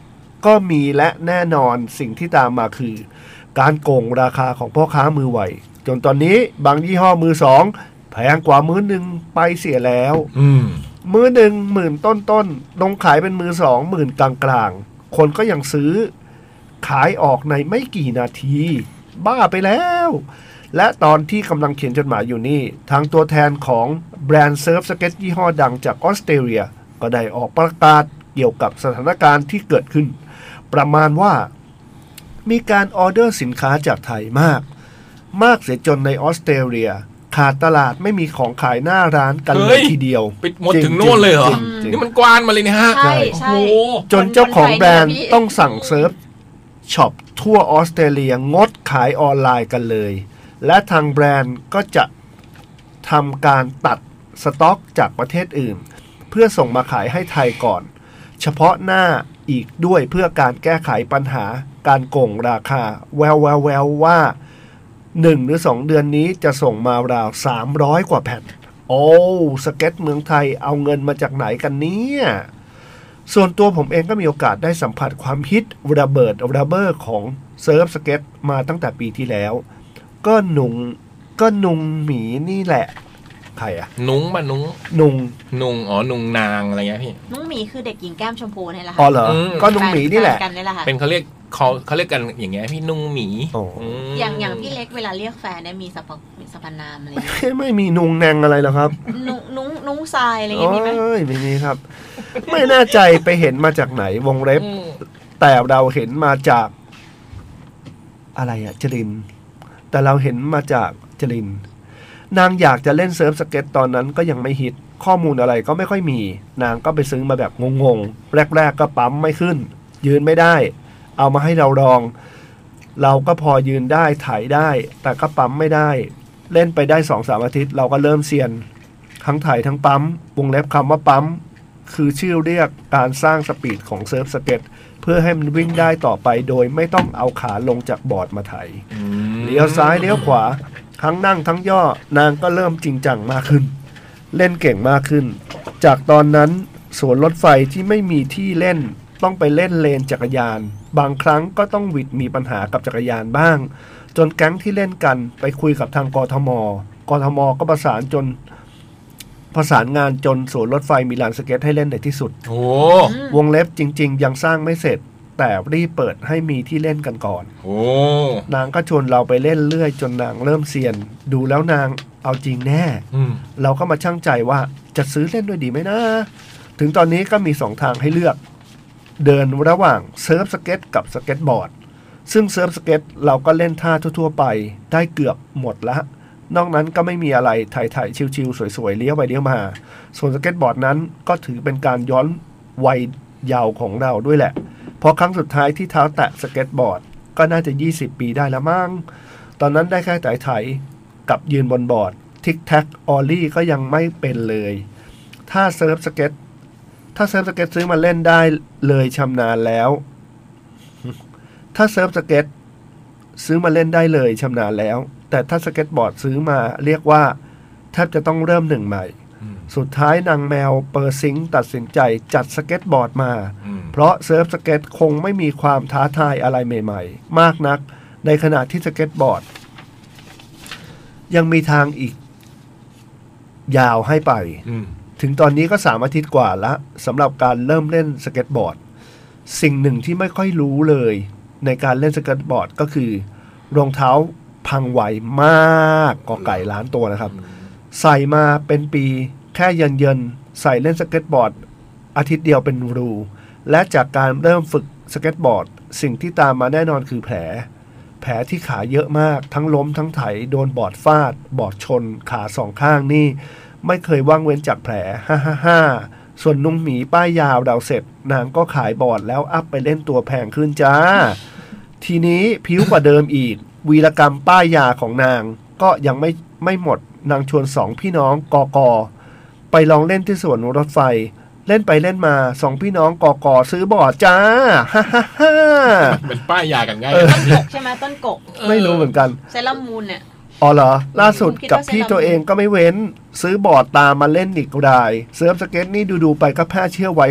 ก็มีและแน่นอนสิ่งที่ตามมาคือ การโกงราคาของพ่อค้ามือไวจนตอนนี้บางยี่ห้อมือสองแพงกว่ามือหนึ่งไปเสียแล้วอืมมือหนึ่งหมื่นต้นต้นลงขายเป็นมือสองหมื่นกลางกลางๆคนก็ยังซื้อขายออกในไม่กี่นาที บ้าไปแล้ว และตอนที่กำลังเขียนจดหมายอยู่นี่ทางตัวแทนของแบรนด์เซิร์ฟสเก็ตยี่ห้อดังจากออสเตรเลียก็ได้ออกประกาศเกี่ยวกับสถานการณ์ที่เกิดขึ้นประมาณว่ามีการออเดอร์สินค้าจากไทยมากมากเสียจนในออสเตรเลียขาดตลาดไม่มีของขายหน้าร้านกันเลยทีเดียวปิดหมดถึงโน่นเลยเหรอจริงๆนี่มันกวานมาเลยนะฮะใช่ใช่โอ้โหจนเจ้าของแบรนด์ต้องสั่งเซิร์ฟช็อปทั่วออสเตรเลียงดขายออนไลน์กันเลยและทางแบรนด์ก็จะทำการตัดสต็อกจากประเทศอื่นเพื่อส่งมาขายให้ไทยก่อนเฉพาะหน้าอีกด้วยเพื่อการแก้ไขปัญหาการโกงราคาแววแววแววว่าหนึ่งหรือสองเดือนนี้จะส่งมาราวสามร้อยกว่าแผ่นโอ้สเก็ตเมืองไทยเอาเงินมาจากไหนกันเนี่ยส่วนตัวผมเองก็มีโอกาสได้สัมผัสความฮิตระเบิดระเบ้อของเซิร์ฟสเก็ตมาตั้งแต่ปีที่แล้วก็หนุงก็นุงหมีนี่แหละใครอะนุ้งมานุ้งนุงนุงอ๋อนุงนางอะไรเงี้ยพี่น้องหมีคือเด็กหญิงแก้มชมพูนี่แหละอ๋อค่ะเหรออืมก็นุงหมีนี่แหละฟกันนี่แหละค่ะเป็นเขาเรียกเขาเขาเรียกกันอย่างเงี้ยพี่นุงหมีโอ้มอย่างอย่างพี่เล็กเวลาเรียกแฟนเนี่ยมีสรรพมีสรรพนามอะไรอย่างเงี้ยไม่มีนุงแนงอะไรหรอกครับนุ้งนุ้งนุ้งทรายอะไรอย่างเงี้ยมีไหมโอ้ยไม่มีครับ ไม่แน่ใจไปเห็นมาจากไหนวงเล็บอืมแต่เราเห็นมาจากอะไรอะจรินทร์แต่เราเห็นมาจากจรินทร์นางอยากจะเล่นเซิร์ฟสเก็ตตอนนั้นก็ยังไม่ฮิตข้อมูลอะไรก็ไม่ค่อยมีนางก็ไปซื้อมาแบบงงๆแรกๆก็ปั๊มไม่ขึ้น ยืนไม่ได้ เอามาให้เราลอง เราก็พอยืนได้ถ่ายได้ แต่ก็ปั๊มไม่ได้ เล่นไปได้สองสามอาทิตย์เราก็เริ่มเซียนทั้งถ่ายทั้งปั๊มวงเล็บคำว่าปั๊มคือชื่อเรียกการสร้างสปีดของเซิร์ฟสเก็ตเพื่อให้มันวิ่งได้ต่อไปโดยไม่ต้องเอาขาลงจากบอร์ดมาไถเลี้ยวซ้ายเลี้ยวขวาทั้งนั่งทั้งย่อนางก็เริ่มจริงจังมากขึ้น เล่นเก่งมากขึ้น จากตอนนั้นสวนรถไฟที่ไม่มีที่เล่นต้องไปเล่นเลนจักรยาน บางครั้งก็ต้องหวิดมีปัญหากับจักรยานบ้าง จนแก๊งที่เล่นกันไปคุยกับทางกทมกทมก็ประสานจนประสานงานจนสวนรถไฟมีลานสเก็ตให้เล่นในที่สุดโอ้วงเล็บจริงๆยังสร้างไม่เสร็จ แต่รีบเปิดให้มีที่เล่นกันก่อนโอ้นางก็ชวนเราไปเล่นเรื่อยจนนางเริ่มเซียน ดูแล้วนางเอาจริงแน่อืมเราก็มาชั่งใจว่าจะซื้อเล่นด้วยดีไหมนะ ถึงตอนนี้ก็มีสองทางให้เลือก เดินระหว่างเซิร์ฟสเก็ตกับสเก็ตบอร์ด ซึ่งเซิร์ฟสเก็ตเราก็เล่นท่าทั่วๆไปได้เกือบหมดละนอกนั้นก็ไม่มีอะไรถ่ายๆชิวๆสวยๆเลี้ยวไปเลี้ยวมา ส่วนสเก็ตบอร์ดนั้นก็ถือเป็นการย้อนวัยเยาว์ของเราด้วยแหละ เพราะครั้งสุดท้ายที่เท้าแตะสเก็ตบอร์ดก็น่าจะยี่สิบปีได้แล้วมั้งตอนนั้นได้แค่ไถๆกับยืนบนบอร์ดทิกแท็กออลลี่ก็ยังไม่เป็นเลยถ้าเซิร์ฟสเก็ตถ้าเซิร์ฟสเก็ตซื้อมาเล่นได้เลยชำนาญแล้ว ถ้าเซิร์ฟสเก็ตซื้อมาเล่นได้เลยชำนาญแล้วแต่ถ้าสเก็ตบอร์ดซื้อมาเรียกว่าแทบจะต้องเริ่มหนึ่งใหม่สุดท้ายนางแมวเปอร์ซิงตัดสินใจจัดสเก็ตบอร์ดมาอืมเพราะเซิร์ฟสเก็ตคงไม่มีความท้าทายอะไรใหม่ๆ มากนักในขณะที่สเก็ตบอร์ดยังมีทางอีกยาวให้ไปอืมถึงตอนนี้ก็สามอาทิตย์กว่าละสำหรับการเริ่มเล่นสเก็ตบอร์ดสิ่งหนึ่งที่ไม่ค่อยรู้เลยในการเล่นสเก็ตบอร์ดก็คือรองเท้าพังไวมากกอไก่ล้านตัวนะครับ ใส่มาเป็นปีแค่เย็นเย็นๆใส่เล่นสเก็ตบอร์ดอาทิตย์เดียวเป็นรูและจากการเริ่มฝึกสเก็ตบอร์ดสิ่งที่ตามมาแน่นอนคือแผลแผลที่ขาเยอะมากทั้งล้มทั้งไถโดนบอร์ดฟาดบอร์ดชนขาสองข้างนี่ไม่เคยว่างเว้นจากแผลฮ่าฮ่าฮ่าส่วนนุ่งหมีป้ายยาวเราเสร็จนางก็ขายบอร์ดแล้วอัพไปเล่นตัวแพงขึ้นจ้า ทีนี้พิ้วกว่าเดิมอีกวีรกรรมป้ายยาของนางก็ยังไม่ไม่หมดนางชวนสองพี่น้องกอกอไปลองเล่นที่สวนรถไฟเล่นไปเล่นมาสองพี่น้องกอกอซื้อบอร์ดจ้าฮ่าฮ่าฮ่าเป็นป้ายยากันง่ายต้นกกใช่ไหมต้นกกไม่รู้เหมือนกันเซรามูนเนี่ยอ๋อเหรอล่าสุดผมคิดกับว่าพี่เซรามูนตัวเองก็ไม่เว้น ซื้อบอร์ดตามมาเล่นอีกรายเซิร์ฟสเก็ตนี่ดูๆไปก็แพ้เชื่อไว้ว่า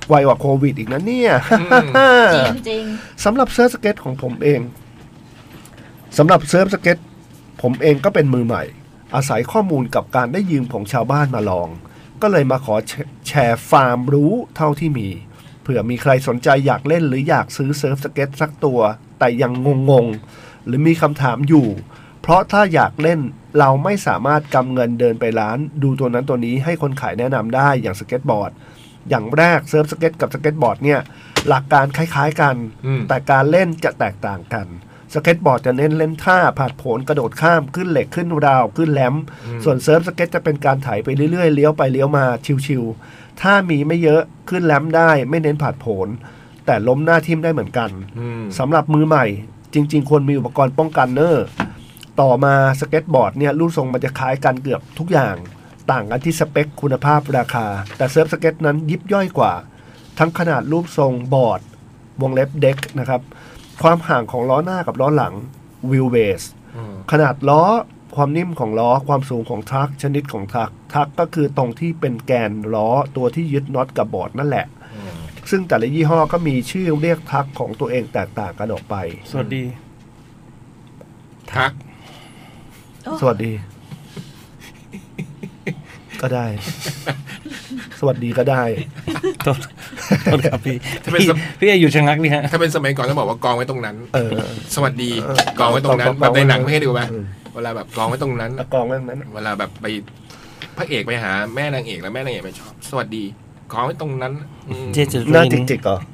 ไวกว่าโควิดอีกนะเนี่ยจริงจริงสำหรับเซิร์ฟสเก็ตของผมเองสำหรับเซิร์ฟสเก็ตผมเองก็เป็นมือใหม่อาศัยข้อมูลกับการได้ยืมของชาวบ้านมาลองก็เลยมาขอแชร์ฟาร์มรู้เท่าที่มีเผื่อมีใครสนใจอยากเล่นหรืออยากซื้อเซิร์ฟสเก็ตสักตัวแต่ยังงงๆหรือมีคำถามอยู่เพราะถ้าอยากเล่นเราไม่สามารถกำเงินเดินไปร้านดูตัวนั้นตัวนี้ให้คนขายแนะนำได้อย่างสเก็ตบอร์ดอย่างแรกเซิร์ฟสเก็ตกับสเก็ตบอร์ดเนี่ยหลักการคล้ายๆกันแต่การเล่นจะแตกต่างกันสเก็ตบอร์ดจะเน้นเล่นท่าผาดโผนกระโดดข้ามขึ้นเหล็กขึ้นราวขึ้นแลมส่วนเซิร์ฟสเก็ตจะเป็นการไถไปเรื่อยๆเลี้ยวไปเลี้ยวมาชิวๆถ้ามีไม่เยอะขึ้นแลมได้ไม่เน้นผาดโผนแต่ล้มหน้าทิ่มได้เหมือนกันสำหรับมือใหม่จริงๆควรมีอุปกรณ์ป้องกันเนอร์ต่อมาสเก็ตบอร์ดเนี่ยรูปทรงมันจะคล้ายกันเกือบทุกอย่างต่างกันที่สเปคคุณภาพราคาแต่เซิร์ฟสเก็ตนั้นยิบย่อยกว่าทั้งขนาดรูปทรงบอร์ดวงเล็บเด็กนะครับความห่างของล้อหน้ากับล้อหลังวิลเบสขนาดล้อความนิ่มของล้อความสูงของทรัคชนิดของทรัคทรัคก็คือตรงที่เป็นแกนล้อตัวที่ยึดน็อตกับบอร์ดนั่นแหละซึ่งแต่ละยี่ห้อก็มีชื่อเรียกทรัคของตัวเองแตกต่างกันออกไปสวัสดีทรัคสวัสดีก็ได้สวัสดีก็ได้โทษโทษครับพี่พี่พี่อยู่ชะงักนี่ฮะถ้าเป็นสมัยก่อนต้องบอกว่ากองไว้ตรงนั้นเออสวัสดีกองไว้ตรงนั้นแบบในหนังไม่ให้ดูไหมเวลาแบบกองไว้ตรงนั้นกองไว้ตรงนั้นเวลาแบบไปพระเอกไปหาแม่นางเอกแล้วแม่นางเอกไม่ชอบสวัสดีกองไว้ตรงนั้นเจ๊จะน่าจิกๆเหรอ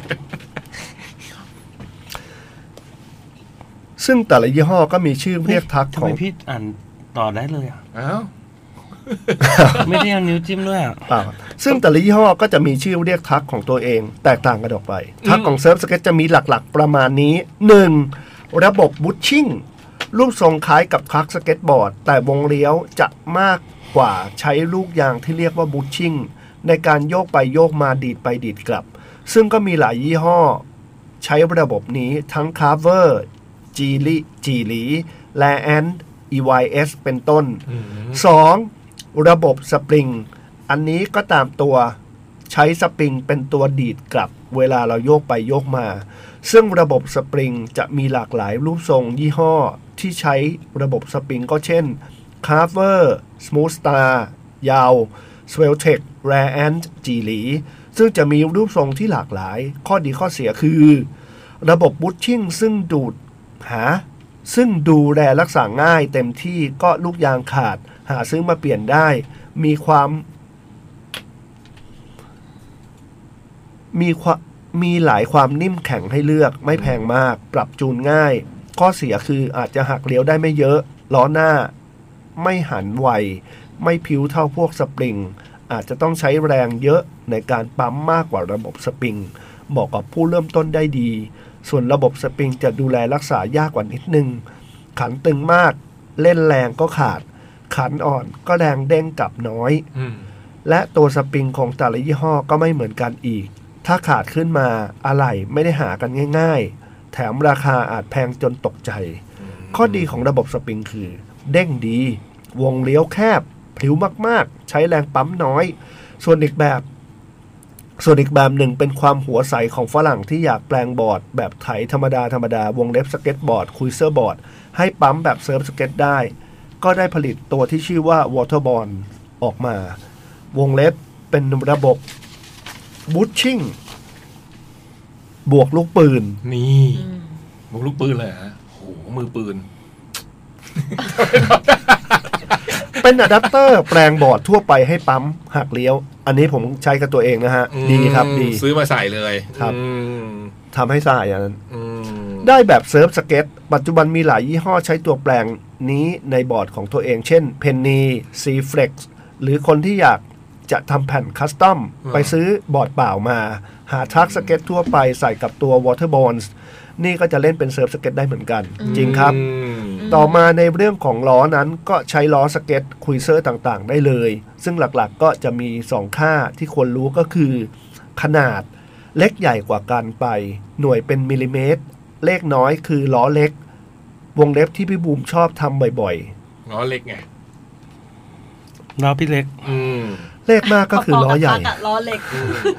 ซึ่งแต่ละยี่ห้อก็มีชื่อเรียกทักของพี่อ่านต่อได้เลยอ่ะอ้าวไม่ได้เอานิ้วจิ้มด้วยอ่ะซึ่งแต่ละยี่ห้อก็จะมีชื่อเรียกทักของตัวเองแตกต่างกันออกไปทักของเซิร์ฟสเก็ตจะมีหลักๆประมาณนี้ หนึ่ง ระบบบูทชิ่งรูปทรงคล้ายกับทักสเก็ตบอร์ดแต่วงเลี้ยวจะมากกว่าใช้ลูกยางที่เรียกว่าบูทชิ่งในการโยกไปโยกมาดีดไปดีดกลับซึ่งก็มีหลายยี่ห้อใช้ระบบนี้ทั้ง Carver จีลีจีลีแลแอน อี วาย เอส เป็นต้น สอง ระบบสปริงอันนี้ก็ตามตัวใช้สปริงเป็นตัวดีดกลับเวลาเราโยกไปโยกมาซึ่งระบบสปริงจะมีหลากหลายรูปทรงยี่ห้อที่ใช้ระบบสปริงก็เช่น Carver Smooth Star ยาว Swelltech Rare Ant จีหลีซึ่งจะมีรูปทรงที่หลากหลายข้อดีข้อเสียคือระบบบูทชิ่งซึ่งดูดหาซึ่งดูแลรักษาง่ายเต็มที่ก็ลูกยางขาดหาซื้อมาเปลี่ยนได้มีความมีความมีหลายความนิ่มแข็งให้เลือกไม่แพงมากปรับจูนง่ายข้อเสียคืออาจจะหักเลี้ยวได้ไม่เยอะล้อหน้าไม่หันไวไม่พิ้วเท่าพวกสปริงอาจจะต้องใช้แรงเยอะในการปั๊มมากกว่าระบบสปริงเหมาะกับผู้เริ่มต้นได้ดีส่วนระบบสปริงจะดูแลรักษายากกว่านิดนึงขันตึงมากเล่นแรงก็ขาดขันอ่อนก็แรงเด้งกลับน้อยและตัวสปริงของแต่ละยี่ห้อก็ไม่เหมือนกันอีกถ้าขาดขึ้นมาอะไหล่ไม่ได้หากันง่ายๆแถมราคาอาจแพงจนตกใจข้อดีของระบบสปริงคือเด้งดีวงเลี้ยวแคบพลิ้วมากๆใช้แรงปั๊มน้อยส่วนอีกแบบส่วนอีกแบบหนึ่งเป็นความหัวใสของฝรั่งที่อยากแปลงบอร์ดแบบไถธรรมดาธรรมดาวงเล็บสเก็ตบอร์ดคุยเซอร์บอร์ดให้ปั๊มแบบเซิร์ฟสเก็ตได้ก็ได้ผลิตตัวที่ชื่อว่า Waterborne ออกมาวงเล็บเป็นระบบบูทชิ่งบวกลูกปืนนี่บวกลูกปืนเลยฮะโหมือปืนเป็นอะแดปเตอร์แปลงบอร์ดทั่วไปให้ปั๊มหักเลี้ยวอันนี้ผมใช้กับตัวเองนะฮะดีครับดีซื้อมาใส่เลยครับทำให้ใส่อย่างนั้นได้แบบเซิร์ฟสเก็ตปัจจุบันมีหลายยี่ห้อใช้ตัวแปลงนี้ในบอร์ดของตัวเองเช่น Penny C-Flex หรือคนที่อยากจะทำแผ่นคัสตอมไปซื้อบอร์ดเปล่ามาหาทักสเก็ตทั่วไปใส่กับตัว Waterborne นี่ก็จะเล่นเป็นเซิร์ฟสเก็ตได้เหมือนกันจริงครับต่อมาในเรื่องของล้อนั้นก็ใช้ล้อสเก็ตคุยเซอร์ต่างๆได้เลยซึ่งหลักๆก็จะมีสองค่าที่ควรรู้ก็คือขนาดเล็กใหญ่กว่ากันไปหน่วยเป็นมิลลิเมตรเลขน้อยคือล้อเล็กวงเล็บที่พี่บูมชอบทำบ่อยๆล้อเล็กไงล้อพี่เล็กเลขมากก็คือล้อใหญ่ล้อเล็ก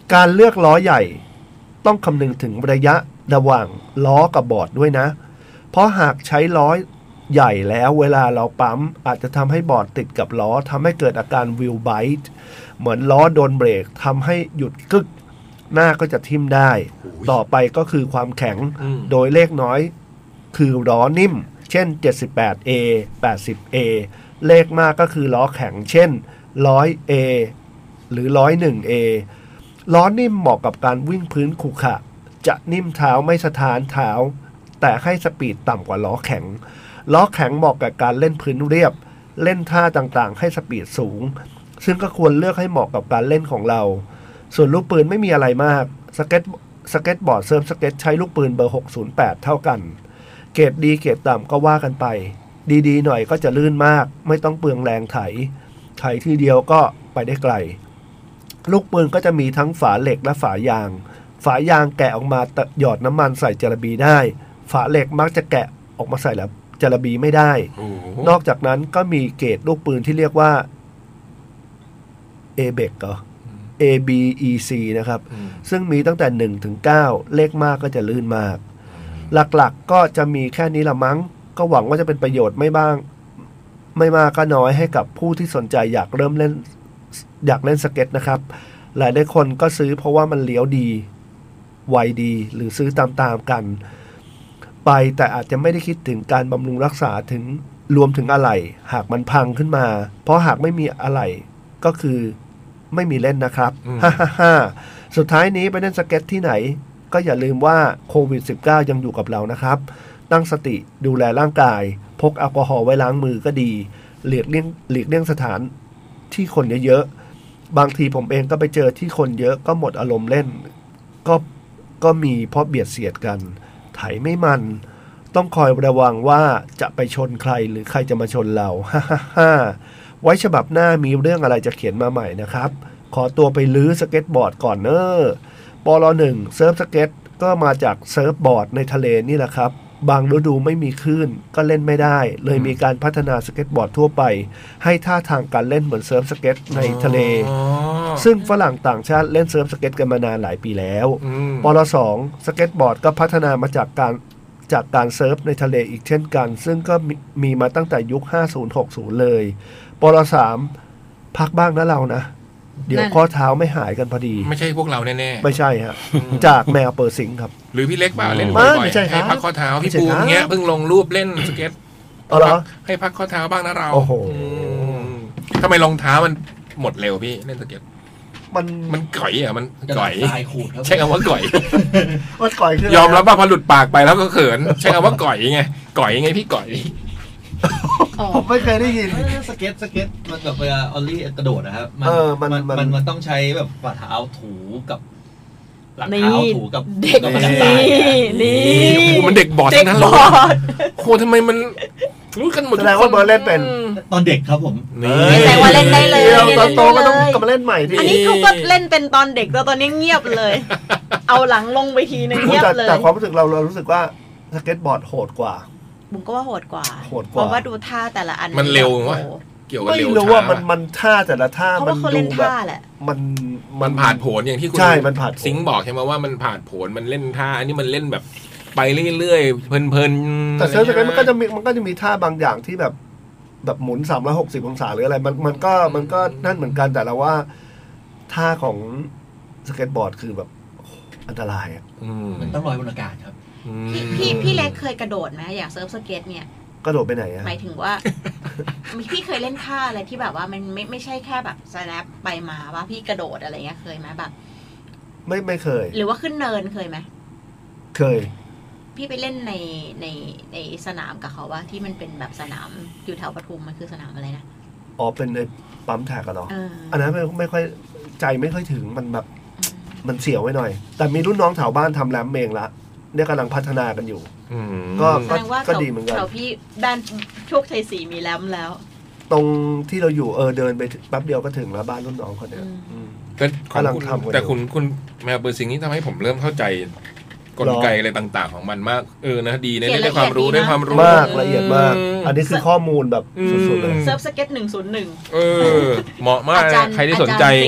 การเลือกล้อใหญ่ต้องคำนึงถึงระยะระหว่างล้อกับบอร์ดด้วยนะ เพราะหากใช้ล้อใหญ่แล้วเวลาเราปั๊มอาจจะทำให้บอร์ดติดกับล้อทำให้เกิดอาการวิลไบต์เหมือนล้อโดนเบรกทำให้หยุดกึกหน้าก็จะทิ่มได้ ต่อไปก็คือความแข็งอืมโดยเลขน้อยคือล้อนิ่ม เช่น เจ็ดสิบแปดเอ แปดสิบเอ เลขมากก็คือล้อแข็ง เช่น หนึ่งร้อย เอ หรือ หนึ่งร้อยเอ็ด เอ ล้อนิ่มเหมาะกับการวิ่งพื้นขรุขระจะนิ่มเท้าไม่สะท้านเท้า แต่ให้สปีดต่ำกว่าล้อแข็ง ล้อแข็งเหมาะกับการเล่นพื้นเรียบ เล่นท่าต่างๆ ให้สปีดสูง ซึ่งก็ควรเลือกให้เหมาะกับการเล่นของเรา ส่วนลูกปืนไม่มีอะไรมากสเก็ตสเก็ตบอร์ดเซิร์ฟสเก็ตใช้ลูกปืนเบอร์หกศูนย์แปดเท่ากัน เกรดดีเกรดต่ำก็ว่ากันไป ดีๆหน่อยก็จะลื่นมากไม่ต้องเปลืองแรงไถไถทีเดียวก็ไปได้ไกล ลูกปืนก็จะมีทั้งฝาเหล็กและฝายาง ฝายางแกะออกมาหยอดน้ำมันใส่จระบีได้ ฝาเหล็กมักจะแกะออกมาใส่แล้วจระบีไม่ได้โอ้โหนอกจากนั้นก็มีเกรดลูกปืนที่เรียกว่า เอ บี อี ซี เหรอ เอ บี อี ซี นะครับอืมซึ่งมีตั้งแต่หนึ่งถึงเก้าเลขมากก็จะลื่นมาก หลักๆก็จะมีแค่นี้ละมั้ง ก็หวังว่าจะเป็นประโยชน์ไม่บ้าง ไม่มากก็น้อยให้กับผู้ที่สนใจอยากเริ่มเล่น อยากเล่นสเก็ตนะครับ หลายหลายคนก็ซื้อเพราะว่ามันเลี้ยวดีไวดี หรือซื้อตามๆกัน ไปแต่อาจจะไม่ได้คิดถึงการบำรุงรักษาถึงรวมถึงอะไหล่หากมันพังขึ้นมา เพราะหากไม่มีอะไหล่ก็คือไม่มีเล่นนะครับอืมฮ่าฮ่าฮ่าสุดท้ายนี้ไปเล่นสเก็ตที่ไหน ก็อย่าลืมว่าโควิด สิบเก้า ยังอยู่กับเรานะครับ ตั้งสติดูแลร่างกาย พกแอลกอฮอล์ไว้ล้างมือก็ดี หลีกเลี่ยงหลีกเลี่ยงสถานที่คนเยอะๆบางทีผมเองก็ไปเจอที่คนเยอะก็หมดอารมณ์เล่น ก็ก็มีเพราะเบียดเสียดกัน ไถไม่มัน ต้องคอยระวังว่าจะไปชนใครหรือใครจะมาชนเรา ฮ่าฮ่าฮ่าไว้ฉบับหน้ามีเรื่องอะไรจะเขียนมาใหม่นะครับ ขอตัวไปลื้อสเก็ตบอร์ดก่อนเนอะปลหนึ่งเซิร์ฟสเก็ตก็มาจากเซิร์ฟบอร์ดในทะเลนี่แหละครับ บางฤดูไม่มีคลื่นก็เล่นไม่ได้ เลยมีการพัฒนาสเก็ตบอร์ดทั่วไป ให้ท่าทางการเล่นเหมือนเซิร์ฟสเก็ตในทะเลอ๋อซึ่งฝรั่งต่างชาติเล่นเซิร์ฟสเก็ตกันมานานหลายปีแล้วอืมปลสองสเก็ตบอร์ดก็พัฒนามาจากการจากการเซิร์ฟในทะเลอีกเช่นกัน ซึ่งก็มีมีมาตั้งแต่ยุค ห้าสิบ หกสิบ เลยปลสามพักบ้างนะเรานะ เดี๋ยวนั่นข้อเท้าไม่หายกันพอดีไม่ใช่พวกเราแน่ไม่ใช่ฮะ จากแมวเปอร์สิงครับๆ หรือพี่เล็กเปล่าเล่นไม่บ่อยไม่ๆใช่ครับให้พักข้อเท้าพี่ไม่ใช่ปูครับเงี้ยเพิ่งลงรูปเล่นสเก็ตเอาเหรอให้พักข้อเท้าบ้างนะเราโอ้โหมทำไมรองเท้ามันหมดเร็วพี่เล่นสเก็ตมันมันก่อยอ่ะมันจะก่อยตายขูดครับใช้คำว่าก่อยมันก่อยขึ้นยอมรับว่าพอหลุดปากไปแล้วก็เขิน ใช้คำว่าก่อยไงก่อยไงพี่ก่อยอ๋อผมไม่เคยได้ยินเออสเก็ตสเก็ตมันแบบเวลาออลลี่กระโดดนะครับเออมันมันมันมันมันต้องใช้แบบฝ่าเท้าถูกับ หลังนี่เท้าถูกับเด็กกับกระต่ายนี่โอ้โหมันเด็กบอดเด็ทั้กงนั้นเลบยอดโคทำไมมันรู้กันหมดแสทุกดงคว่าน เบอร์เล่นเป็นตอนเด็กครับผมนี่แสดงว่าเล่นได้เลยเดี๋ยวตอนโตก็ต้องเล่นได้เลยกลับมาเล่นใหม่ที่อันนี้เขาก็เล่นเป็นตอนเด็กแต่ตอนนี้เงียบเลย เอาหลังลงไปทีนึงเงียบแต่เลยแต่ความรู้สึกเราเรารู้สึกว่าสเก็ตบอร์ดโหดกว่าบุ๋มก็ว่าโหดกว่าโหดกเพว่าราะว่าดูท่าแต่ละอันมันเร็ววะโอ้โหเกี่ยวกับไม่เร็วรู้ช้าว่ามันมันท่าแต่ละท่าเพราะมัว่าน เขาเล่นดูแบบท่าแหละมันมันผ่านโผลอย่างที่คุณใช่มันผ่านโผลซิงค์บอกใช่ไหมว่ามันผ่านโผลมันเล่นท่าอันนี้มันเล่นแบบไปเรื่อยๆเพลินๆแต่เซิร์ฟสเก็ตมันก็จะมีมันก็จะมีท่าบางอย่างที่แบบ แบบหมุนสามร้อยหกสิบองศาหรืออะไร มันมันก็มันก็นั่นเหมือนกันแต่เราว่าท่าของสเก็ตบอร์ดคือแบบอันตรายอ่ะอืมมันต้องลอยบนอากาศครับอืมพี่พี่พี่เล็กเคยกระโดดไหมอย่างเซิร์ฟสเก็ตเนี่ยกระโดดไปไหนอ่ะหมายถึงว่า พี่เคยเล่นท่าอะไรที่แบบว่ามันไม่ไม่ใช่แค่แบบสแนปไปมาว่าพี่กระโดดอะไรเงี้ยเคยไหมแบบไม่ไม่เคยหรือว่าขึ้นเนินเคยไหมเคยพี่ไปเล่นในในในสนามกับเขาว่าที่มันเป็นแบบสนามอยู่แถวปทุมมันคือสนามอะไรนะอ๋อเป็นในปั๊มแท็กกันเหรอเอออันนั้นไม่ไม่ค่อยใจไม่ค่อยถึงมันแบบมันเสียวไว้หน่อย แต่มีรุ่นน้องแถวบ้านทำแรมเมงละเนี่ยกำลังพัฒนากันอยู่อืมก็แสดงว่าก็แถวดีเหมือนกันแถวพี่ด้านโชคชัยศรีมีแรมแล้วตรงที่เราอยู่เออเดินไปถึงแป๊บเดียวก็ถึงแล้วบ้านรุ่นน้องคนเนี้ยอืมอืมแต่ของกำลังคุณทำกันอยู่แต่คุณคุณแมวเบอร์ซิงนี่ทำให้ผมเริ่มเข้าใจกลไกอะไรต่างๆของมันมากเออนะดีนะเขียนได้ความรู้ละเอียดดีนะได้ความรู้มากละเอียดมาก อันนี้คือข้อมูลแบบอืมสุดๆเลยเซิร์ฟสเก็ตหนึ่งศูนย์หนึ่งเออ เหมาะมากอาจารย์ใครที่สนใจอาจารย์ซิงค์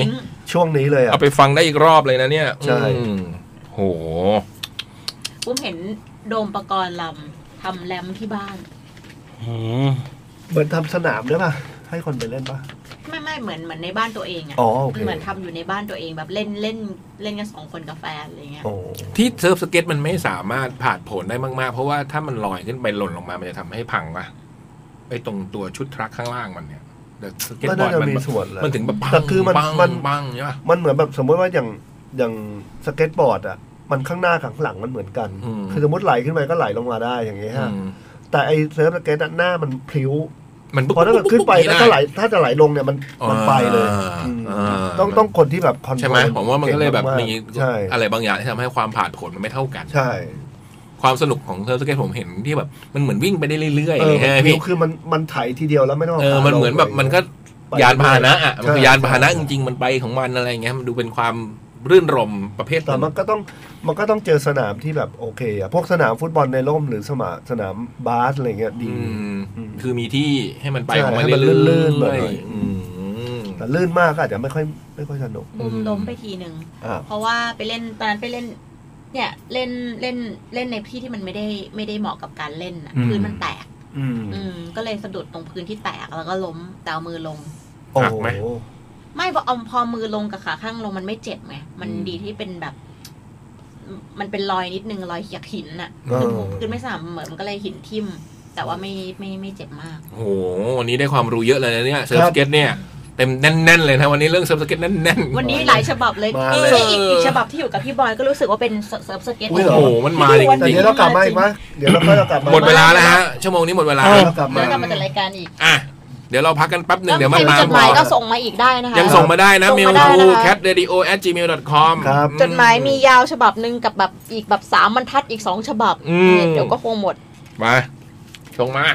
ช่วงนี้เลยอ่ะเอาไปฟังได้อีกรอบเลยนะเนี่ยใช่โหปุ้มเห็นโดมปกรณ์ลำทำแรมที่บ้านเหมือนทำสนามด้วยป่ะให้คนไปเล่นป่ะไม่ไม่เหมือนเหมือนในบ้านตัวเองอ่ะเหมือนทำอยู่ในบ้านตัวเองแบบเล่นเล่นเล่นกันสองคนกับแฟนอะไรเงี้ยที่เซิร์ฟสเก็ตมันไม่สามารถผ่านผลได้มากๆเพราะว่าถ้ามันลอยขึ้นไปหล่นลงมามันจะทำให้พังป่ะไอ้ตรงตัวชุดทรัคข้างล่างมันเนี่ยแต่สเก็ตบอร์ดมันมันถึงแบบแต่คือมันมันบังใช่ป่ะมันเหมือนแบบสมมติว่าอย่างอย่างสเก็ตบอร์ดอ่ะมันข้างหน้าข้างหลังมันเหมือนกันคือสมมติไหลขึ้นไปก็ไหลลงมาได้อย่างเงี้ยฮะแต่ไอ้เซิร์ฟสเก็ตหน้ามันพลิ้วพอถ้าเกิดขึ้นไปแล้วถ้าไหลถ้าจะไหลลงเนี่ยมันมันไปเลยต้องต้องคนที่แบบคอนโทรลใช่ไหมผมว่ามันก็เลยแบบมีอะไรบางอย่างที่ทำให้ความผ่านผลมันไม่เท่ากันใช่ความสนุกของเซิร์ฟสเก็ตผมเห็นที่แบบมันเหมือนวิ่งไปได้เรื่อยๆใช่ไหมพี่คือมันมันไถทีเดียวแล้วไม่ต้องเออมันเหมือนแบบมันก็ยานพาหนะอ่ะมันคือยานพาหนะจริงๆมันไปของมันอะไรเงี้ยมันดูเป็นความรื่นรมประเภทแต่มันก็ต้องมันก็ต้องเจอสนามที่แบบโอเคอ่ะพวกสนามฟุตบอลในร่มหรือสนามสนามบาสอะไรเงี้ยดีคือมีที่ให้มันไปของมันลื่นๆเลยแต่ลื่นมากก็อาจจะไม่ค่อยไม่ค่อยสนุกบุมล้มไปทีนึงเพราะว่าไปเล่นตอนนั้นไปเล่นเนี่ยเล่นเล่นเล่นในที่ที่มันไม่ได้ไม่ได้เหมาะกับการเล่นอ่ะพื้นมันแตกอืมก็เลยสะดุดตรงพื้นที่แตกแล้วก็ล้มแต่เอามือลงหักไหมไม่พอเอาพอมือลงกับขาข้างลงมันไม่เจ็บไงมันดีที่เป็นแบบมันเป็นรอยนิดนึงรอยจากหินน่ะคือคือไม่สามเหมือนมันก็เลยหินทิ่มแต่ว่าไม่ไม่ไม่เจ็บมากโอ้โหวันนี้ได้ความรู้เยอะเลยนะเนี่ยเซิร์ฟสเก็ตเนี่ยเต็มแน่นๆเลยนะวันนี้เรื่องเซิร์ฟสเก็ตแน่นๆวันนี้หลายฉบับเลยซึ่งอีกอีกฉบับที่อยู่กับพี่บอยก็รู้สึกว่าเป็นเซิร์ฟสเก็ตโอ้โหมันมาจริงๆเดี๋ยวเรากลับมาอีกมั้ยเดี๋ยวเราค่อยกลับมาหมดเวลาแล้วฮะชั่วโมงนี้หมดเวลาแล้วกลับมาแล้วกลับมาจัดรายการอีกอ่ะเดี๋ยวเราพักกันแป๊บหนึ่งเดี๋ยวมาตามจดหมายก็ส่งมาอีกได้นะคะยังส่งมาได้นะ mail to cat radio at gmail dot com จดหมายมียาวฉบับหนึ่งกับแบบอีกแบบสามบรรทัดอีกสองฉบับเดี๋ยวก็คงหมดมาส่งมา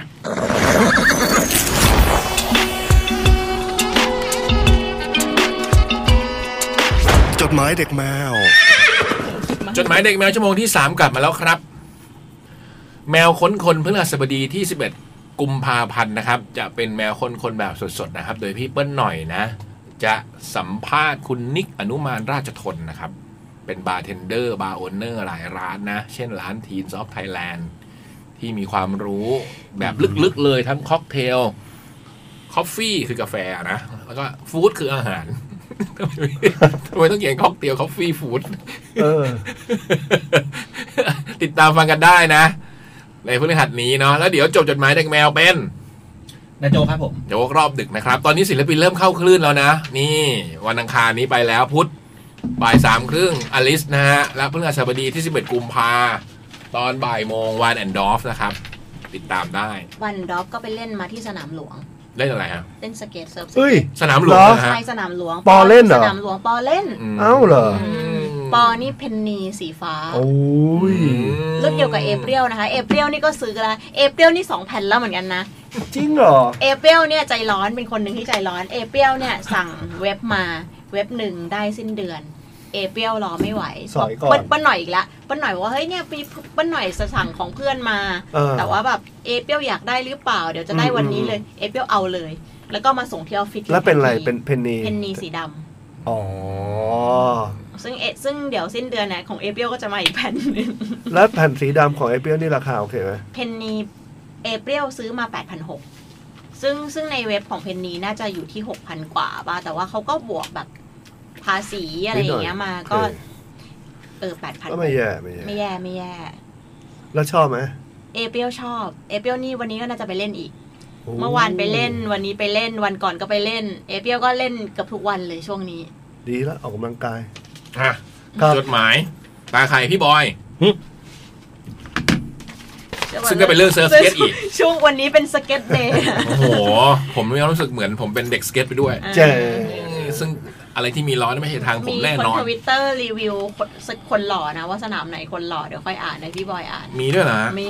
จดหมายเด็กแมวจดหมายเด็กแมวชั่วโมงที่สามกลับมาแล้วครับแมวค้นคนพฤหัสบดีที่สิบเอ็ดกุมภาพันธ์นะครับจะเป็นแมวคนคนแบบสดๆนะครับโดยพี่เปิ้ลหน่อยนะจะสัมภาษณ์คุณนิกอนุมานราชทนนะครับเป็นบาร์เทนเดอร์บาร์โอเนอร์หลายร้านนะเช่นร้าน Teens of Thailand ที่มีความรู้แบบลึกๆเลยทั้งค็อกเทลคอฟฟี่คือกาแฟนะแล้วก็ฟู้ดคืออาหารทำไมต้องเขียนค็อกเทลคอฟฟี่ฟู้ดติดตามฟังกันได้นะในพฤหัสนี้เนาะแล้วเดี๋ยวจบจดหมายเด็กแมวเป็นนายโจครับผมโจรอบดึกนะครับตอนนี้ศิลปินเริ่มเข้าคลื่นแล้วนะนี่วันอังคารนี้ไปแล้วพุธบ่ายสามครึ่งอลิสนะฮะและพฤหัสบดีที่สิบเอ็ดกุมภาตอนบ่ายโมงวันแอนด์ดอฟนะครับติดตามได้วันดอฟก็ไปเล่นมาที่สนามหลวงเล่นอะไรฮะเล่นสเก็ตเซิร์ฟสนามหลวงนะฮะใช่สนามหลวงปอเล่นเหรอสนามหลวงปอเล่นเอ้าเหรอปอนี่เพนนีสีฟ้าโอ้ยรุ่นเดียวกับเอเปรียลนะคะเอเปรียลนี่ก็ซื้อกันแล้วเอเปรียลนี่สองแผ่นแล้วเหมือนกันนะจริงเหรอเอเปรียลเนี่ยใจร้อนเป็นคนหนึ่งที่ใจร้อนเอเปรียลเนี่ยสั่งเว็บมาเว็บหนึ่งได้สิ้นเดือนเอเปรียลรอไม่ไหวป้าหน่อยอีกแล้วป้าหน่อยว่าเฮ้ยเนี่ยป้าหน่อยสั่งของเพื่อนมาแต่ว่าแบบเอเปรียลอยากได้หรือเปล่าเดี๋ยวจะได้วันนี้เลยเอเปรียลเอาเลยแล้วก็มาส่งที่ออฟฟิศแล้วเป็นอะไรเป็นเพนนีเพนนีสีดำอ๋อซึ่งเอซึ่งเดี๋ยวสิ้นเดือนเนี่ยของเอเปรียลก็จะมาอีกแผ่นนึงแล้วแผ่นสีดำของเอเปรียลนี่ราคาโอเคไหมเพนนีเอเปรียลซื้อมา แปดพันหกร้อย ซึ่งซึ่งในเว็บของเพนนีน่าจะอยู่ที่ หกพัน กว่าป่ะแต่ว่าเขาก็บวกแบบภาษีอะไรอย่างเงี้ยมาก็เออ แปดพันก็ไม่แย่ไม่แย่ไม่แย่ไม่แย่แล้วชอบไหมเอเปรียลชอบเอเปรียลนี่วันนี้ก็น่าจะไปเล่นอีกเมื่อวานไปเล่นวันนี้ไปเล่นวันก่อนก็ไปเล่นเอเปรียลก็เล่นกับทุกวันเลยช่วงนี้ดีแล้วออกกำลังกายอ่ะจดหมายตาไข่พี่บอยซึ่งก็เป็นเรื่องเซิร์ฟสเก็ตอีกช่วงวันนี้เป็นสเก็ตเดย์โอ้โหผมมีความรู้สึกเหมือนผมเป็นเด็กสเก็ตไปด้วยเจ๊ซึ่งอะไรที่มีล้อนี่ไม่ใช่ทางผมแน่นอนมีคนทวิตเตอร์รีวิวคนหล่อนะว่าสนามไหนคนหล่อเดี๋ยวค่อยอ่านนะพี่บอยอ่านมีด้วยนะมี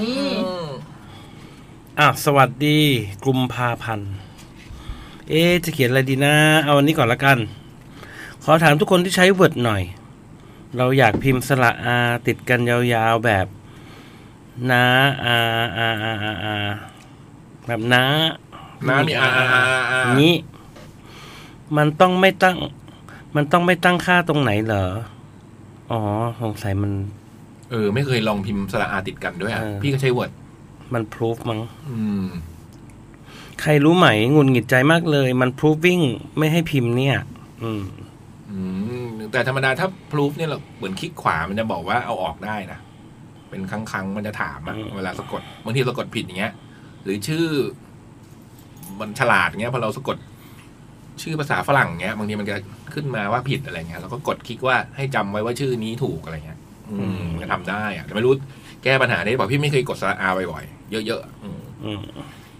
อ่ะสวัสดีกุมภาพันธ์เอ๊จะเขียนอะไรดีนะเอาวันนี้ก่อนละกันขอถามทุกคนที่ใช้ Word หน่อยเราอยากพิมพ์สระอาติดกันยาวๆแบบน้าอาอาอาอาอาแบบน้าน้ามีอาอาอานี้มันต้องไม่ตั้งมันต้องไม่ตั้งค่าตรงไหนเหรออ๋อสงสัยมันเออไม่เคยลองพิมพ์สระอาติดกันด้วยอ่ะเออพี่ก็ใช้ Word มันพรูฟมั้งอืมใครรู้ไหมหงุดหงิดใจมากเลยมัน proving ไม่ให้พิมพ์เนี่ย อืมอืมแต่ธรรมดาถ้า proof เนี่ยเราเหมือนคลิกขวามันจะบอกว่าเอาออกได้นะเป็นครั้งๆมันจะถามอะอืมเวลาสะกดบางทีสะกดผิดอย่างเงี้ย หรือชื่อมันฉลาดเงี้ยพอเราสะกดชื่อภาษาฝรั่งเงี้ยบางทีมันจะขึ้นมาว่าผิดอะไรเงี้ยเราก็กดคลิกว่าให้จำไว้ว่าชื่อนี้ถูกอะไรเงี้ย อืมก็ทำได้อะแต่ไม่รู้แก้ปัญหาได้บอกพี่ไม่เคยกดสระอาบ่อยๆเยอะๆอืมอืม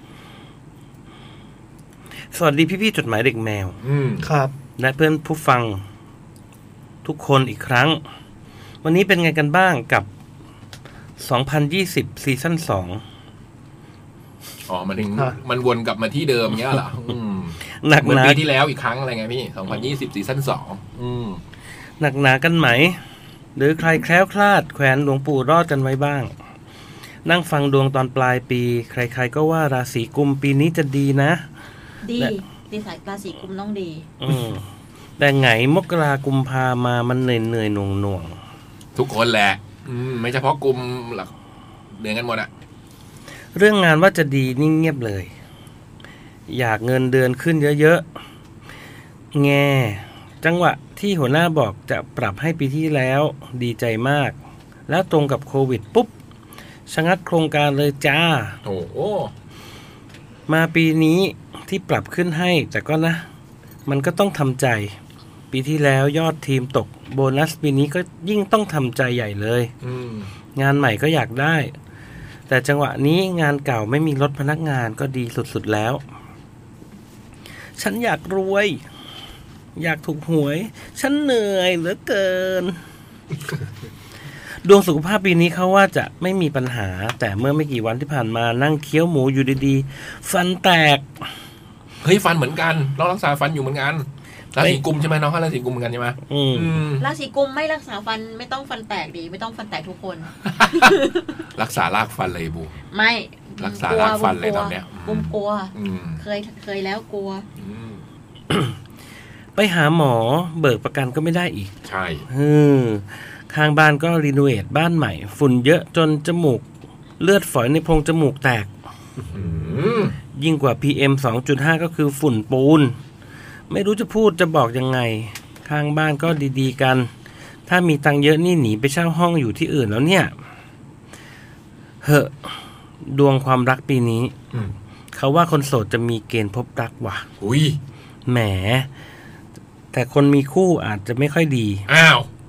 สวัสดีพี่ๆจดหมายเด็กแมวอืมครับและเพื่อนผู้ฟังทุกคนอีกครั้ง วันนี้เป็นไงกันบ้างกับสองพันยี่สิบซีซั่นสองอ๋อมันถึงฮะมันวนกลับมาที่เดิมเงี้ยเหรออืมหนักเหมือนหนาปีที่แล้วอีกครั้งอะไรไงพี่สองพันยี่สิบซีซั่นสองอืมหนักหนากันไหม หรือใครแคล้วคลาดแขวนหลวงปู่รอดกันไว้บ้าง นั่งฟังดวงตอนปลายปี ใครๆก็ว่าราศีกุมปีนี้จะดีนะดีและดีสายราศีกุมต้องดีอืมแต่ไงมกรากุมพามามันเหนื่อยเหนื่อยหน่วงหน่วงทุกคนแหละ อืมไม่เฉพาะกลุ่มหลักเดือนกันหมดอะเรื่องงานว่าจะดีนิ่งเงียบเลย อยากเงินเดือนขึ้นเยอะๆแง่จังหวะที่หัวหน้าบอกจะปรับให้ปีที่แล้วดีใจมาก แล้วตรงกับโควิดปุ๊บชะงักโครงการเลยจ้าโอ้โหมาปีนี้ที่ปรับขึ้นให้แต่ก็นะ มันก็ต้องทำใจ ปีที่แล้วยอดทีมตกโบนัสปีนี้ก็ยิ่งต้องทำใจใหญ่เลยอืมงานใหม่ก็อยากได้ แต่จังหวะนี้งานเก่าไม่มีลดพนักงานก็ดีสุดๆแล้ว ฉันอยากรวย อยากถูกหวย ฉันเหนื่อยเหลือเกิน ดวงสุขภาพปีนี้เขาว่าจะไม่มีปัญหา แต่เมื่อไม่กี่วันที่ผ่านมานั่งเคี้ยวหมูอยู่ดีๆ ฟันแตกเฮ้ยฟันเหมือนกันเรารักษาฟันอยู่เหมือนกันราศีกุมใช่ไหมน้องเขาราศีกุมเหมือนกันใช่ไหมอืมอืมราศีกุมไม่รักษาฟันไม่ต้องฟันแตกดี ไม่ต้องฟันแตกทุกคนรักษารากฟันเลยบูไม่รักษารากฟันเลยกวตอนเนี้ยบุมกลัวอืมเคยเคยแล้วกลัวอืมไปหาหมอเบิกประกันก็ไม่ได้อีกใช่อืมข้างบ้านก็รีโนเวทบ้านใหม่ ฝุ่นเยอะจนจมูก เลือดฝอยในโพรงจมูกแตกอืมยิ่งกว่า พี เอ็ม สองจุดห้า ก็คือฝุ่นปูน ไม่รู้จะพูดจะบอกยังไง ข้างบ้านก็ดีๆกัน ถ้ามีตังค์เยอะนี่หนีไปเช่าห้องอยู่ที่อื่นแล้วเนี่ย เหอะ ดวงความรักปีนี้อืมเขาว่าคนโสดจะมีเกณฑ์พบรักว่ะอุ้ยแหม แต่คนมีคู่อาจจะไม่ค่อยดีอ้าว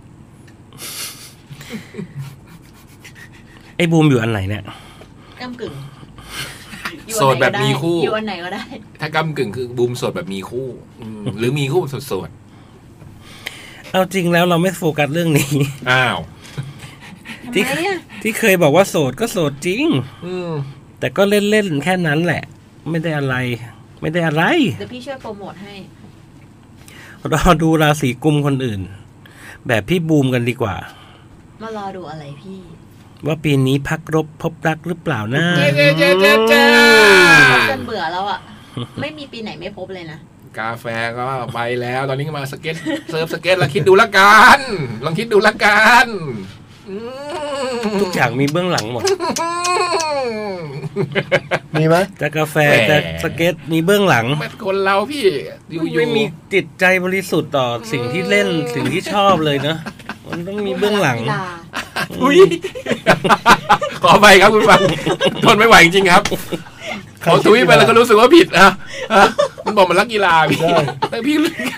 ไอ้บูมอยู่อันไหนเนี่ยก้ำกึ่งอยู่โสดแบบมีคู่อยู่อันไหนก็ได้ถ้ากำกึ่งคือบูมโสดแบบมีคู่อืมหรือมีคู่โสดเอาจริงแล้วเราไม่โฟกัสเรื่องนี้ๆอ้าวทำที่ไมอ่ะที่เคยบอกว่าโสดก็โสดจริงอืมแต่ก็เล่นๆแค่นั้นแหละ ไม่ได้อะไร ไม่ได้อะไรเดี๋ยวพี่ช่วยโปรโมทให้รอดูราศีกุมคนอื่น แบบพี่บูมกันดีกว่ามารอดูอะไรพี่ว่าปีนี้พักรบพบรักหรือเปล่านะเจ๊เจ๊เจ๊เจ๊เจ๊พบจนเบื่อแล้วอ่ะ ไม่มีปีไหนไม่พบเลยนะกาแฟก็ไปแล้ว ตอนนี้ก็มาสเก็ตเซิร์ฟสเก็ตแล้วคิดดูละกันลองคิดดูละกันอืมทุกอย่างมีเบื้องหลังหมดมีไหมจะกาแฟจะสเก็ตมีเบื้องหลังแม่คนเราพี่อยู่ๆไม่มีจิตใจบริสุทธิ์ต่อสิ่งที่เล่นสิ่งที่ชอบเลยเนอะมันต้องมีเบื้องหลังกีฬาอุ้ยขอไปครับคุณฟังทนไม่ไหวจริงๆครับพอทวีตไปแล้วก็รู้สึกว่าผิดอะฮะมันบอกมันรักกีฬาพี่แต่พี่เล่นแค่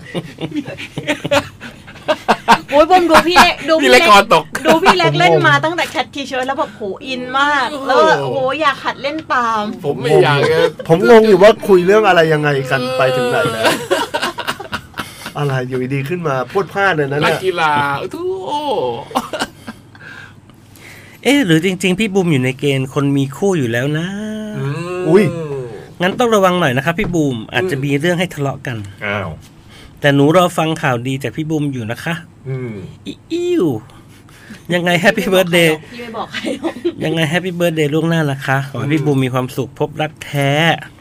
โอ้ยบมดูพี่เล็กดูพี่พี่เล็เล็กกคอตกดูพี่เล็กเล่นมาตั้งแต่แคททีเชิร์ตแล้วแบบโหอินมาก แล้วก็โอ้โหอยากหัดเล่นตามผมไม่อยากจะผมงงอยู่ว่าคุยเรื่องอะไรยังไงกันไปถึงไหนแล้ว อะไรอยู่ดีๆขึ้นมาพูดพลาดเลยนะนักเนี่ยกีฬาทุเอ๊ะหรือจริง ๆ พี่บูมอยู่ในเกณฑ์คนมีคู่อยู่แล้วนะอุ้ยงั้นต้องระวังหน่อยนะครับพี่บูมอาจจะมีเรื่องให้ทะเลาะกันอ้าวแต่หนูรอฟังข่าวดีจากพี่บูมอยู่นะคะอืมอิอิวยังไงแฮปปี้เบิร์ดเดย์พี่ไม่บอกใครหรอกยังไงแฮปปี้เบิร์ดเดย์ล่วงหน้านะคะ ขอให้พี่บูมมีความสุขพบรักแท้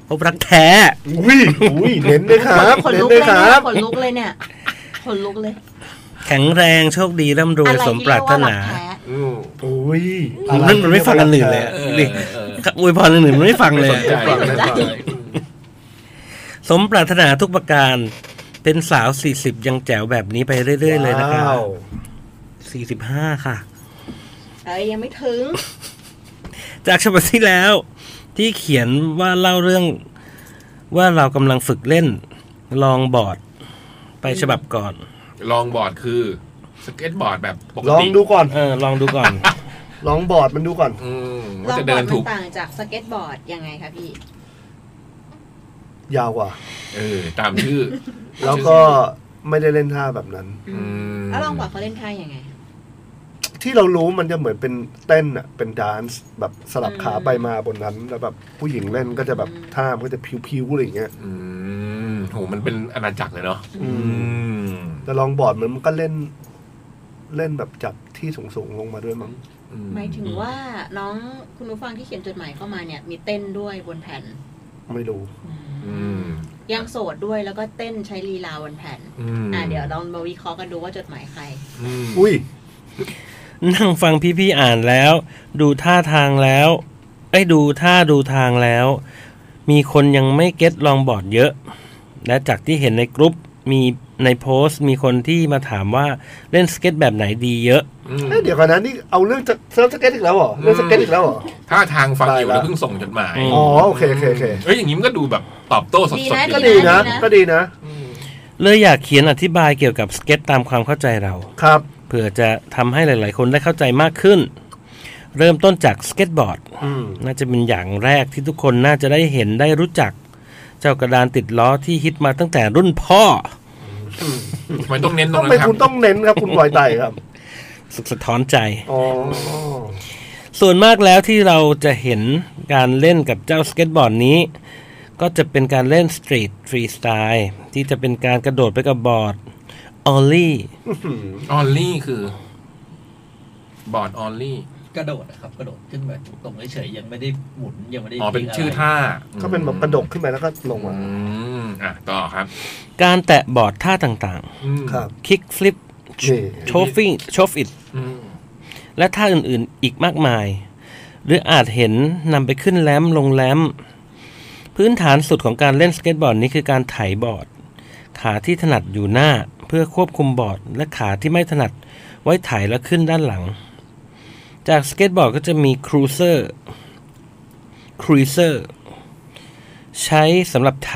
พบรักแท้อุ้ยอุ้ยเน้นเลยครับขนเน้นลุกเลเลย ยคเนี่รัยบขนลุกเลยเนี่ยขนลุกเลยแข็งแรงโชคดีร่ำรวยอะไรสมที่ปเรีรายกถว่ารันากแท้อืมอุ้ยนั่นมันไม่ฟังกันอื่นเลยอะเออดิเอออวยพรอื่นๆมันไม่ฟังเลยไม่สนใจฟังไม่ฟังสมปรารถนาทุกประการเป็นสาวสี่สิบยังแจ๋วแบบนี้ไปเรื่อยๆเลยนะครับว้าวสี่สิบห้าค่ะเอ้ยยังไม่ถึงจากฉบับที่แล้วที่เขียนว่าเล่าเรื่องว่าเรากำลังฝึกเล่นลองบอร์ดไปฉบับก่อนลองบอร์ดคือสเก็ตบอร์ดแบบปกลองติดูก่อนเออลองดูก่อนลองบอร์ดมันดูก่อนอืมลว่าองจะบอเดิร์ดนมัถูนกต่างจากสเก็ตบอร์ดยังไงคะพี่ยาวกว่าเออตามชื่อแล้วก็ไม่ได้เล่นท่าแบบนั้นอืมแล้วลองบอร์ดเขาเล่นท่ายังไงที่เรารู้มันจะเหมือนเป็นเต้นอ่ะเป็นดานซ์แบบสลับขาอืมไปมาบนนั้นแล้วแบบผู้หญิงเล่นก็จะแบบท่ามันก็จะพิ้วๆอะไรอย่างเงี้ยอืมโหมันเป็นอาณาจักรเลยเนาะอืมอืมแต่ลองบอร์ดมันมันก็เล่น เล่นแบบจากที่สูงๆลงมาด้วยมั้งอืหมายถึงว่าน้องคุณผู้ฟังที่เขียนจดหมายเข้ามาเนี่ย มีเต้นด้วยบนแผ่นไม่รู้อืมยังโสดด้วยแล้วก็เต้นใช้ลีลาบนแผ่นอืมอ่าเดี๋ยวเรามาวิเคราะห์กันดูว่าจดหมายใครอืมอุ้ยนั่งฟังพี่ๆอ่านแล้ว ดูท่าทางแล้วไอ้ยดูท่าดูทางแล้ว มีคนยังไม่เก็ตลองบอร์ดเยอะ และจากที่เห็นในกรุ๊ปมีในโพสต์มีคนที่มาถามว่าเล่นสเก็ตแบบไหนดีเยอะอืมเอ้ยเดี๋ยวก่อนนะนี่เอาเรื่องจะเซิร์ฟสเก็ตอีกแล้วเหรอเรื่องสเก็ตอีกแล้วเหรอถ้าทางฟังอยู่ตายละแล้วเพิ่งส่งจดหมายอืมอ๋อโอเคโอเคโอเคเอ้ยอย่างนี้มันก็ดูแบบตอบโต้สดดีๆนะดีก็ดีนะดีนะก็ดีนะเลยอยากเขียนอธิบายเกี่ยวกับสเก็ตตามความเข้าใจเราครับเพื่อจะทำให้หลาย ๆ คนได้เข้าใจมากขึ้น เริ่มต้นจากสเก็ตบอร์ดอืมน่าจะเป็นอย่างแรกที่ทุกคนน่าจะได้เห็นได้รู้จัก เจ้ากระดานติดล้อที่ฮิตมาตั้งแต่รุ่นพ่อทำไมต้องเน้นตรทำงไมนั้นครัคุณบต้องเน้นครับคุณบอยไต่ครับสุดสะท้อนใจอ๋อส่วนมากแล้วที่เราจะเห็นการเล่นกับเจ้าสเก็ตบอร์ดนี้ ก็จะเป็นการเล่นสตรีทฟรีสไตล์ที่จะเป็นการกระโดดไปกับบอร์ดออลลี่ออลลี่คือ บอร์ดออลลี่กระโดดนะครับกระโดดขึ้นแบบตรงเฉยๆยังไม่ได้หมุนยังไม่ได้อ๋อเป็นพลิกะไรชื่อท่าก็เป็นแบบกระดกขึ้นไปแล้วก็ลงอืมามอ่ะต่อครับการแตะบอร์ดท่าต่างอืมครับๆ คิกฟลิปนี่โชฟฟิ้งโชฟอิดอืมและท่าอื่นๆอีกมากมาย หรืออาจเห็นนำไปขึ้นแรมลงแรมพื้นฐานสุดของการเล่นสเก็ตบอร์ดนี้คือการไถบอร์ด ขาที่ถนัดอยู่หน้าเพื่อควบคุมบอร์ด และขาที่ไม่ถนัดไว้ไถแล้วขึ้นด้านหลัง จากสเก็ตบอร์ดก็จะมีครูเซอร์ครูเซอร์ใช้สำหรับไถ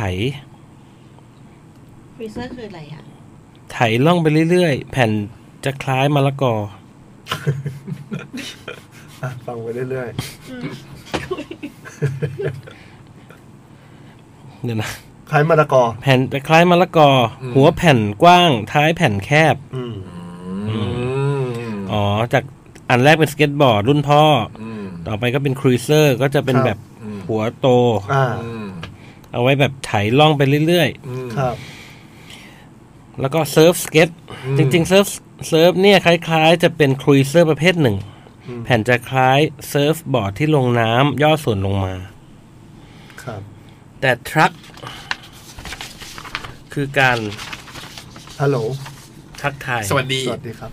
ฟรีเซอร์คืออะไรอ่ะไถล่องไปเรื่อยๆ แผ่นจะคล้ายมะละกออ่ะฟังไปเรื่อยเดี๋ยวนะๆคล้ายมะละกอแผ่นจะคล้ายมะละกอ หัวแผ่นกว้างท้ายแผ่นแคบอืมอืมอ๋อ จากอันแรกเป็นสเก็ตบอร์ดรุ่นพ่ออืมต่อไปก็เป็นครูเซอร์ก็จะเป็นครับแบบอืมหัวโตอ่าอืมเอาไว้แบบไถล่องไปเรื่อยอืมครับๆ แล้วก็เซิร์ฟสเก็ตอืมจริงๆเซิร์ฟเซิร์ฟเนี่ยคล้ายๆ จะเป็นครูเซอร์ประเภทหนึ่งอืมแผ่นจะคล้ายเซิร์ฟบอร์ดที่ลงน้ำย่อส่วนลงมาครับแต่ทรัคคือการฮัลโหลทักทายสวัสดีสวัสดีครับ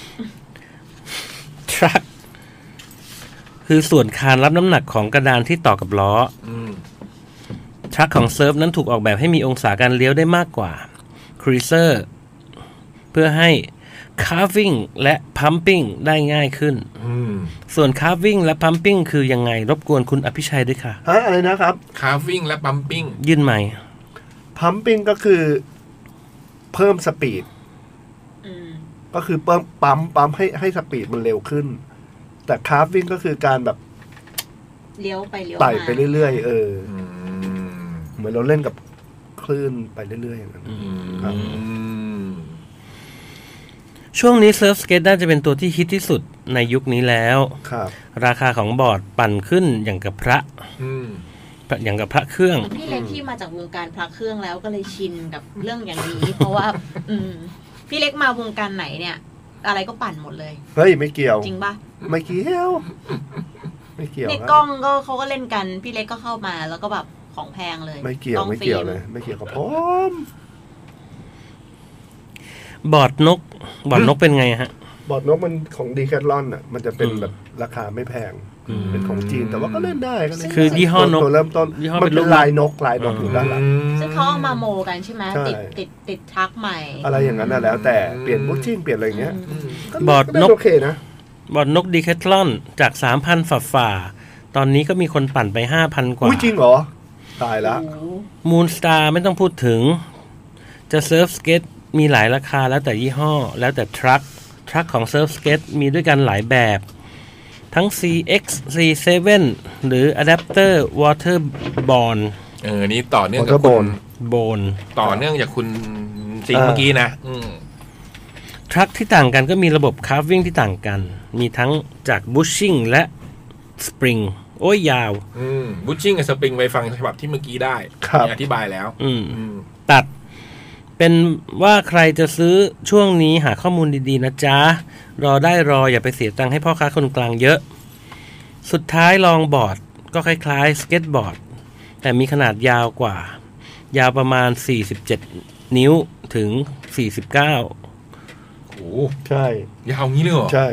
ทรัคคือส่วนคานรับน้ำหนักของกระดานที่ต่อกับล้ออืมทรัคของเซิร์ฟนั้นถูกออกแบบให้มีองศาการเลี้ยวได้มากกว่าครีเซอร์เพื่อให้ carving และ pumping ได้ง่ายขึ้นอืมส่วน carving และ pumping คือยังไงรบกวนคุณอภิชัยด้วยค่ะฮะ อะไรนะครับคาร์ฟิ้งและปั๊มปิ้งยื่นใหม่พัมปิ้งก็คือเพิ่มสปีดอืมก็คือเพิ่มปั๊มปั๊มให้ให้สปีดมันเร็วขึ้น แต่คาร์ฟวิ่งก็คือการแบบเลี้ยวไปเลี้ยวไต่มาไปเรื่อยๆ เอออืมเหมือนเราเล่นกับคลื่นไปเรื่อยๆอย่างนั้นอืครับมช่วงนี้เซิร์ฟสเก็ตน่าจะเป็นตัวที่ฮิตที่สุดในยุคนี้แล้วครับราคาของบอร์ดปั่นขึ้นอย่างกับพระอืมอย่างกับพระเครื่องพี่เล็กที่มาจากวงการพระเครื่องแล้วก็เลยชินกับเรื่องอย่างนี้ เพราะว่า อืมพี่เล็กมาวงการไหนเนี่ย อะไรก็ปั่นหมดเลยเฮ้ย ไม่เกี่ยวจริงปะไม่เกี่ยว ไม่เกี่ยวในครับกล้องก็เขาก็เล่นกัน พี่เล็กก็เข้ามาแล้วก็แบบของแพงเลยไม่เกี่ยวต้องไม่เกี่ยวฟิล์เลยไม่เกี่ยวกับผมบอร์ดนก บอร์ดนกเป็นไงฮะบอร์ดนกมันของดีแคทลอนอ่ะมันจะเป็นแบบราคาไม่แพงเป็นของจีนแต่ว่าก็เล่นได้ก็เล่นได้คือยี่ห้อนกตัวเริ่มต้นยี่ห้อมันเป็นรูเป็ปนลายนกลายนกอยู่ด้านหลังซึ่งเขาเอามาโมกันใช่ไหมใช่ติดติดติดทรัคใหม่อะไรอย่างนั้นน่ะแล้วแต่เปลี่ยนบูชชิ่งเปลี่ยนอะไรอย่างเงี้ยก็บอร์ดก็นกโอเคนะบอร์ดนกดีแคทลอนจาก สามพัน ฝ่าฝ่าๆตอนนี้ก็มีคนปั่นไป ห้าพัน กว่าอุ้ยจริงเหรอตายละมูนสตาร์ไม่ต้องพูดถึง จะเซิร์ฟสเก็ตมีหลายราคาแล้วแต่ยี่ห้อ แล้วแต่ทรัคทรัคของเซิร์ฟสเก็ตมีด้วยกันหลายแบบ ทั้ง ซี เอ็กซ์ ซี เซเว่น หรือ Adapter Waterborne เออนี่ต่อเนื่องมอกับเตอร์โบคุนณ Bone ต่อเนื่องจากคุณสิงห์เมื่อกี้นะอืมทรัคที่ต่างกันก็มีระบบคาร์ฟวิ่งที่ต่างกัน มีทั้งจากบูชชิ่งและสปริงโอ้ยยาวอืมบูชชิ่งกับสปริงไปฟังฉบับที่เมื่อกี้ได้ครับมีอธิบายแล้วอืมอืมตัดเป็นว่าใครจะซื้อช่วงนี้หาข้อมูลดีๆนะจ๊ะ รอได้รออย่าไปเสียตังค์ให้พ่อค้าคนกลางเยอะ สุดท้ายลองบอร์ดก็คล้ายๆสเก็ตบอร์ด แต่มีขนาดยาวกว่า ยาวประมาณสี่สิบเจ็ดนิ้วถึงสี่สิบเก้าโอ้ใช่ยาวงี้เลยเหรอใช่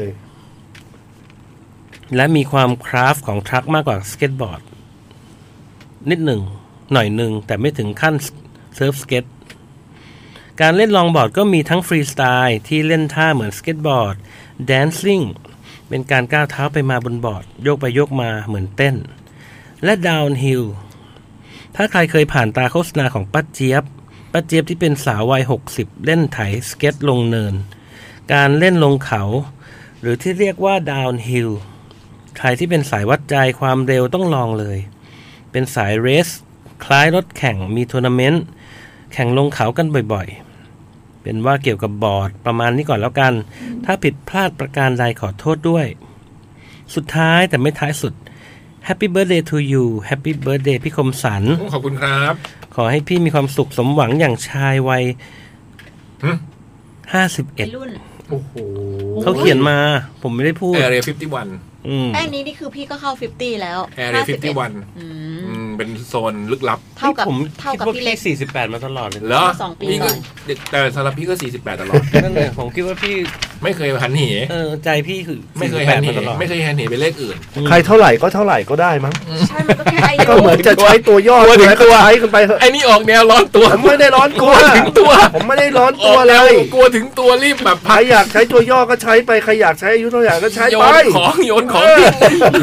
และมีความคราฟของทรัคมากกว่าสเก็ตบอร์ด นิดหนึ่ง หน่อยหนึ่ง แต่ไม่ถึงขั้นเซิร์ฟสเก็ต การเล่นลองบอร์ดก็มีทั้งฟรีสไตล์ที่เล่นท่าเหมือนสเก็ตบอร์ด แดนซิ่งเป็นการก้าวเท้าไปมาบนบอร์ด โยกไปโยกมาเหมือนเต้น และดาวน์ฮิลถ้าใครเคยผ่านตาโฆษณาของป้าเจี๊ยบป้าเจี๊ยบที่เป็นสาววัยหกสิบเล่นไถสเก็ตลงเนิน การเล่นลงเขา หรือที่เรียกว่าดาวน์ฮิลใครที่เป็นสายวัดใจความเร็วต้องลองเลย เป็นสายเรสคล้ายรถแข่งมีทัวร์นาเมนต์แข่งลงเขากันบ่อยๆ เป็นว่าเกี่ยวกับบอร์ดประมาณนี้ก่อนแล้วกัน ถ้าผิดพลาดประการใดขอโทษด้วย สุดท้ายแต่ไม่ท้ายสุด Happy Birthday to you Happy Birthday พี่คมสันขอบคุณครับขอให้พี่มีความสุขสมหวังอย่างชายวัยหึห้าสิบเอ็ดไอ้รุ่นโอ้โหเขาเขียนมา ผมไม่ได้พูดแอเรียฟิฟตี้วันอืมแป้งนี้นี่คือพี่ก็เข้าห้าสิบแล้วแอเรียฟิฟตี้วันอืมอืมเป็นโซนลึกลับเท่ากับผมเท่าคิดกับว่าพี่พี่เล็กสี่สิบแปดมาตลอดเลยเหรอสองปีพี่ก็ก่อนแต่สำหรับพี่ก็สี่สิบแปดตลอดนั่นเลยผมคิดว่าพี่ไม่เคยหันเหเออใจพี่คือไม่เคยแปหัดนเหมาตลอดไม่เคยหันเหไปเลขอื่นใครเท่าไหร่ก็เท่าไหร่ก็ได้มั้งใช่มันก็แค่อายุก็เหมือนจะใช้ตัวย่อตัวถึงอะไรก็ตัวใช้กันไปเถอะไอ้นี่ออกแนวร้อนตัวผมไม่ได้ร้อนตัวถึงตัวผมไม่ได้ร้อนตัวเลยกลัวถึงตัวรีบแบบใครอยากใช้ตัวย่อก็ใช้ไปใครอยากใช้อายุเท่าไหร่ก็ใช้โยไปนของโยนของเออ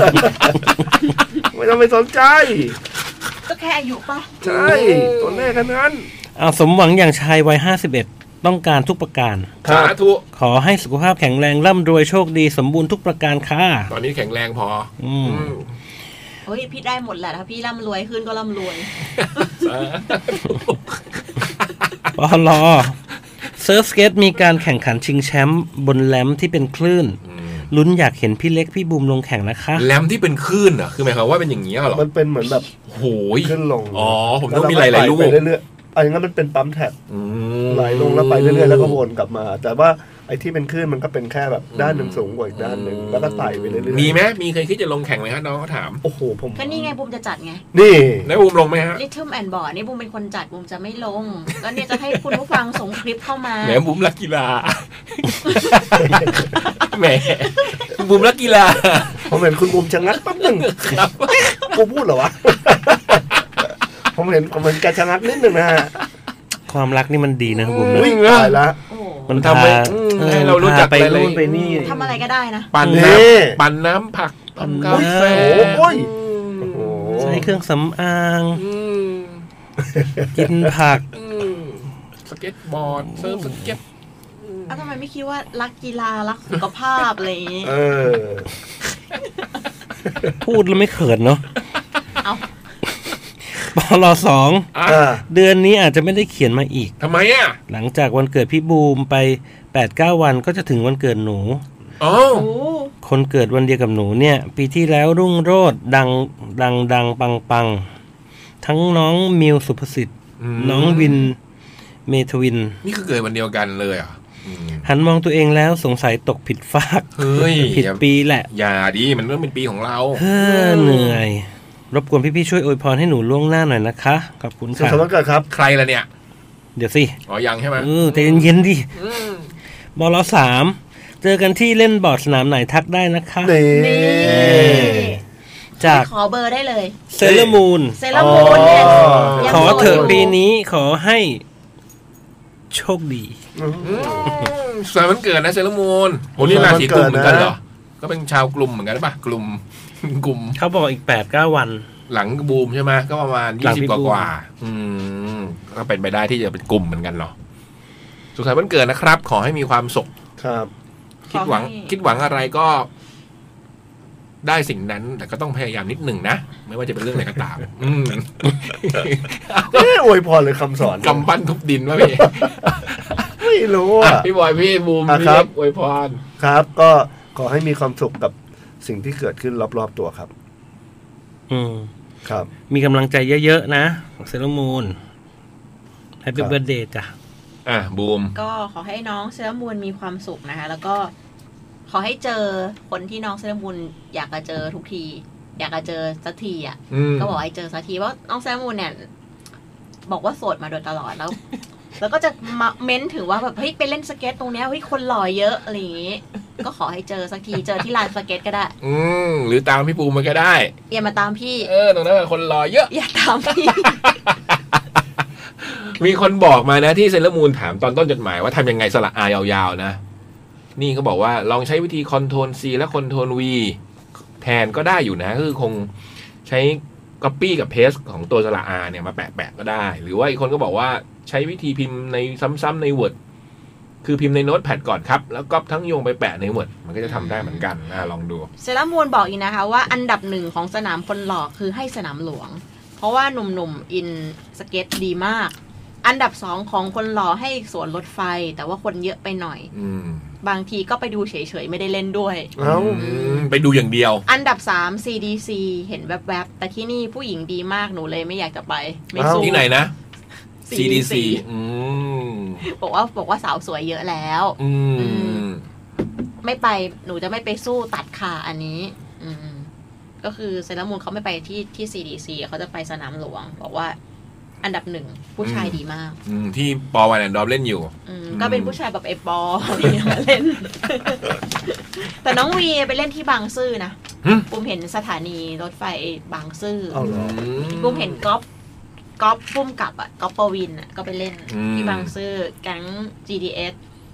ไม่ต้องไปสนใจก็แค่อายุป่ะใช่ตัวเลขแค่นั้นเอาสมหวังอย่างชายวัยห้าสิบเอ็ดต้องการทุกประการสาธุขอให้สุขภาพแข็งแรงร่ำรวยโชคดีสมบูรณ์ทุกประการค่ะตอนนี้แข็งแรงพออืมอืมเฮ้ยพี่ได้หมดแหละถ้าพี่ร่ำรวยขึ้นก็ร่ำรวยสาธุปอลอเซิร์ฟสเก็ตมีการแข่งขันชิงแชมป์บนแรมที่เป็นคลื่น ลุ้นอยากเห็นพี่เล็กพี่บูมลงแข่งนะคะแรมที่เป็นคลื่นเหรอคือหมายความว่าเป็นอย่างนี้เหรอมันเป็นเหมือนแบบโหยขึ้นลงอ๋อผมต้องมีหลายๆลูกไปเรื่อยๆอันนั้นมันเป็นปั๊มแท็บอืมไหลลงแล้วไปเรื่อยๆแล้วก็วนกลับมา แต่ว่าไอ้ที่เป็นคลื่นมันก็เป็นแค่แบบด้านหนึ่งสูงกว่าอีกด้านหนึ่งแล้วก็ไต่ไปเรื่อยๆมีไหมมีเคยคิดจะลงแข่งไหมฮะน้องเขาถามโอ้โหผมก็นี่ไงบูมจะจัดไงนี่แล้วบูมลงไหมฮะ Rhythm and Board นี่บูมเป็นคนจัดบูมจะไม่ลง ก็เนี่ยจะให้คุณผู้ฟังส่งคลิปเข้ามาแหมบูมรักกีฬา แหมบูมรักกีฬาผมเห็นคุณบูมชะงักแป๊บหนึงครับกูพูดเหรอวะ ผมเห็นผมเห็นแกชะงักนิดหนึ่งนะฮะความรักนี่มันดีนะบูมวิ่นะงตายละโอ้โหมันทำให้พาอืมออให้เรารู้จักพไปหลายๆนู่นไปนี่ทำอะไรก็ได้นะปั่นนี่น้ำปั่นน้ำผักปั่นทำกาแฟโอ้ยอืมโอ้โหใช้เครื่องสำอางอืมกินผักอืมสเก็ตบอร์ดเซิร์ฟสเก็ตอ้าวทำไมไม่คิดว่ารักกีฬารักสุขภาพอะไรอย่างงี้เออพูดแล้วไม่เขินเนาะเอาปอลอสองอ่ะอ่าเดือนนี้อาจจะไม่ได้เขียนมาอีกทำไมอ่ะหลังจากวันเกิดพี่บูมไป แปดเก้า วันก็จะถึงวันเกิดหนูอ๋อโอ้คนเกิดวันเดียวกับหนูเนี่ย ปีที่แล้วรุ่งโรจน์ดังดังดังปังปังทั้งน้องมิวสุภสิทธิ์มน้องวินเมทวินนี่คือเกิดวันเดียวกันเลยเหรอ่ะหันมองตัวเองแล้วสงสัยตกผิดฟากเฮ้ยผิดปีแหละอย่าดิมันเริ่มเป็นปีของเราเฮ้อเหนื่อยอรบกวนพี่ๆช่วยอวยพรให้หนูล่วงหน้าหน่อยนะคะขอบคุณสุขค่ะสันต์วันเกิดครับใครล่ะเนี่ยเดี๋ยวสิอ๋อยังใช่ไหมเออใจเย็นๆดิบลสามเจอกันที่เล่นบอร์ดสนามไหนทักได้นะคะนี่นี่จากขอเบอร์ได้เลยเซเลอร์มูนเซรามูนเนี่ยยังขอเถอะโสดยู่ปีนี้ขอให้โชคดีสายวันเกิดนะเซเลอร์มูนโหนี่ราศีกุมเหมือนกันเหรอก็เป็นชาวกลุ่มเหมือนกันป่ะกลุ่มกลุ่มเขาบอกอีกแปดเก้าวันหลังบูมใช่ไหมก็ประมาณหลัยี่งสิบพี่กว่าบูมกว่าอืมก็เป็นไปได้ที่จะเป็นกลุ่มเหมือนกันเนาะสุขสันต์วันเกิดนะครับ ขอให้มีความสุขครับคิดหวัง คิดหวังอะไรก็ ได้สิ่งนั้น แต่ก็ต้องพยายามนิดหนึ่งนะไม่ว่าจะเป็นเรื่องอะไรก็ตามอืมเอ้ยอวยพรเลยคำสอนกำปั้นทุบดินวะพี่ไม่รู้อ่ะอ่ะพี่บอยพี่บูมอ่ะพี่ครัเล็บกอวยพรครับ ก็ขอให้มีความสุขกับสิ่งที่เกิดขึ้นรอบๆตัวครับอืมครับมีกำลังใจเยอะๆนะเซเลอร์มูนแฮปปี้ครับเบิร์ดเดย์จ้ะอ่ะบูมก็ขอให้น้องเซรามูนมีความสุขนะคะ แล้วก็ขอให้เจอคนที่น้องเซรามูนอยากจะเจอทุกที อยากจะเจอสักทีอ่ะอืมก็บอกให้เจอสักทีว่าน้องเซรามูนเนี่ย บอกว่าโสดมาโดยตลอดแล้ว แล้วก็จะมาเม้นถึงว่าแบบเฮ้ยไปเล่นสเก็ตตรงเนี้ยเฮ้ยคนหล่อเยอะอะไรอย่างงี้ ก็ขอให้เจอสักทีเจอที่ลานสเก็ตก็ได้อืมหรือตามพี่บูมมาก็ได้อย่ามาตามพี่เออตรงนั้นคนรอเยอะอย่าตามพี่มีคนบอกมานะที่เซเลอร์มูนถามตอนต้นจดหมายว่าทำยังไงสระอายาวๆนะ นี่เขาบอกว่าลองใช้วิธีคอนโทรล C และคอนโทรล V แทนก็ได้อยู่นะคือคงใช้ Copy กับ Paste ของตัวสระอาเนี่ยมาแปะๆก็ได้ หรือว่าอีกคนก็บอกว่าใช้วิธีพิมพ์ในซ้ำๆใน Word คือพิมพ์ในโน้ตแพดก่อนครับ แล้วก็ทั้งโยงไปแปะใน Word มันก็จะทำได้เหมือนกันนะลองดูเซรามูนบอกอีกนะคะว่าอันดับหนึ่งของสนามคนหล่อคือให้สนามหลวง เพราะว่าหนุ่มๆอินสเก็ตดีมาก อันดับสองของคนหล่อให้สวนรถไฟ แต่ว่าคนเยอะไปหน่อยอืมบางทีก็ไปดูเฉยๆไม่ได้เล่นด้วยเอ้าอืมไปดูอย่างเดียวอันดับสาม ซี ดี ซี เห็นแวบๆแต่ที่นี่ผู้หญิงดีมากหนูเลยไม่อยากจะไป ไม่สู้ที่ไหนนะซี ดี ซีอืมบอกว่าบอกว่าสาวสวยเยอะแล้วอือืมไม่ไปหนูจะไม่ไปสู้ตัดขาอันนี้ อืมก็คือเซรามูนเขาไม่ไปที่ที่ ซี ดี ซี เขาจะไปสนามหลวง บอกว่า อันดับหนึ่งผู้ชายดีมากอืมที่ปอวันแอนดอมเล่นอยู่อืมก็เป็นผู้ชายแบบเอปออะไรอย่างเงี้ยมาเล่น แต่น้องวีไปเล่นที่บางซื่อนะหึปุ้มเห็นสถานีรถไฟบางซื่อเอาเหรอปุ้มเห็นก๊อฟก๊อฟปุ้มกับอ่ะก๊อฟปวินอ่ะก็ไปเล่นที่บางซื่อแก๊ง จี ดี เอส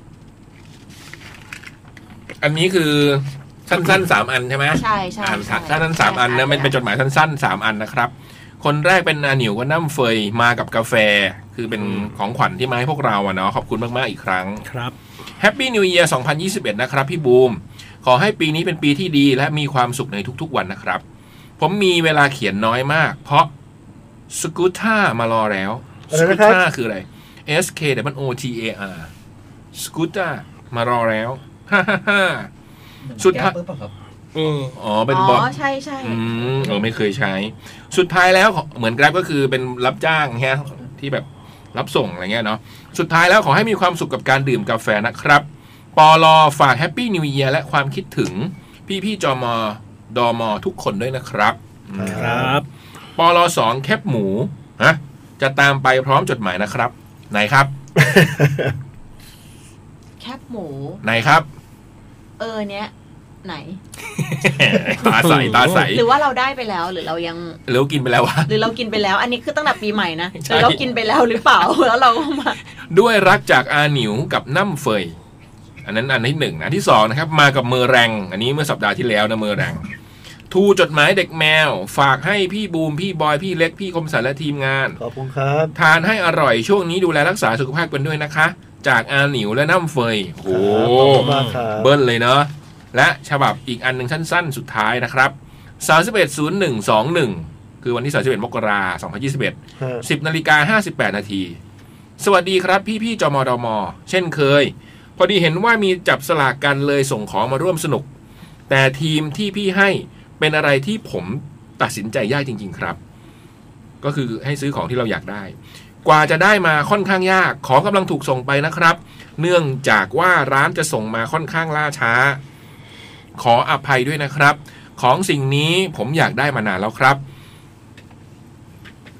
อันนี้คือสั้นๆสามอันใช่ไหมใช่ใช่อ่านใช่สั้นๆสามอันนะมันเป็นจดหมายสั้นๆสามอันนะครับ คนแรกเป็นอาหนิวก็น้ำเฟยมากับกาแฟ คือเป็นของขวัญที่มาให้พวกเราอะเนาะขอบคุณมากๆอีกครั้งครับแฮปปี้นิว e ยร์สองพันยี่สิบเอ็ดนะครับพี่บูม ขอให้ปีนี้เป็นปีที่ดีและมีความสุขในทุกๆวันนะครับ ผมมีเวลาเขียนน้อยมาก เพราะสกูต้ามารอแล้วอะไรสนะกูครับต้าคืออะไร S K W O T A R สกูต้ามารอแล้ว ฮ่าฮ่าฮ่า สุดท้ายแก้วปึ๊บอะครับอืมอ๋อเป็นอ๋บอทอใช่ใช่อืมเออไม่เคยใช้ สุดท้ายแล้วเหมือน Grab ก็คือเป็นรับจ้างแค่ที่แบบรับส่งอะไรเงี้ยเนาะสุดท้ายแล้วขอให้มีความสุขกับการดื่มกาแฟนะครับปอลอฝากแฮปปี้นิว e ยร์และความคิดถึงพี่พี่ๆจมดมทุกคนด้วยนะครับครับปอลอสองแคบหมูฮะจะตามไปพร้อมจดหมายนะครับ ไหนครับแคบหมูไหนครับเออเนี้ยไหนตาใสตาใสหรือว่าเราได้ไปแล้วหรือเรายังแล้วกินไปแล้ววะหรือเรากินไปแล้ว อันนี้คือตั้งแต่ปีใหม่นะใช่หรือเรากินไปแล้วหรือเปล่า แล้วเราก็มาด้วยรักจากอาหนิวกับน้ำเฟย อันนั้นอันที่หนึ่งอันที่สองนะครับ มากับมือแรง อันนี้เมื่อสัปดาห์ที่แล้วนะมือแรง ทูจดหมายเด็กแมว ฝากให้พี่บูมพี่บอยพี่เล็กพี่คมสันและทีมงานขอบคุณครับทานให้อร่อยช่วงนี้ดูแลรักษาสุขภาพกันด้วยนะคะ จากอาหนิวและน้ำเฟยโอ้ขอบคุณมากครับเบิ้ลเลยเนาะและฉบับอีกอันหนึ่งสั้นๆ สุดท้ายนะครับสามสิบเอ็ดศูนย์หนึ่งสองหนึ่งคือวันที่สามสิบเอ็ดมกราคมสองพันยี่สิบเอ็ดฮะสิบนาฬิกาห้าสิบแปดนาทีสวัสดีครับพี่ๆจมดมเช่นเคย พอดีเห็นว่ามีจับสลากกันเลยส่งของมาร่วมสนุก แต่ทีมที่พี่ให้เป็นอะไรที่ผมตัดสินใจยากจริงๆครับ ก็คือให้ซื้อของที่เราอยากได้ กว่าจะได้มาค่อนข้างยากของกำลังถูกส่งไปนะครับ เนื่องจากว่าร้านจะส่งมาค่อนข้างล่าช้า ขออภัยด้วยนะครับ ของสิ่งนี้ผมอยากได้มานานแล้วครับ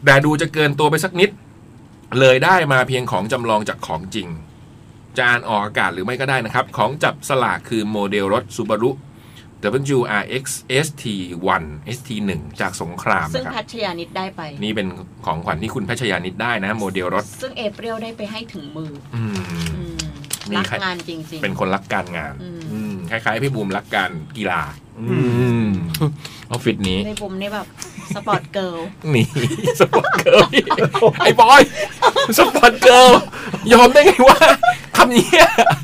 แต่ดูจะเกินตัวไปสักนิดเลยได้มาเพียงของจำลองจากของจริงจะอ่านออกอากาศหรือไม่ก็ได้นะครับของจับสลากคือโมเดลรถ Subaru ดับเบิลยู อาร์ เอ็กซ์ เอส ที วัน เอส ที วัน จากสงครามซึ่งนะคแพรับทยานิดได้ไปนี่เป็นของขวัญที่คุณพัชยานิดได้นะโมเดลรถซึ่งเอเปรียลได้ไปให้ถึงมืออืมอืมมีรักใครงานจริงๆเป็นคนรักการงานอืมอืมคล้ายๆพี่บูมรักการกีฬาอืมออฟฟิศนี้ในบุมนี่แบบสปอร์ตเกิร์ลนี่สปอร์ตเกิร์ลไอ้บอยสปอร์ตเกิร์ลยอมได้ไงวะคำนี้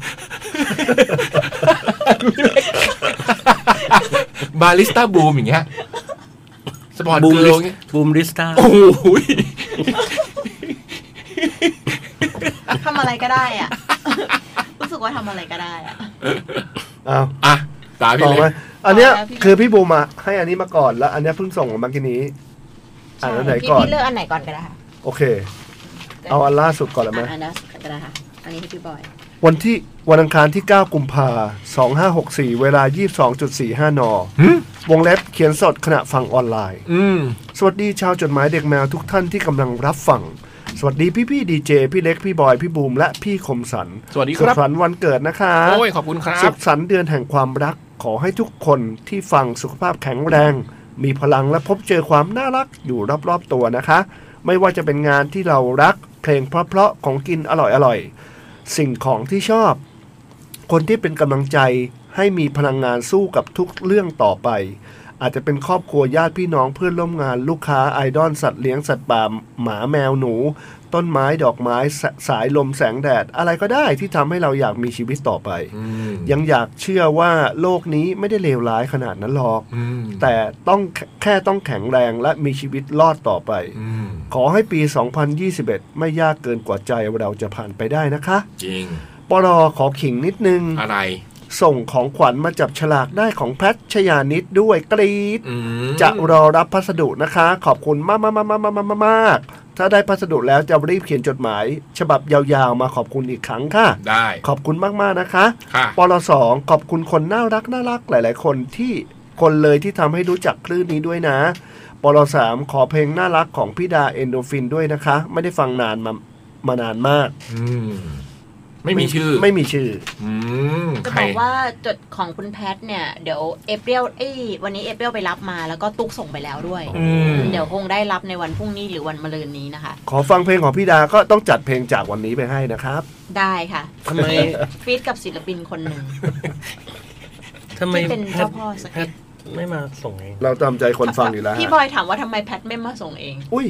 บาริสต้าบูมอย่างเงี้ยสปอร์ตบูมเกิริร์ลสเงี้ยบูมริสตาโอ้โหทำอะไรก็ได้อ่ะ รู้สึกว่าทำอะไรก็ได้อ่ะอ้าวอ่ะตามพี่ต่อเลไหมยอันเนี้ยต่อแล้วพี่คือพี่บูมมาให้อันนี้มาก่อนแล้ว อันเนี้ยเพิ่งส่งมาเมื่อกี้นี้อ่านอันไหนพี่ก่อนพี่เลือกอันไหนก่อนก็ได้ค่ะโอเค เอาอันล่าสุดก่อนเลยไหมอ่ะอันนั้นก็ได้ค่ะอันนี้ให้พี่บอยวันที่วันอังคารที่เก้ากุมภาสองห้าหกสี่เวลา ยี่สิบสองจุดสี่ห้า นหืมวงเล็บเขียนสดขณะฟังออนไลน์อืมสวัสดีชาวจดหมายเด็กแมวทุกท่านที่กำลังรับฟัง สวัสดีพี่พี่ดีเจพี่เล็กพี่บอยพี่บูมและพี่คมสันสวัสดีคสุขรับสันต์วันเกิดนะคะโอ้ยขอบคุณครัสุบขสันต์เดือนแห่งความรักขอให้ทุกคนที่ฟังสุขภาพแข็งแรง มีพลังและพบเจอความน่ารักอยู่รอบๆตัวนะคะ ไม่ว่าจะเป็นงานที่เรารักเพลงเพราะๆของกินอร่อยๆสิ่งของที่ชอบ คนที่เป็นกำลังใจให้มีพลังงานสู้กับทุกเรื่องต่อไป อาจจะเป็นครอบครัวญาติพี่น้องเพื่อนร่วมงานลูกค้าไอดอลสัตว์เลี้ยงสัตว์ป่าหมาแมวหนู ต้นไม้ดอกไม้สสายลมแสงแดดอะไรก็ได้ที่ทำให้เราอยากมีชีวิตต่อไปอืมยังอยากเชื่อว่าโลกนี้ไม่ได้เลวร้ายขนาดนั้นหรอกอืมแต่ต้องแค่ต้องแข็งแรงและมีชีวิตรอดต่อไปอืมขอให้ปี สองพันยี่สิบเอ็ด ไม่ยากเกินกว่าใจเราจะผ่านไปได้นะคะจริงปรขอขิงนิดนึงอะไรส่งของขวัญมาจับฉลากได้ของแพทชยานิดด้วยกรี๊ดอืมจะรอรับพัสดุนะคะ ขอบคุณมากมากมากมากมากมากถ้าได้พัสดุแล้วจะรีบเขียนจดหมาย ฉบับยาวๆมาขอบคุณอีกครั้งค่ะได้ขอบคุณมากๆนะคะค่ะปรสองขอบคุณคนน่ารักน่ารักหลาย ๆ คนที่คนเลยที่ทำให้รู้จักคลื่นนี้ด้วยนะปรสามขอเพลงน่ารักของพี่ดาเอนโดฟินด้วยนะคะ ไม่ได้ฟังนานมามานานมากอืมไม่มีชื่อไม่มีชื่ออืมจะใครบอกว่าจดของคุณแพทเนี่ยเดี๋ยวเอเปรียลเอ้ยวันนี้เอเปรียลไปรับมาแล้วก็ตุ๊กส่งไปแล้วด้วยอืมเดี๋ยวคงได้รับในวันพรุ่งนี้หรือวันมะรืนนี้นะคะขอฟังเพลงของพี่ดาก็ต้องจัดเพลงจากวันนี้ไปให้นะครับได้ค่ะทำไมฟีดกับศิลปินคนหนึ่งทำไมที่เป็นแพเจ้าทพ่อสแพเก็ทตไม่มาส่งเองเราตามใจคนฟังอยู่แล้วพี่ฮะบอยถามว่าทำไมแพทไม่มาส่งเองอุ้ย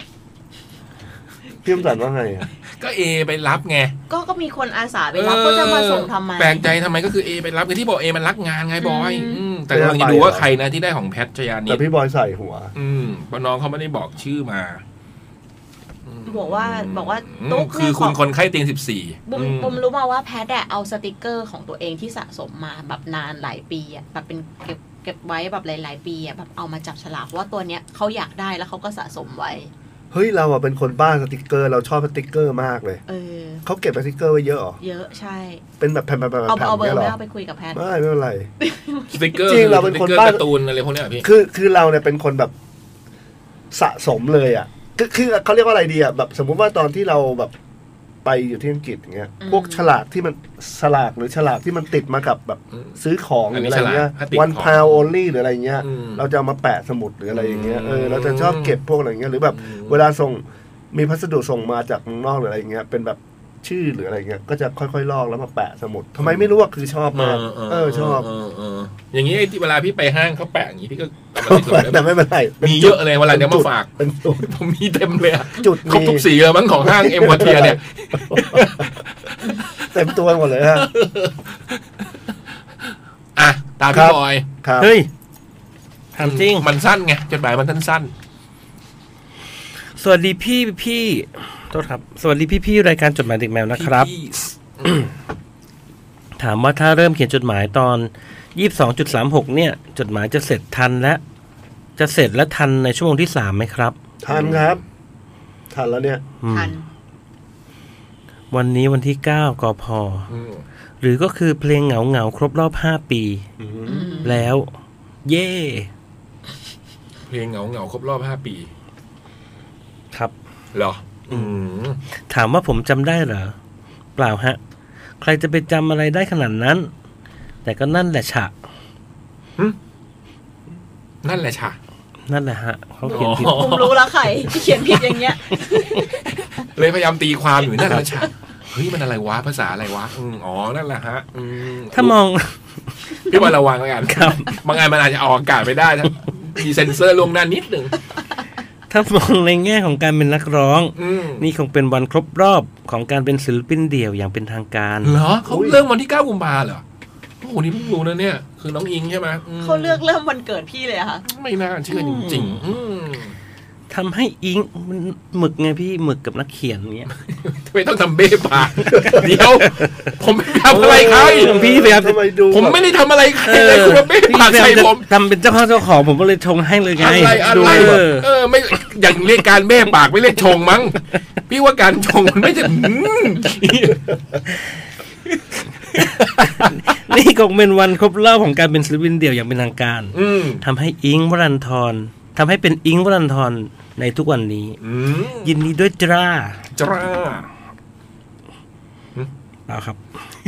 พี่คมสันว่าไงอะก็เอไปรับไงก็ก็มีคนอาสาไปรับก็จะมาส่งทำไมแปลกใจทำไมก็คือเอไปรับคือที่บอกเอมันรักงานไงบอยอืมอืมแต่กำลังจะดูว่าใครนะที่ได้ของแพทชยานิแต่ดพี่บอยใส่หัวอืมเพราะน้องเขาไม่ได้บอกชื่อมาอืมบอกว่าบอกว่าอืมตุ๊กคือเนี่ยคุณขคนไข้เตียงสิบสี่บุมบุมรู้มาว่าแพทอะเอาสติกเกอร์ของตัวเองที่สะสมมาแบบนานหลายปีอะแบบเป็นเก็บเก็บไว้แบบหลาย ๆ ปีอะแบบเอามาจับฉลากว่าตัวเนี้ยเขาอยากได้แล้วเขาก็สะสมไว้เฮ้ยเราอะเป็นคนบ้าสติกเกอร์เราชอบสติกเกอร์มากเลยเออเขาเก็บสติกเกอร์ไว้เยอะเหรอเยอะใช่เป็นแบบแผ่นๆๆๆเอาเอาเบอนี่ร์ยหรไม่อเอาไปคุยกับแพทไม่ไม่เป็นไรสติกเกอร์จริงเราเป็นคนสติ๊กกอบ้าร์การ์ตูนอะไรพวกเนี้ยเหรอพี่คือคือเราเนี่ยเป็นคนแบบสะสมเลยอ่ะคือคือเขาเรียกว่าอะไรดีอ่ะแบบสมมุติว่าตอนที่เราแบบไปอยู่ที่อังกฤษอย่างเงี้ยอืมพวกฉลากที่มันสลากหรือฉลากที่มันติดมากับแบบอืมซื้อของหอันรือนี้อะไรเงี้ยฉลากถ้าติด one ของ pound only หรืออะไรเงี้ยอืมเราจะเอามาแปะสมุดหรืออะไรอย่างเงี้ยเอออืมเราจะชอบเก็บพวกอะไรเงี้ยหรือแบบอืมเวลาส่งมีพัสดุส่งมาจากเมืองนอกหรืออะไรเงี้ยเป็นแบบชื่อหรืออะไรเงี้ยก็จะค่อยๆลอกแล้วมาแปะสมุดทำไมไม่รู้ว่าคือชอบมากเออชอบเเอออย่างนี้ไอ้ที่เวลาพี่ไปห้างเขาแปะอย่างนี้พี่ก็เอามาติดตัวได้แต่ไหมไม่เป็นไรป็นมีเยอะเลยวันหลังเดี๋ยวมาฝากเป็นจุดผมมีเต็มเลยอะจุดครบมีทุกสีเลยมั้งของห้างเอ็มวอเทียเนี่ยเต็มตัวหมดเลยฮะอ่ะตามครัพี่บบอยครับเฮ้ยถามจริงมันสั้นไงจดหมายมันสั้นสวัสดีพี่พี่โทษครับ สวัสดีพี่พี่รายการจดหมายเด็กแมวๆนะครับพี่ถามว่าถ้าเริ่มเขียนจดหมายตอน ยี่สิบสองจุดสามหก เนี่ย จดหมายจะเสร็จทันและ จะเสร็จและทันในชั่วโมงที่สามไหมครับทันครับทันแล้วเนี่ยอืมทันวันนี้วันที่เก้ากพอืมหรือก็คือเพลงเหงาเหงาๆครบรอบห้าปีอืมแล้ว เย่เพลงเหงาเหงาๆครบรอบห้าปีเหรออืมถามว่าผมจำได้เหรอเปล่าฮะใครจะไปจำอะไรได้ขนาดนั้นแต่ก็นั่นแหละฉะนั่นแหละฉะนั่นแหละฮะเขาเขียนผิดผมรู้แล้วใครที่เขียนผิดอย่างเงี้ยเลยพยายามตีความอยู่นั่นแหละฉะเฮ้ยมันอะไรวะภาษาอะไรวะอืมอ๋อนั่นแหละฮะอืมถ้ามองพี่บอลระวังแล้วกันครับบางงานมันอาจจะออกอากาศไม่ได้ถ้ามีเซ็นเซอร์ลวงหน้านิดหนึ่งถ้ามองในแง่ของการเป็นนักร้องอืมนี่คงเป็นวันครบรอบของการเป็นศิลปินเดี่ยวอย่างเป็นทางการเหรอเขาเริ่มวันที่เก้ากุมภาเหรอโอ้โหนี่เพิ่งรู้นะเนี่ยคือน้องอิงใช่ไหมอืมเขาเลือกเริ่มวันเกิดพี่เลยอะค่ะไม่น่าเชื่อจริงๆอืมทำให้อิงมันหมึกไงพี่หมึกกับนักเขียนเงี้ยไม่ต้องทำเบ้ปากเดี๋ยว ผมไม่ทำอะไรใครพี่พยายามทำไมดูผมไม่ได้ทำอะไรใครเลยคุณมาเบ้ปากใส่ผมทำเป็นเจ้าข้าวเจ้าของผมก็เลยชงให้เลยไงอะไรอะดูไรเออเออไม่อย่างเรียกการเบ้ปากไม่เรียกชงมั้งพี่ว่าการชงมันไม่จะอืมนี่คงเป็นวันครบรอบของการเป็นศิลปินเดี่ยวอย่างเป็นทางการอืมทำให้อิงค์วรันทรทำให้เป็นอิงค์วรันทรในทุกวันนี้อืมยินดีด้วยจ้าจ้าเปล่าครับ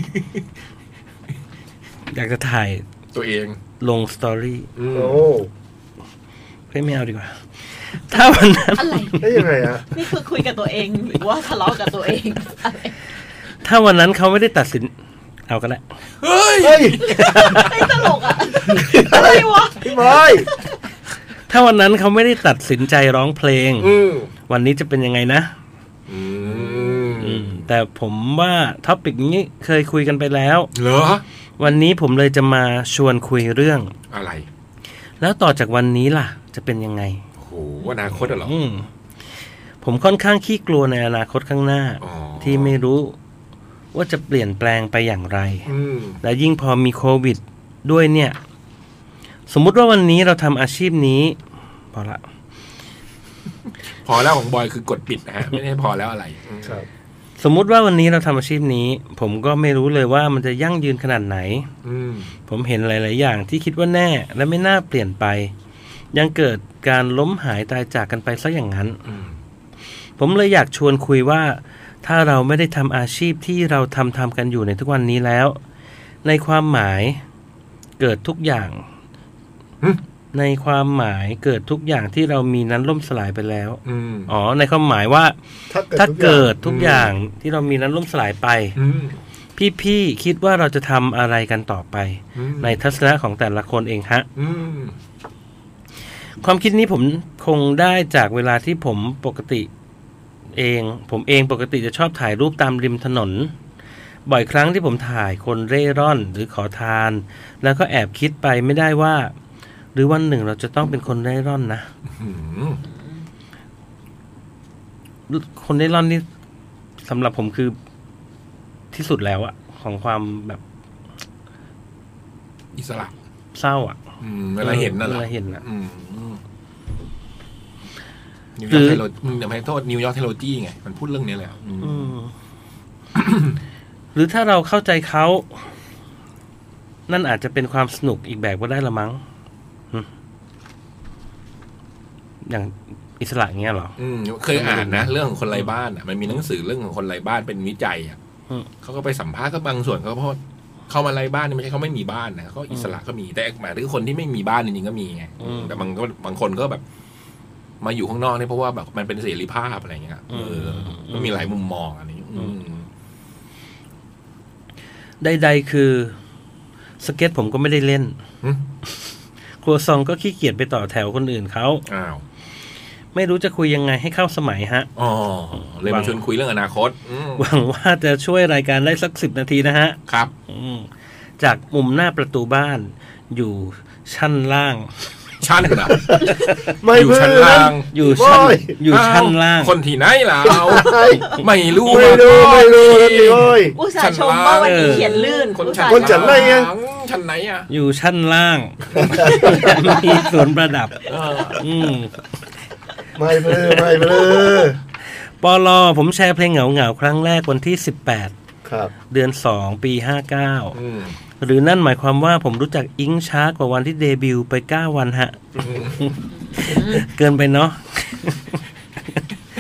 อยากจะถ่ายตัวเองลงสตอรี่อืมโอ้เฮ้ยไม่เอาดีกว่า ถ้าวันนั้นอะไรได้ยังไงอะนี่คือคุยกับตัวเองหรือว่าทะเลาะกับตัวเองอะไรถ้าวันนั้นเขาไม่ได้ตัดสิน เอาก็ได้เฮ้ยเฮ้ยไม่ตลกอะอะไรวะพี่บอยถ้าวันนั้นเขาไม่ได้ตัดสินใจร้องเพลงอืมวันนี้จะเป็นยังไงนะอืมอืมแต่ผมว่าท็อปิกนี้เคยคุยกันไปแล้วเหรอวันนี้ผมเลยจะมาชวนคุยเรื่องอะไรแล้วต่อจากวันนี้ล่ะ จะเป็นยังไงโอ้โหอนาคตเหรออืมผมค่อนข้างขี้กลัวในอนาคตข้างหน้าอ๋อที่ไม่รู้ว่าจะเปลี่ยนแปลงไปอย่างไรอืมและยิ่งพอมีโควิดด้วยเนี่ย สมมุติว่าวันนี้เราทำอาชีพนี้ พอละพอแล้วของบอยคือกดปิดนะฮะไม่ได้พอแล้วอะไรอืมครับสมมุติว่าวันนี้เราทำอาชีพนี้ ผมก็ไม่รู้เลยว่ามันจะยั่งยืนขนาดไหนอืมผมเห็นหลาย ๆ อย่างที่คิดว่าแน่และไม่น่าเปลี่ยนไป ยังเกิดการล้มหายตายจากกันไปซะอย่างนั้นอืมผมเลยอยากชวนคุยว่า ถ้าเราไม่ได้ทำอาชีพที่เราทำทำกันอยู่ในทุกวันนี้แล้ว ในความหมายเกิดทุกอย่าง ในความหมายเกิดทุกอย่างที่เรามีนั้นล่มสลายไปแล้วอืมอ๋อในความหมายว่าถ้าถ้าเกิเกิดดทุกอย่างที่เรามีนั้นล่มสลายไปอืมพี่ๆคิดว่าเราจะทำอะไรกันต่อไปอืมในทัศนะของแต่ละคนเองฮะอืมความคิดนี้ผมคงได้จากเวลาที่ผมปกติเอง ผมเองปกติจะชอบถ่ายรูปตามริมถนน บ่อยครั้งที่ผมถ่ายคนเร่ร่อนหรือขอทาน แล้วก็แอบคิดไปไม่ได้ว่า หรือวันหนึ่งเราจะต้องเป็นคนเร่ร่อนนะอืมคนเร่ร่อนนี่สำหรับผมคือที่สุดแล้วอะของความแบบอิสระเศร้าอะอืมเวลาเห็นน่ะเหรอเวลาเห็นอะอืมนิวยอร์กเทโลมึงอย่าไปโทษนิวยอร์กเทโลจีไงมันพูดเรื่องนี้แหละอืมอืม หรือถ้าเราเข้าใจเขา นั่นอาจจะเป็นความสนุกอีกแบบก็ได้ละมั้งหึอย่างอิสระเงี้ยเหรออืมเคยอ่านนะ เรื่องของคนไร้บ้านอ่ะมันมีหนังสือเรื่องของคนไร้บ้านเป็นวิจัยอ่ะอืมเขาก็ไปสัมภาษณ์ก็บางส่วนเขาก็เพราะเข้ามาไร้บ้านนี่ไม่ใช่เขาไม่มีบ้านนะเขาอิสระก็มีแต่หมายถึงคนที่ไม่มีบ้านจริงๆก็มีไงแต่บางก็บางคนก็แบบ มาอยู่ข้างนอกนี่เพราะว่าแบบมันเป็นเสรีภาพอะไรเงี้ยเออมันมีหลายมุมมองอันนี้อืมใดๆคือ สเก็ตผมก็ไม่ได้เล่นหึครัวซองก็ขี้เกียจไปต่อแถวคนอื่นเขาอ้าวไม่รู้จะคุยยังไงให้เข้าสมัยฮะอ๋อเลยมาชวนคุยเรื่องอนาคต อืมหวังว่าจะช่วยรายการได้สักสิบนาทีนะฮะครับอืมจากมุมหน้าประตูบ้าน อยู่ชั้นล่างชั้นเหรอไม่อยู่เพื่ชั้นอนล่างอยู่ชั้นโอ้ยอยู่ชั้นล่างคนที่ไหนล่ะเอาใช่ไม่รู้ไม่รู้ไม่รู้นะพี่โอ้ยอุตส่าห์ชมว่าวันนี้เขียนลื่นคนอุตชั้ส่าห์คนชั้นไหนอะชั้นไหนอ่ะอยู่ชั้นล่าง มีสวนประดับเอออืมไม่เพื่อไม่เพื่อปลอผมแชร์เพลงเหงาเหงาๆครั้งแรกวันที่สิบแปดครับเดือนสองปีห้าเก้าอืมหรือนั่นหมายความว่าผมรู้จักอิงช้ากว่าวันที่เดบิวต์ไปเก้าวันฮะ เกินไปเนาะ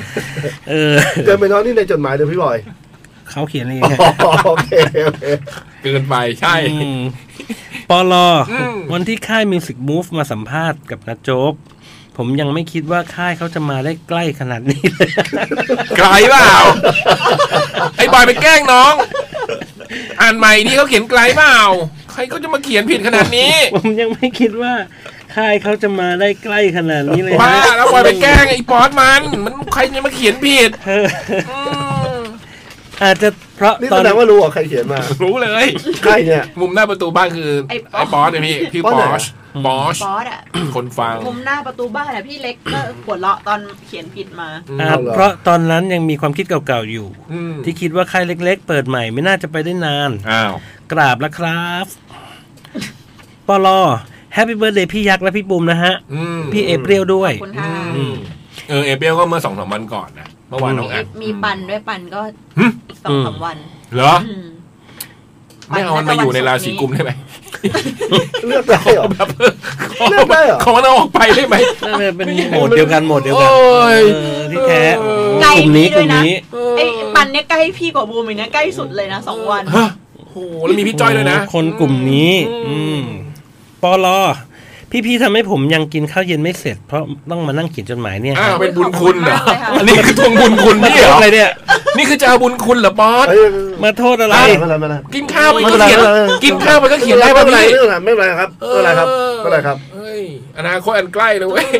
เออเกินไปน้อยนี่ในจดหมายเดี๋ยวพี่บอยเขาเขียนเองอ๋อโอเคโอเคเกินไปใช่อืมปลอวันที่ค่าย Music Move มาสัมภาษณ์กับนัทโจ๊กผมยังไม่คิดว่าค่ายเขาจะมาได้ใกล้ขนาดนี้เลยไกลเปล่า ไอ้บอยไปแกล้งน้อง อ่านใหม่นี่เขาเขียนไกลเปล่า ใครก็จะมาเขียนผิดขนาดนี้ผมยังไม่คิดว่าค่ายเขาจะมาได้ใกล้ขนาดนี้เลยบ้าแล้วบอยไปแกล้งไอ้ป๊อตมัน มันใครจะมาเขียนผิดเอออาจจะเพราะนี่ตอแสนดงว่ารู้ว่าใครเขียนมารู้เลยใครเนี่ยมุมหน้าประตูบ้านคือไอ้ไอ้ป๊อตเนี่ยพี่พี่ป๊อตปไหนอชปอชบอสอ่ะคนฟังมุมหน้าประตูบ้านอะพี่เล็กก็หัวเราะตอนเขียนผิดมาอาจเพราะตอนนั้นยังมีความคิดเก่าๆอยู่อืมที่คิดว่าค่ายเล็กๆ เปิดใหม่ไม่น่าจะไปได้นานอ้าวกราบแล้วครับปลอแฮปปี้เบิร์ดเดย์พี่ยักษ์และพี่บุ๋มนะฮะอืมพี่เอเปรียวด้วยขอบคุณค่ะอืมเออเอเปียก็เมื่อสองสามวันก่อนนะเมื่อวานน้องอัดมีปันด้วยปันก็หึสองสามวันเหรออืมไม่เอามันมาอยู่ในราศีกุมได้ไหมเลือกได้เหรอแบบเลือกได้เหรอขอมันเอาออกไปได้ไหมน่าจะเป็นโหมดเดียวกันโหมดเดียวกันโอ้ยเออที่แท้ใกล้กลุ่มนี้พี่กด้วลุ่ยมนะนี้ไอ้ปันเนี่ยใกล้พี่กว่าบูมอีกนะใกล้สุดเลยนะสองวันฮะโอ้โหแล้วมีพี่จ้อยด้วยนะคนกลุ่มนี้อือืมมปลอพี่ๆทำให้ผมยังกินข้าวเย็นไม่เสร็จ เพราะต้องมานั่งเขียนจดหมายเนี่ยอ้าวเป็นบุญคุณเหรอขอบคุณมากเลยค่ะอันนี้คือทวงบุญคุณนี่เหรออะไรเนี่ยนี่คือจะเอาบุญคุณเหรอบอสเอ้ยมาโทษอะไรไม่เป็นไรไม่เป็นไรกินข้าวไปไม่ก็เป็นไรเขียนไม่เป็นไรกินข้าวไปก็เขียนได้ไม่ป่ะเป็นไรพี่ไม่เป็นไรไม่เป็นไรครับไม่เป็นไรครับไม่เป็นไรครับเฮ้ยอนาคตอันใกล้เลยเว้ย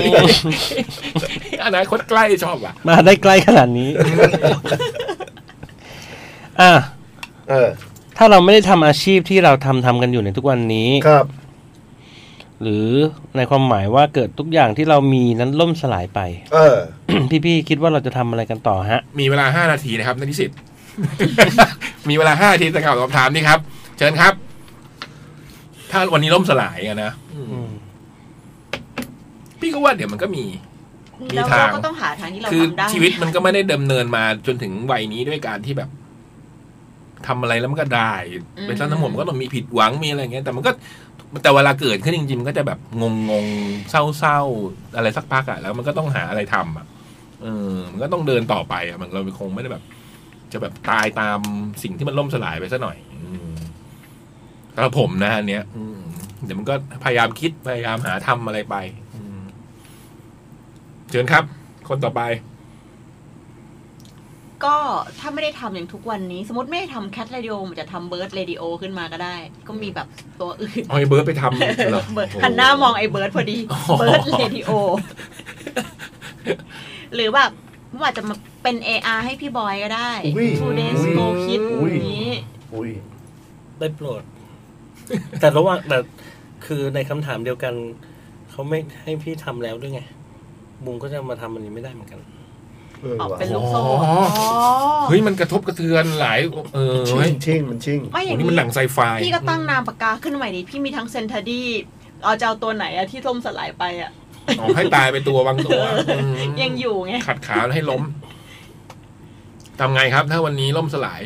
อนาคตใกล้ชอบอ่ะมาได้ใกล้ขนาดนี้ อ่ะเออถ้าเราไม่ได้ทำอาชีพที่เราทำทำกันอยู่ในทุกวันนี้ครับหรือในความหมายว่าเกิดทุกอย่างที่เรามีนั้นล่มสลายไปเออพี่ๆคิดว่าเราจะทำอะไรกันต่อฮะมีเวลาห้านาทีนะครับนักนิสิต มีเวลาห้านาทีจะกล่าวคำถามนี่ครับ เชิญครับ ถ้าวันนี้ล่มสลายอะนะอืมพี่ก็ว่าเดี๋ยวมันก็มี มีแล้วทางเราก็ต้องหาทางที่เราคือทำได้ชีวิตมันก็ไม่ได้ดำเนินมาจนถึงวัยนี้ด้วยการที่แบบทำอะไรแล้วมันก็ได้เป็นสั้นทั้งหมดมันก็ต้องมีผิดหวังมีอะไรอย่างเงี้ยแต่มันก็แต่เวลาเกิดขึ้นจริงๆมันก็จะแบบงงงๆเศร้าๆอะไรสักพักอะแล้วมันก็ต้องหาอะไรทำอะเออมันก็ต้องเดินต่อไปอะมันเราคงไม่ได้แบบ จะแบบตายตามสิ่งที่มันล่มสลายไปซะหน่อย อืมสำหรับผมนะอันเนี้ย อืมเดี๋ยวมันก็พยายามคิดพยายามหาทำอะไรไป อืมเชิญครับ คนต่อไปก็ถ้าไม่ได้ทำอย่างทุกวันนี้ สมมติไม่ได้ทำแคทเรดิโอมันจะทำเบิร์ดเรดิโอขึ้นมาก็ได้ ก็มีแบบตัวอื่นเอาไอ้เบิร์ดไปทำเหรอเบิร์ดหันหน้ามองไอ้เบิร์ดพอดีอ๋อเบิร์ดเรดิโอ หรือแบบมันอาจจะมาเป็น เอ อาร์ ให้พี่บอยก็ได้อุ้ย Two Days Go Kid อุ้ยอย่างนี้อุ้ยได้โปรด แต่ระหว่างแต่คือในคำถามเดียวกันเขาไม่ให้พี่ทำแล้วด้วยไงบุ้งก็จะมาทำอันนี้ไม่ได้เหมือนกันเออออกว่ะเป็นลูกโซ่อ๋ออ๋อเฮ้ยมันกระทบกระเทือนหลาย เออชิเฮ้ยงชิงมันชิงไม่อโหย่างนี่มันหนังไซไฟพี่ก็ตั้งนามปากกาขึ้นใหม่ดิพี่มีทั้งเซนทาดี้เอาจะเอาตัวไหนอะที่ล่มสลายไปอะอ๋อให้ตายไปตัวบางตัวอืมยังอยู่ไงขัดขาแล้วให้ล้มทำไงครับ ถ้าวันนี้ล่มสลาย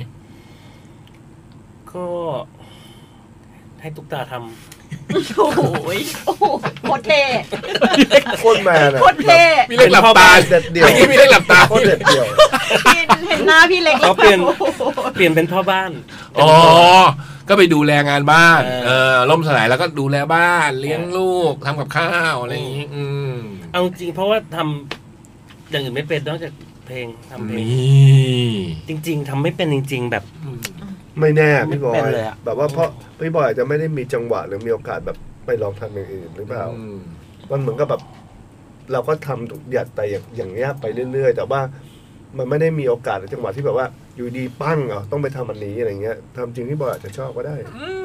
ก็ให้ตุ๊กตาทโอ้โหยโอ้โหโคตรเท่โคตรแมนอะโคตรเท่มีเล็กหลับตาเด็ดเดี่ยวเมื่อกี้มีเล็กหลับตาโคตรเด็ดเดี่ยวเห็นเห็นหน้าพี่เล็กำเขาเปลี่ยนเปลี่ยนเป็นพ่อบ้านอ๋อ ก็ไปดูแลงานบ้านเออเออ ล่มสลายแล้วก็ดูแลบ้าน เลี้ยงลูกทำกับข้าวอะไรอย่างนี้ อืมเอาจริงเพราะว่าทำอย่างอื่นไม่เป็นนอกจากเพลงทำเพลงนี่จริง ๆทำไม่เป็นจริง ๆ แบบอืมไม่แน่พี่บอเป็ยนเลยอะแบบว่าเพราะพี่บอยอาจจะไม่ได้มีจังหวะหรือมีโอกาสแบบไปลองทำอย่างอื่นหรือเปล่าอืมมันเหมือนกับแบบ เราก็ทำทุกอย่างไปอย่างอย่างเงี้ยไปเรื่อยๆ แต่ว่ามันไม่ได้มีโอกาสหรือจังหวะที่แบบว่า อยู่ดีปั้งอ่ะต้องไปทำอันนี้อะไรเงี้ยทำจริงพี่บอยอาจจะชอบก็ได้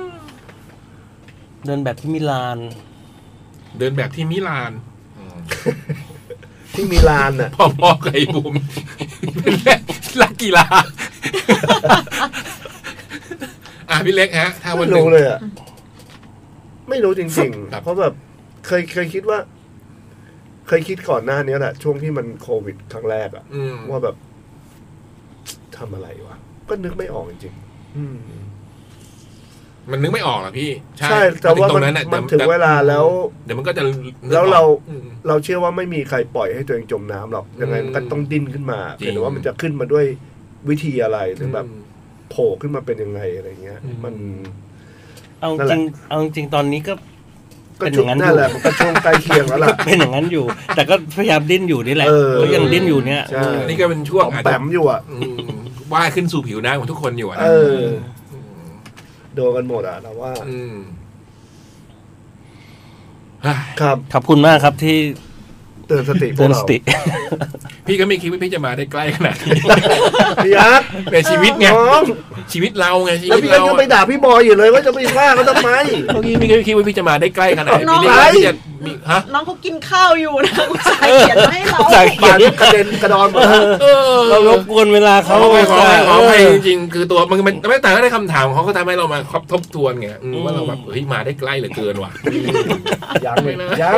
เดินแบบที่มิลานเดินแบบที่มิลานอืมที่มีลานอ่ะพ่อพ่อกับไอ้บูมเป็นแม่นักกีฬา อ่ะพี่เล็กฮะ ถ้าวันไม่หนึ่งรู้เลยอ่ะไม่รู้จริงครับๆ เพราะแบบเคยเคยคิดว่า เคยคิดก่อนหน้านี้แหละช่วงที่มันโควิดครั้งแรกอ่ะอืมว่าแบบทำอะไรวะก็นึกไม่ออกจริงๆอืมมันนึกไม่ออกหรอพี่ใช่แต่ว่ามันมันถึงเวลาแล้วเดี๋ยวมันก็จะแล้วเราเราเชื่อว่าไม่มีใครปล่อยให้ตัวเองจมน้ำหรอกยังไงมันก็ต้องดิ้นขึ้นมาเห็นว่ามันจะขึ้นมาด้วยวิธีอะไรหรือแบบโผล่ขึ้นมาเป็นยังไงอะไรเงี้ยมันเอาจริงเอาจริงตอนนี้ก็เป็นอย่างนั้นอยู่นั่นแหละมันก็ช่วงใกล้เคียงแล้วล่ะเป็นอย่างนั้นอยู่แต่ก็พยายามดิ้นอยู่นี่แหละก็ยังดิ้นอยู่เนี้ยนี่ก็เป็นช่วงแปมอยู่อ่ะว่ายขึ้นสู่ผิวน้ำของทุกคนอยู่อ่ะโดนกันหมดอ่ะเราว่าครับขอบคุณมากครับที่เตือนสติเตือนสติพี่ก็ไม่คิดว่าพี่จะมาได้ใกล้ขนาดนี้พี่ยักษ์ในชีวิตไงชีวิตเราไงชีวิตเราแล้วพี่ก็ไปด่าพี่บอยอยู่เลยว่าจะไปว่าเขาทำไมเมื่อกี้พี่ก็คิดว่าพี่จะมาได้ใกล้ขนาดนี้พี่จะมีฮะน้องเขากินข้าวอยู่นะอุตส่าห์เขียนให้เราปานกระเด็นกระดอนหมดเรารบกวนเวลาเขาขอขอให้จริงๆคือตัวมันมันไม่แต่ก็ได้คำถามเขาก็ทำให้เรามาทบทวนไงว่าเราแบบเฮ้ยมาได้ใกล้เหลือเกินว่ะยังยัง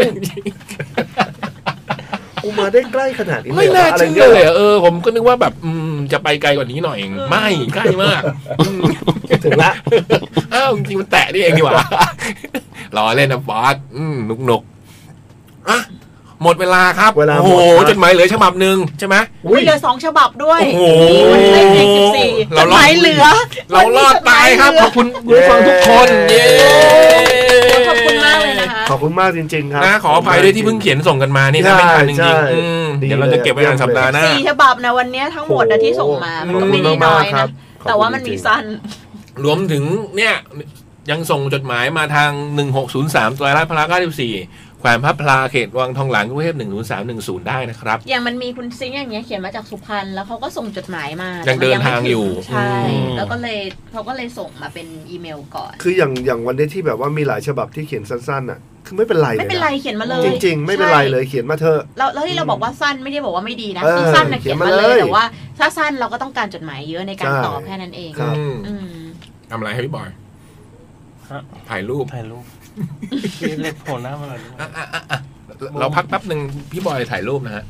กูมาได้ใกล้ขนาดนี้ไม่น่าเชื่อเลยเออผมก็นึกว่าแบบจะไปไกลกว่านี้หน่อยไม่ใกล้มากถึงละอ้าวจริงมันแตะนี่เองดีกว่ารอเล่นนะบอสนุกนุกอ่ะหมดเวลาครับโอ้โหจดหมายเหลือฉบับหนึ่งใช่ไหมเหลือสองฉบับด้วยโอ้โหจดหมายเหลือเรารอดตายครับขอบคุณผู้ฟังทุกคนเย้ขอบคุณมากเลยนะคะขอบคุณมากจริงๆครับนะขออภัยด้วยที่เพิ่งเขียนส่งกันมานี่ถ้าไม่ทันจริงๆเดี๋ยวเราจะเก็บไว้อ่านสัปดาห์หน้าสี่ฉบับนะวันนี้ทั้งหมดที่ส่งมามันก็ไม่ได้น้อยนะแต่ว่ามันมีสั้นรวมถึงเนี่ยยังส่งจดหมายมาทางหนึ่งหกศูนย์สามตัวราชพฤกษ์เก้าสิบสี่แขวนพระพลาเขตวังทองหลางกรุงเทพหนึ่งศูนย์สามหนึ่งศูนย์ได้นะครับอย่างมันมีคุณซิงอย่างเงี้ยเขียนมาจากสุพรรณแล้วเขาก็ส่งจดหมายมายังเดินทางอยู่ใช่แล้วก็เลยเขาก็เลยส่งมาเป็นอีเมลก่อนคืออย่างอย่างวันนี้ที่แบบว่ามีหลายฉบับที่เขียนสั้นๆอ่ะคือไม่เป็นไรเลยไม่เป็นไรเขียนมาเลยจริงๆไม่เป็นไรเลยเขียนมาเถอะแล้วแล้วที่เราบอกว่าสั้นไม่ได้บอกว่าไม่ดีนะคือสั้นนะเขียนมาเลยแต่ว่าถ้าสั้นเราก็ต้องการจดหมายเยอะในการตอบแค่นั้นเองทำอะไรให้พี่บอยถ่ายรูปถ่ายรูปเล็กโผล่หน้ามาหน่อยเราพักแป๊บหนึ่งพี่บอยถ่ายรูปนะฮะ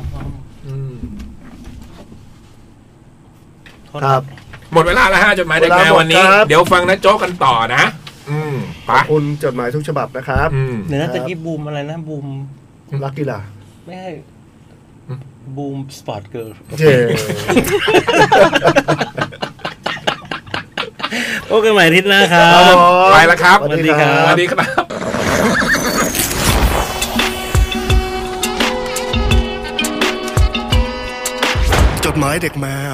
ครับหมดเวลาแล้วฮะจดหมายเด็กแมววันนี้เดี๋ยวฟังนะโจ๊กกันต่อนะขอบคุณจดหมายทุกฉบับนะครับเดี๋ยวนะตะกี้บูมอะไรนะบูมลักกี้ล่ะไม่ใช่บูมสปอร์ตเกิร์ลเจโอเคใหม่ทิศหน้าครับไปแล้วครับสวัสดีครับสวัสดีครับจดหมายเด็กแมว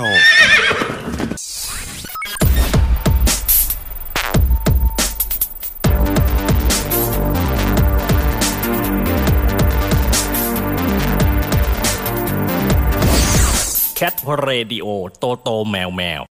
แคทเรดิโอโตโตแมวแมว